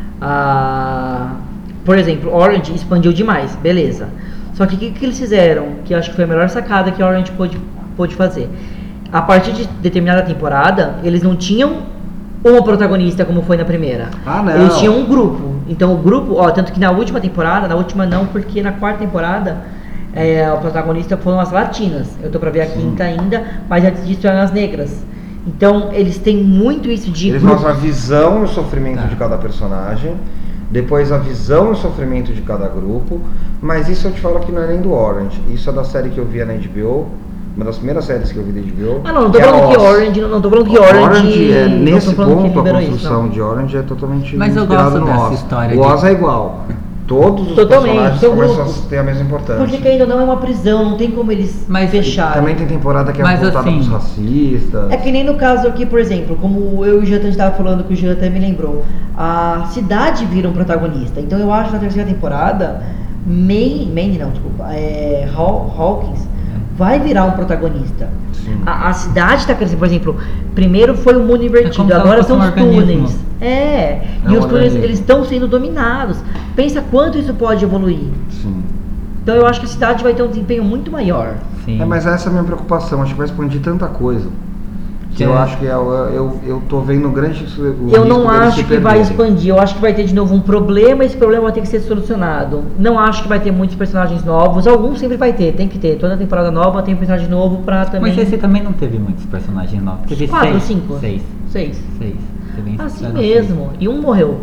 Ah, por exemplo, Orange expandiu demais, beleza. Só que o que, que eles fizeram? Que eu acho que foi a melhor sacada que a Orange pôde, pôde fazer. A partir de determinada temporada, eles não tinham uma protagonista como foi na primeira. Ah, não. Eles tinham um grupo. Então o grupo, ó, tanto que na última temporada, na última não, porque na quarta temporada é, o protagonista foram as latinas. Eu tô pra ver a quinta ainda, mas antes disso eram as negras. Então eles têm muito isso de Eles grupos. mostram a visão e o sofrimento Tá. de cada personagem, depois a visão e o sofrimento de cada grupo, mas isso eu te falo que não é nem do Orange, isso é da série que eu via na H B O, uma das primeiras séries que eu vi da H B O. Ah, não, não tô que é falando que Oz. Orange, não, não tô falando que Orange, é, não tô nesse falando que ponto a liberou isso, construção não. de Orange é totalmente Mas eu inspirada gosto no dessa Oz. história O de- Oz é igual. Todos os Totalmente, personagens são começam grupos. a ter a mesma importância. Porque que ainda não é uma prisão, não tem como eles Mas fecharem. Também tem temporada que é Mas voltada assim- pros racistas. É que nem no caso aqui, por exemplo, como eu e o Jonathan estava falando, que o Jonathan me lembrou, a cidade vira um protagonista. Então eu acho que na terceira temporada, May, May não, desculpa, é, Haw- Hawkins vai virar um protagonista. Sim. A, a cidade está crescendo, por exemplo, primeiro foi o mundo como invertido, se ela agora fosse são um os organismo. túneis. É, É e um os túneis organismo. eles estão sendo dominados. Pensa quanto isso pode evoluir. Sim. Então eu acho que a cidade vai ter um desempenho muito maior. Sim. É, mas essa é a minha preocupação, acho que vai expandir tanta coisa. Que É. eu acho que é, eu, eu, eu tô vendo um grande o Eu risco não deles acho se que vai perderem. expandir, eu acho que vai ter de novo um problema e esse problema vai ter que ser solucionado. Não acho que vai ter muitos personagens novos, alguns sempre vai ter, tem que ter. Toda temporada nova tem um personagem novo pra também... Mas esse também não teve muitos personagens novos. Teve Quatro, seis. cinco? Seis. Seis. Seis. Teve Assim eram mesmo, e um morreu.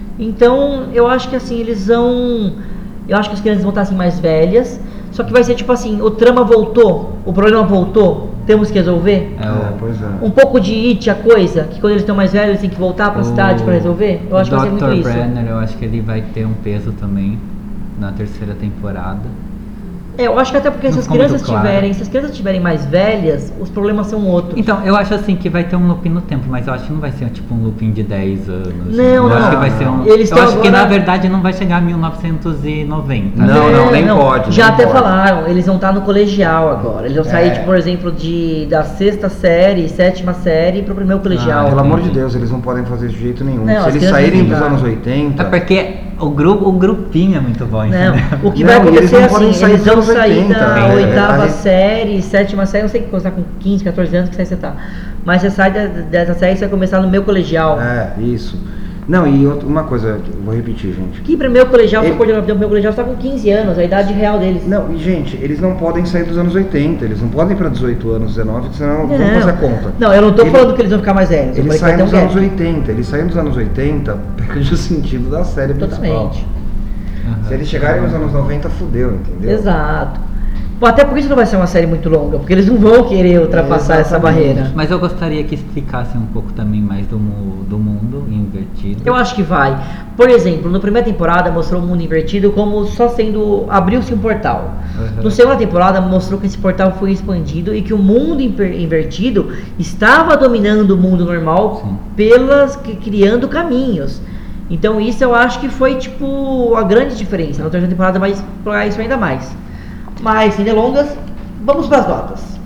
Então, eu acho que assim, eles vão... Eu acho que as crianças vão estar assim mais velhas, só que vai ser tipo assim, o trama voltou, o problema voltou, temos que resolver. seis. É, É, o, pois é. Um pouco de It, a coisa, que quando eles estão mais velhos eles têm que voltar pra cidade pra resolver. Eu acho que vai ser muito doutor isso. Brenner, eu acho que ele vai ter um peso também na terceira temporada. É, eu acho que até porque Não se as ficou muito crianças claro. tiverem, se as crianças tiverem mais velhas, os problemas são outros. Então, eu acho assim que vai ter um looping no tempo, mas eu acho que não vai ser tipo um looping de dez anos. Não, eu não. acho que vai ser um. Eles eu tão acho que agora- na verdade não vai chegar a mil novecentos e noventa. Não, não, nem pode, Já nem até pode. falaram, eles vão estar no colegial agora. Eles vão sair, É. tipo, por exemplo, de, da sexta série, sétima série pro primeiro colegial. Ah, Pelo amor de entendi. Deus, eles não podem fazer isso de jeito nenhum. Não, as Se eles crianças saírem não dos dá. anos É oitenta... porque o, grupo, o grupinho é muito bom, Não, entendeu? o que Não, vai e eles acontecer é não assim, podem sair eles dos vão anos sair oitenta, da é, oitava é, série, sétima série, não sei que você tá com quinze, catorze anos que você tá. Mas você sai da- dessa série e você vai começar no meu colegial. É, isso. Não, e outra, uma coisa, eu vou repetir, gente. Que primeiro colegial, Ele- você pode no meu colegial, você tá com quinze anos, a idade real deles. Não, e gente, eles não podem sair dos anos oitenta, eles não podem ir pra dezoito anos, dezenove, senão Não. vamos fazer a conta. Não, eu não tô Ele- falando que eles vão ficar mais velhos. eu Eles falei saem que dos vai ter anos um gap. oitenta, eles saem dos anos oitenta, perde o sentido da série principal. Totalmente. Aham. Se eles chegarem nos anos noventa, fudeu, entendeu? Exato. Bom, até por isso não vai ser uma série muito longa, porque eles não vão querer ultrapassar essa Exatamente. barreira. Mas eu gostaria que explicasse um pouco também mais do, mu- do mundo invertido. Eu acho que vai. Por exemplo, na primeira temporada mostrou o mundo invertido como só sendo... abriu-se um portal. Uhum. Na segunda temporada mostrou que esse portal foi expandido e que o mundo imper- invertido estava dominando o mundo normal Sim. pelas que- criando caminhos. Então isso eu acho que foi tipo a grande diferença. Na terceira temporada vai explorar isso ainda mais. Mas sem delongas, vamos para as notas.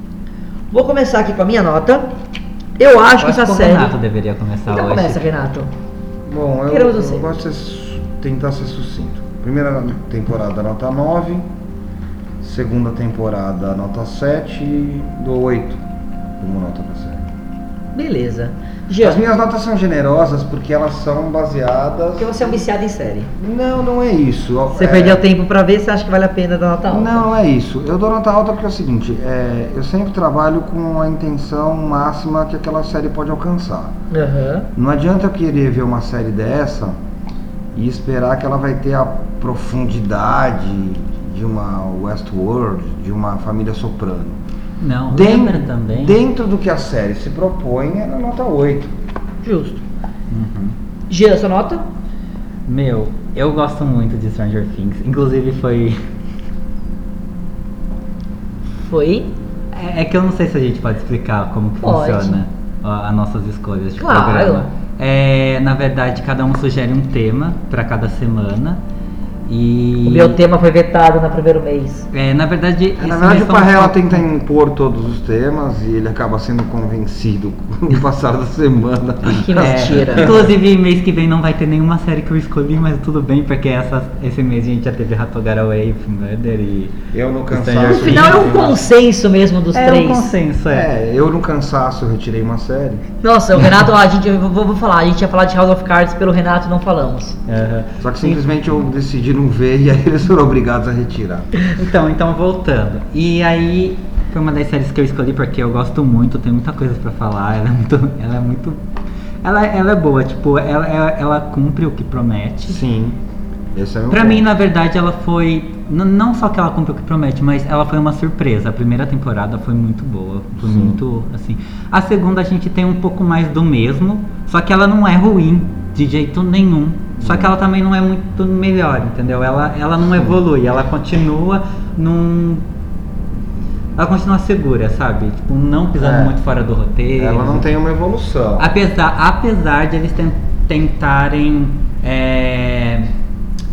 Vou começar aqui com a minha nota. Eu acho Eu que essa que o série... Renato deveria começar Então hoje. começa, Renato. Bom, eu, Queremos eu você. gosto de ser- tentar ser sucinto. Primeira temporada, nota nove. Segunda temporada, nota sete. E dou oito como nota pra série. Beleza. Jean, As minhas notas são generosas porque elas são baseadas... porque você é um viciado em série. Não, não é isso. Você é... perdeu tempo pra ver, você acha que vale a pena dar nota alta? Não, não é isso. Eu dou nota alta porque é o seguinte, é, eu sempre trabalho com a intenção máxima que aquela série pode alcançar. Aham. Não adianta eu querer ver uma série dessa e esperar que ela vai ter a profundidade de uma Westworld, de uma família Soprano. Não, Den- lembra também. Dentro do que a série se propõe, ela é nota oito. Justo. Uhum. Jean, sua nota? Meu, eu gosto muito de Stranger Things. Inclusive foi. Foi? É, é que eu não sei se a gente pode explicar como que Pode. funciona ó, as nossas escolhas de Claro. programa. É, na verdade, cada um sugere um tema para cada semana. E. O meu tema foi vetado no primeiro mês. É, na verdade. Na esse verdade, mês o fomos Parrella só- tenta impor todos os temas e ele acaba sendo convencido com o passar da semana. Que É, mentira. inclusive, mês que vem não vai ter nenhuma série que eu escolhi, mas tudo bem, porque essa, esse mês a gente já teve Hatogarawa, Murder e. Eu no Stranger cansaço. No final é um retirei uma- consenso mesmo dos É três. um consenso, é. É, eu no cansaço retirei uma série. Nossa, o Renato, ó, a gente, eu vou, vou falar, a gente ia falar de House of Cards pelo Renato, não falamos. Aham. Só que simplesmente eu decidi não ver e aí eles foram obrigados a retirar. Então, então voltando. E aí foi uma das séries que eu escolhi porque eu gosto muito, tem muita coisa pra falar, ela é muito. Ela é muito. Ela, ela é boa, tipo, ela, ela, ela cumpre o que promete. Sim. Esse é o meu Pra ponto. mim, na verdade, ela foi. n- Não só que ela cumpre o que promete, mas ela foi uma surpresa. A primeira temporada foi muito boa. Foi Sim. muito. Assim. A segunda a gente tem um pouco mais do mesmo. Só que ela não é ruim de jeito nenhum. Só que ela também não é muito melhor, entendeu? Ela, ela não evolui, ela continua num. Ela continua segura, sabe? Tipo, não pisando É. muito fora do roteiro. Ela não tem uma evolução. Apesar, apesar de eles ten- tentarem é,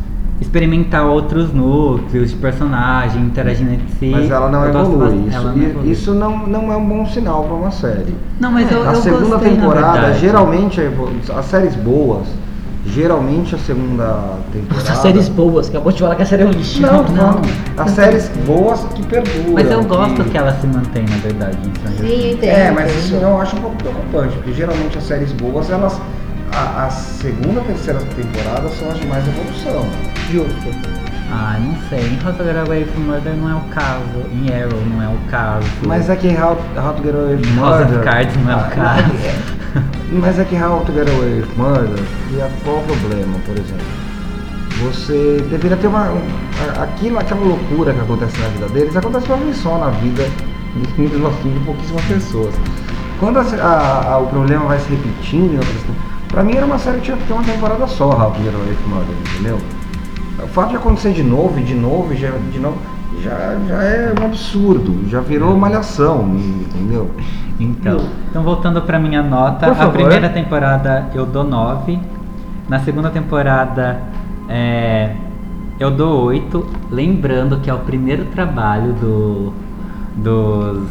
experimentar outros núcleos de personagem, interagindo entre si. Mas ela não Eu gosto evolui. bastante- Isso, ela não evolui. isso não, não é um bom sinal para uma série. Não, mas eu, A eu segunda gostei, na temporada, verdade. geralmente, a evolu- as séries boas, geralmente a segunda temporada... As séries boas, acabou de falar que a série é um lixo. Não, Não. não. As séries boas que perduram. Mas eu gosto que... que ela se mantém, na verdade, em Stranger Sim, Things. entendo. É, mas isso eu acho um pouco preocupante, porque geralmente as séries boas, elas... A, a segunda e terceira temporada são as de mais evolução. Justo. Ah, não sei. Em How to Get Away with Murder não é o caso. Em Arrow não é o caso. Mas é que How, How to Get Away with House of Murder... Cards não é o Ah, caso. é. Mas é que How to Get Away with Murder, e a- qual o problema, por exemplo? Você deveria ter uma... um- a- aquilo, aquela loucura que acontece na vida deles, acontece uma vez só na vida de, de, de pouquíssimas pessoas. Quando a, a- a- o problema vai se repetindo em outras... Pra mim era uma série que tinha que ter uma temporada só, How to Get Away with Murder, entendeu? O fato de acontecer de novo e de novo e já, de novo já, já é um absurdo, já virou malhação, entendeu? Então, então voltando pra minha nota, Por a favor. primeira temporada eu dou nove, na segunda temporada é, eu dou oito, lembrando que é o primeiro trabalho do, dos,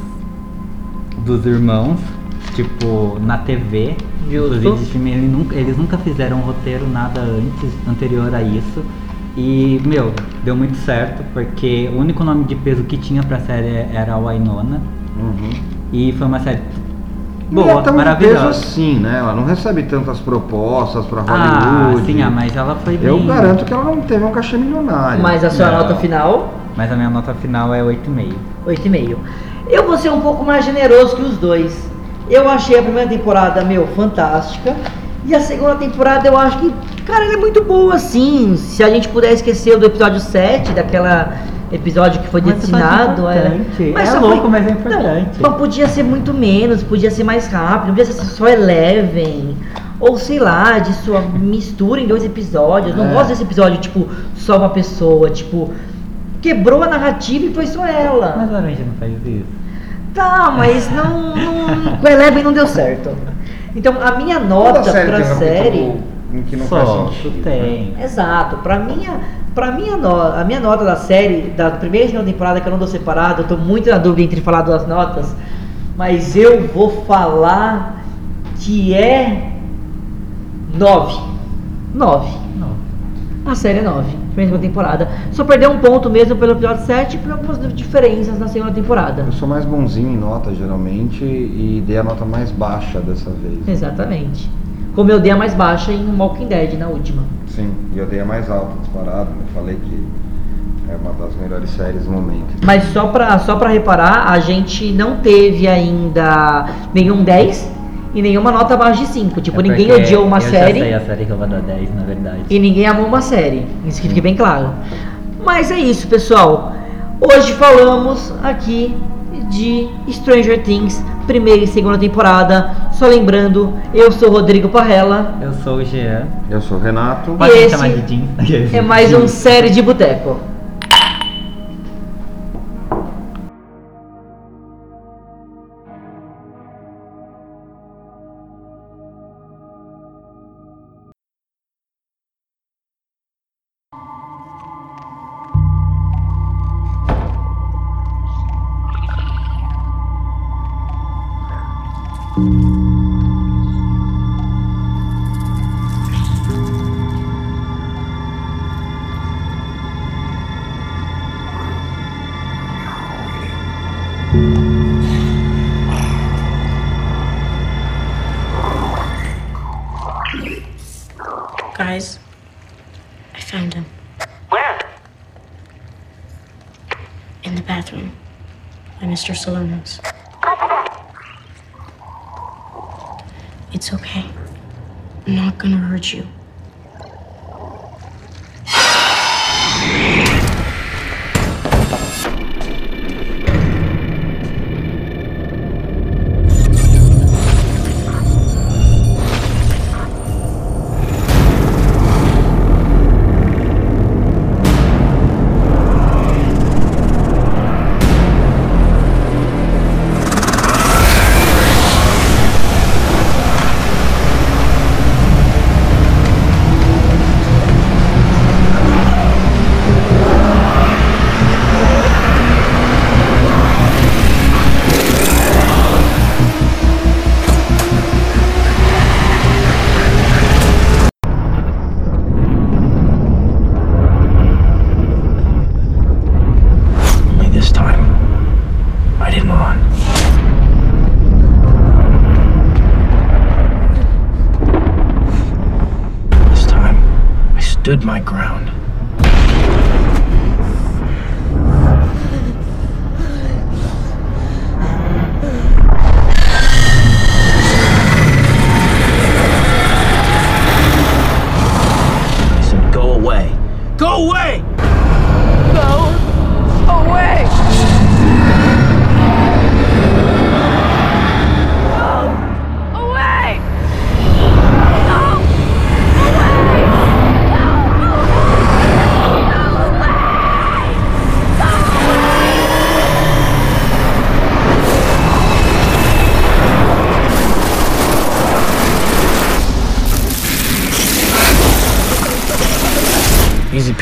dos irmãos, tipo, na T V. Inclusive, esse filme, ele nunca- eles nunca fizeram um roteiro, nada antes, anterior a isso. E, meu, deu muito certo, porque o único nome de peso que tinha pra série era a Wynonna. Uhum. E foi uma série Não boa, é tão maravilhosa. peso assim, né? Ela não recebe tantas propostas pra Ah, Hollywood. sim, ah, mas ela foi bem... Eu garanto que ela não teve um cachê milionário. Mas a sua Não. nota final, Mas a minha nota final é oito vírgula cinco. oito e meio. Eu vou ser um pouco mais generoso que os dois. Eu achei a primeira temporada, meu, fantástica. E a segunda temporada eu acho que, cara, ela é muito boa, assim. Se a gente puder esquecer do episódio sete, daquela episódio que foi Mas destinado. é importante. É só louco, mas é importante. Não, mas podia ser muito menos, podia ser mais rápido, podia ser só Eleven. Ou sei lá, de sua mistura em dois episódios. Não É. gosto desse episódio, tipo, só uma pessoa, tipo. Quebrou a narrativa e foi só ela. Mas Laranja não faz isso. Tá, mas não, não com a Eleven não deu certo. Então a minha nota Toda série pra tem um série, capítulo em que não Só, faz sentido. tem. exato, pra minha, pra minha nota, a minha nota da série, da primeira e segunda temporada que eu não dou separado, eu tô muito na dúvida entre falar duas notas, mas eu vou falar que é nove. nove. Não. A série é nove, primeira e segunda temporada. Só perdeu um ponto mesmo pelo episódio sete e por algumas diferenças na segunda temporada. Eu sou mais bonzinho em nota, geralmente, e dei a nota mais baixa dessa vez. Exatamente. Como eu dei a mais baixa em Walking Dead na última. Sim, e eu dei a mais alta, disparado. Eu falei que é uma das melhores séries do momento. Mas só pra, só pra reparar, a gente não teve ainda nenhum dez e nenhuma nota abaixo de cinco. Tipo, É ninguém porque odiou uma eu já série sei a série que eu vou dar dez, na verdade. e ninguém amou uma série. Isso que fique bem claro. Mas é isso, pessoal. Hoje falamos aqui de Stranger Things, primeira e segunda temporada. Só lembrando, eu sou Rodrigo Parrella. Eu sou o Jean. Eu sou o Renato. Pode me esse chamar de Jim. É mais um Série de Boteco. Guys, I found him. Where? In the bathroom. By Mister Salerno's. It's okay. I'm not gonna hurt you.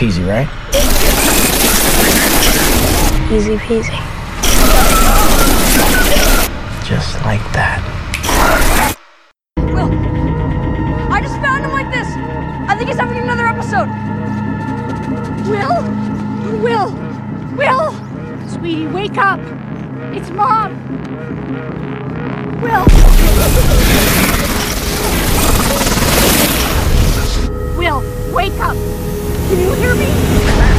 peasy, right? Easy peasy. Just like that. Will, I just found him like this. I think he's having another episode. Will? Will? Will? Sweetie, wake up. It's Mom. Will? Will, wake up. Can you hear me?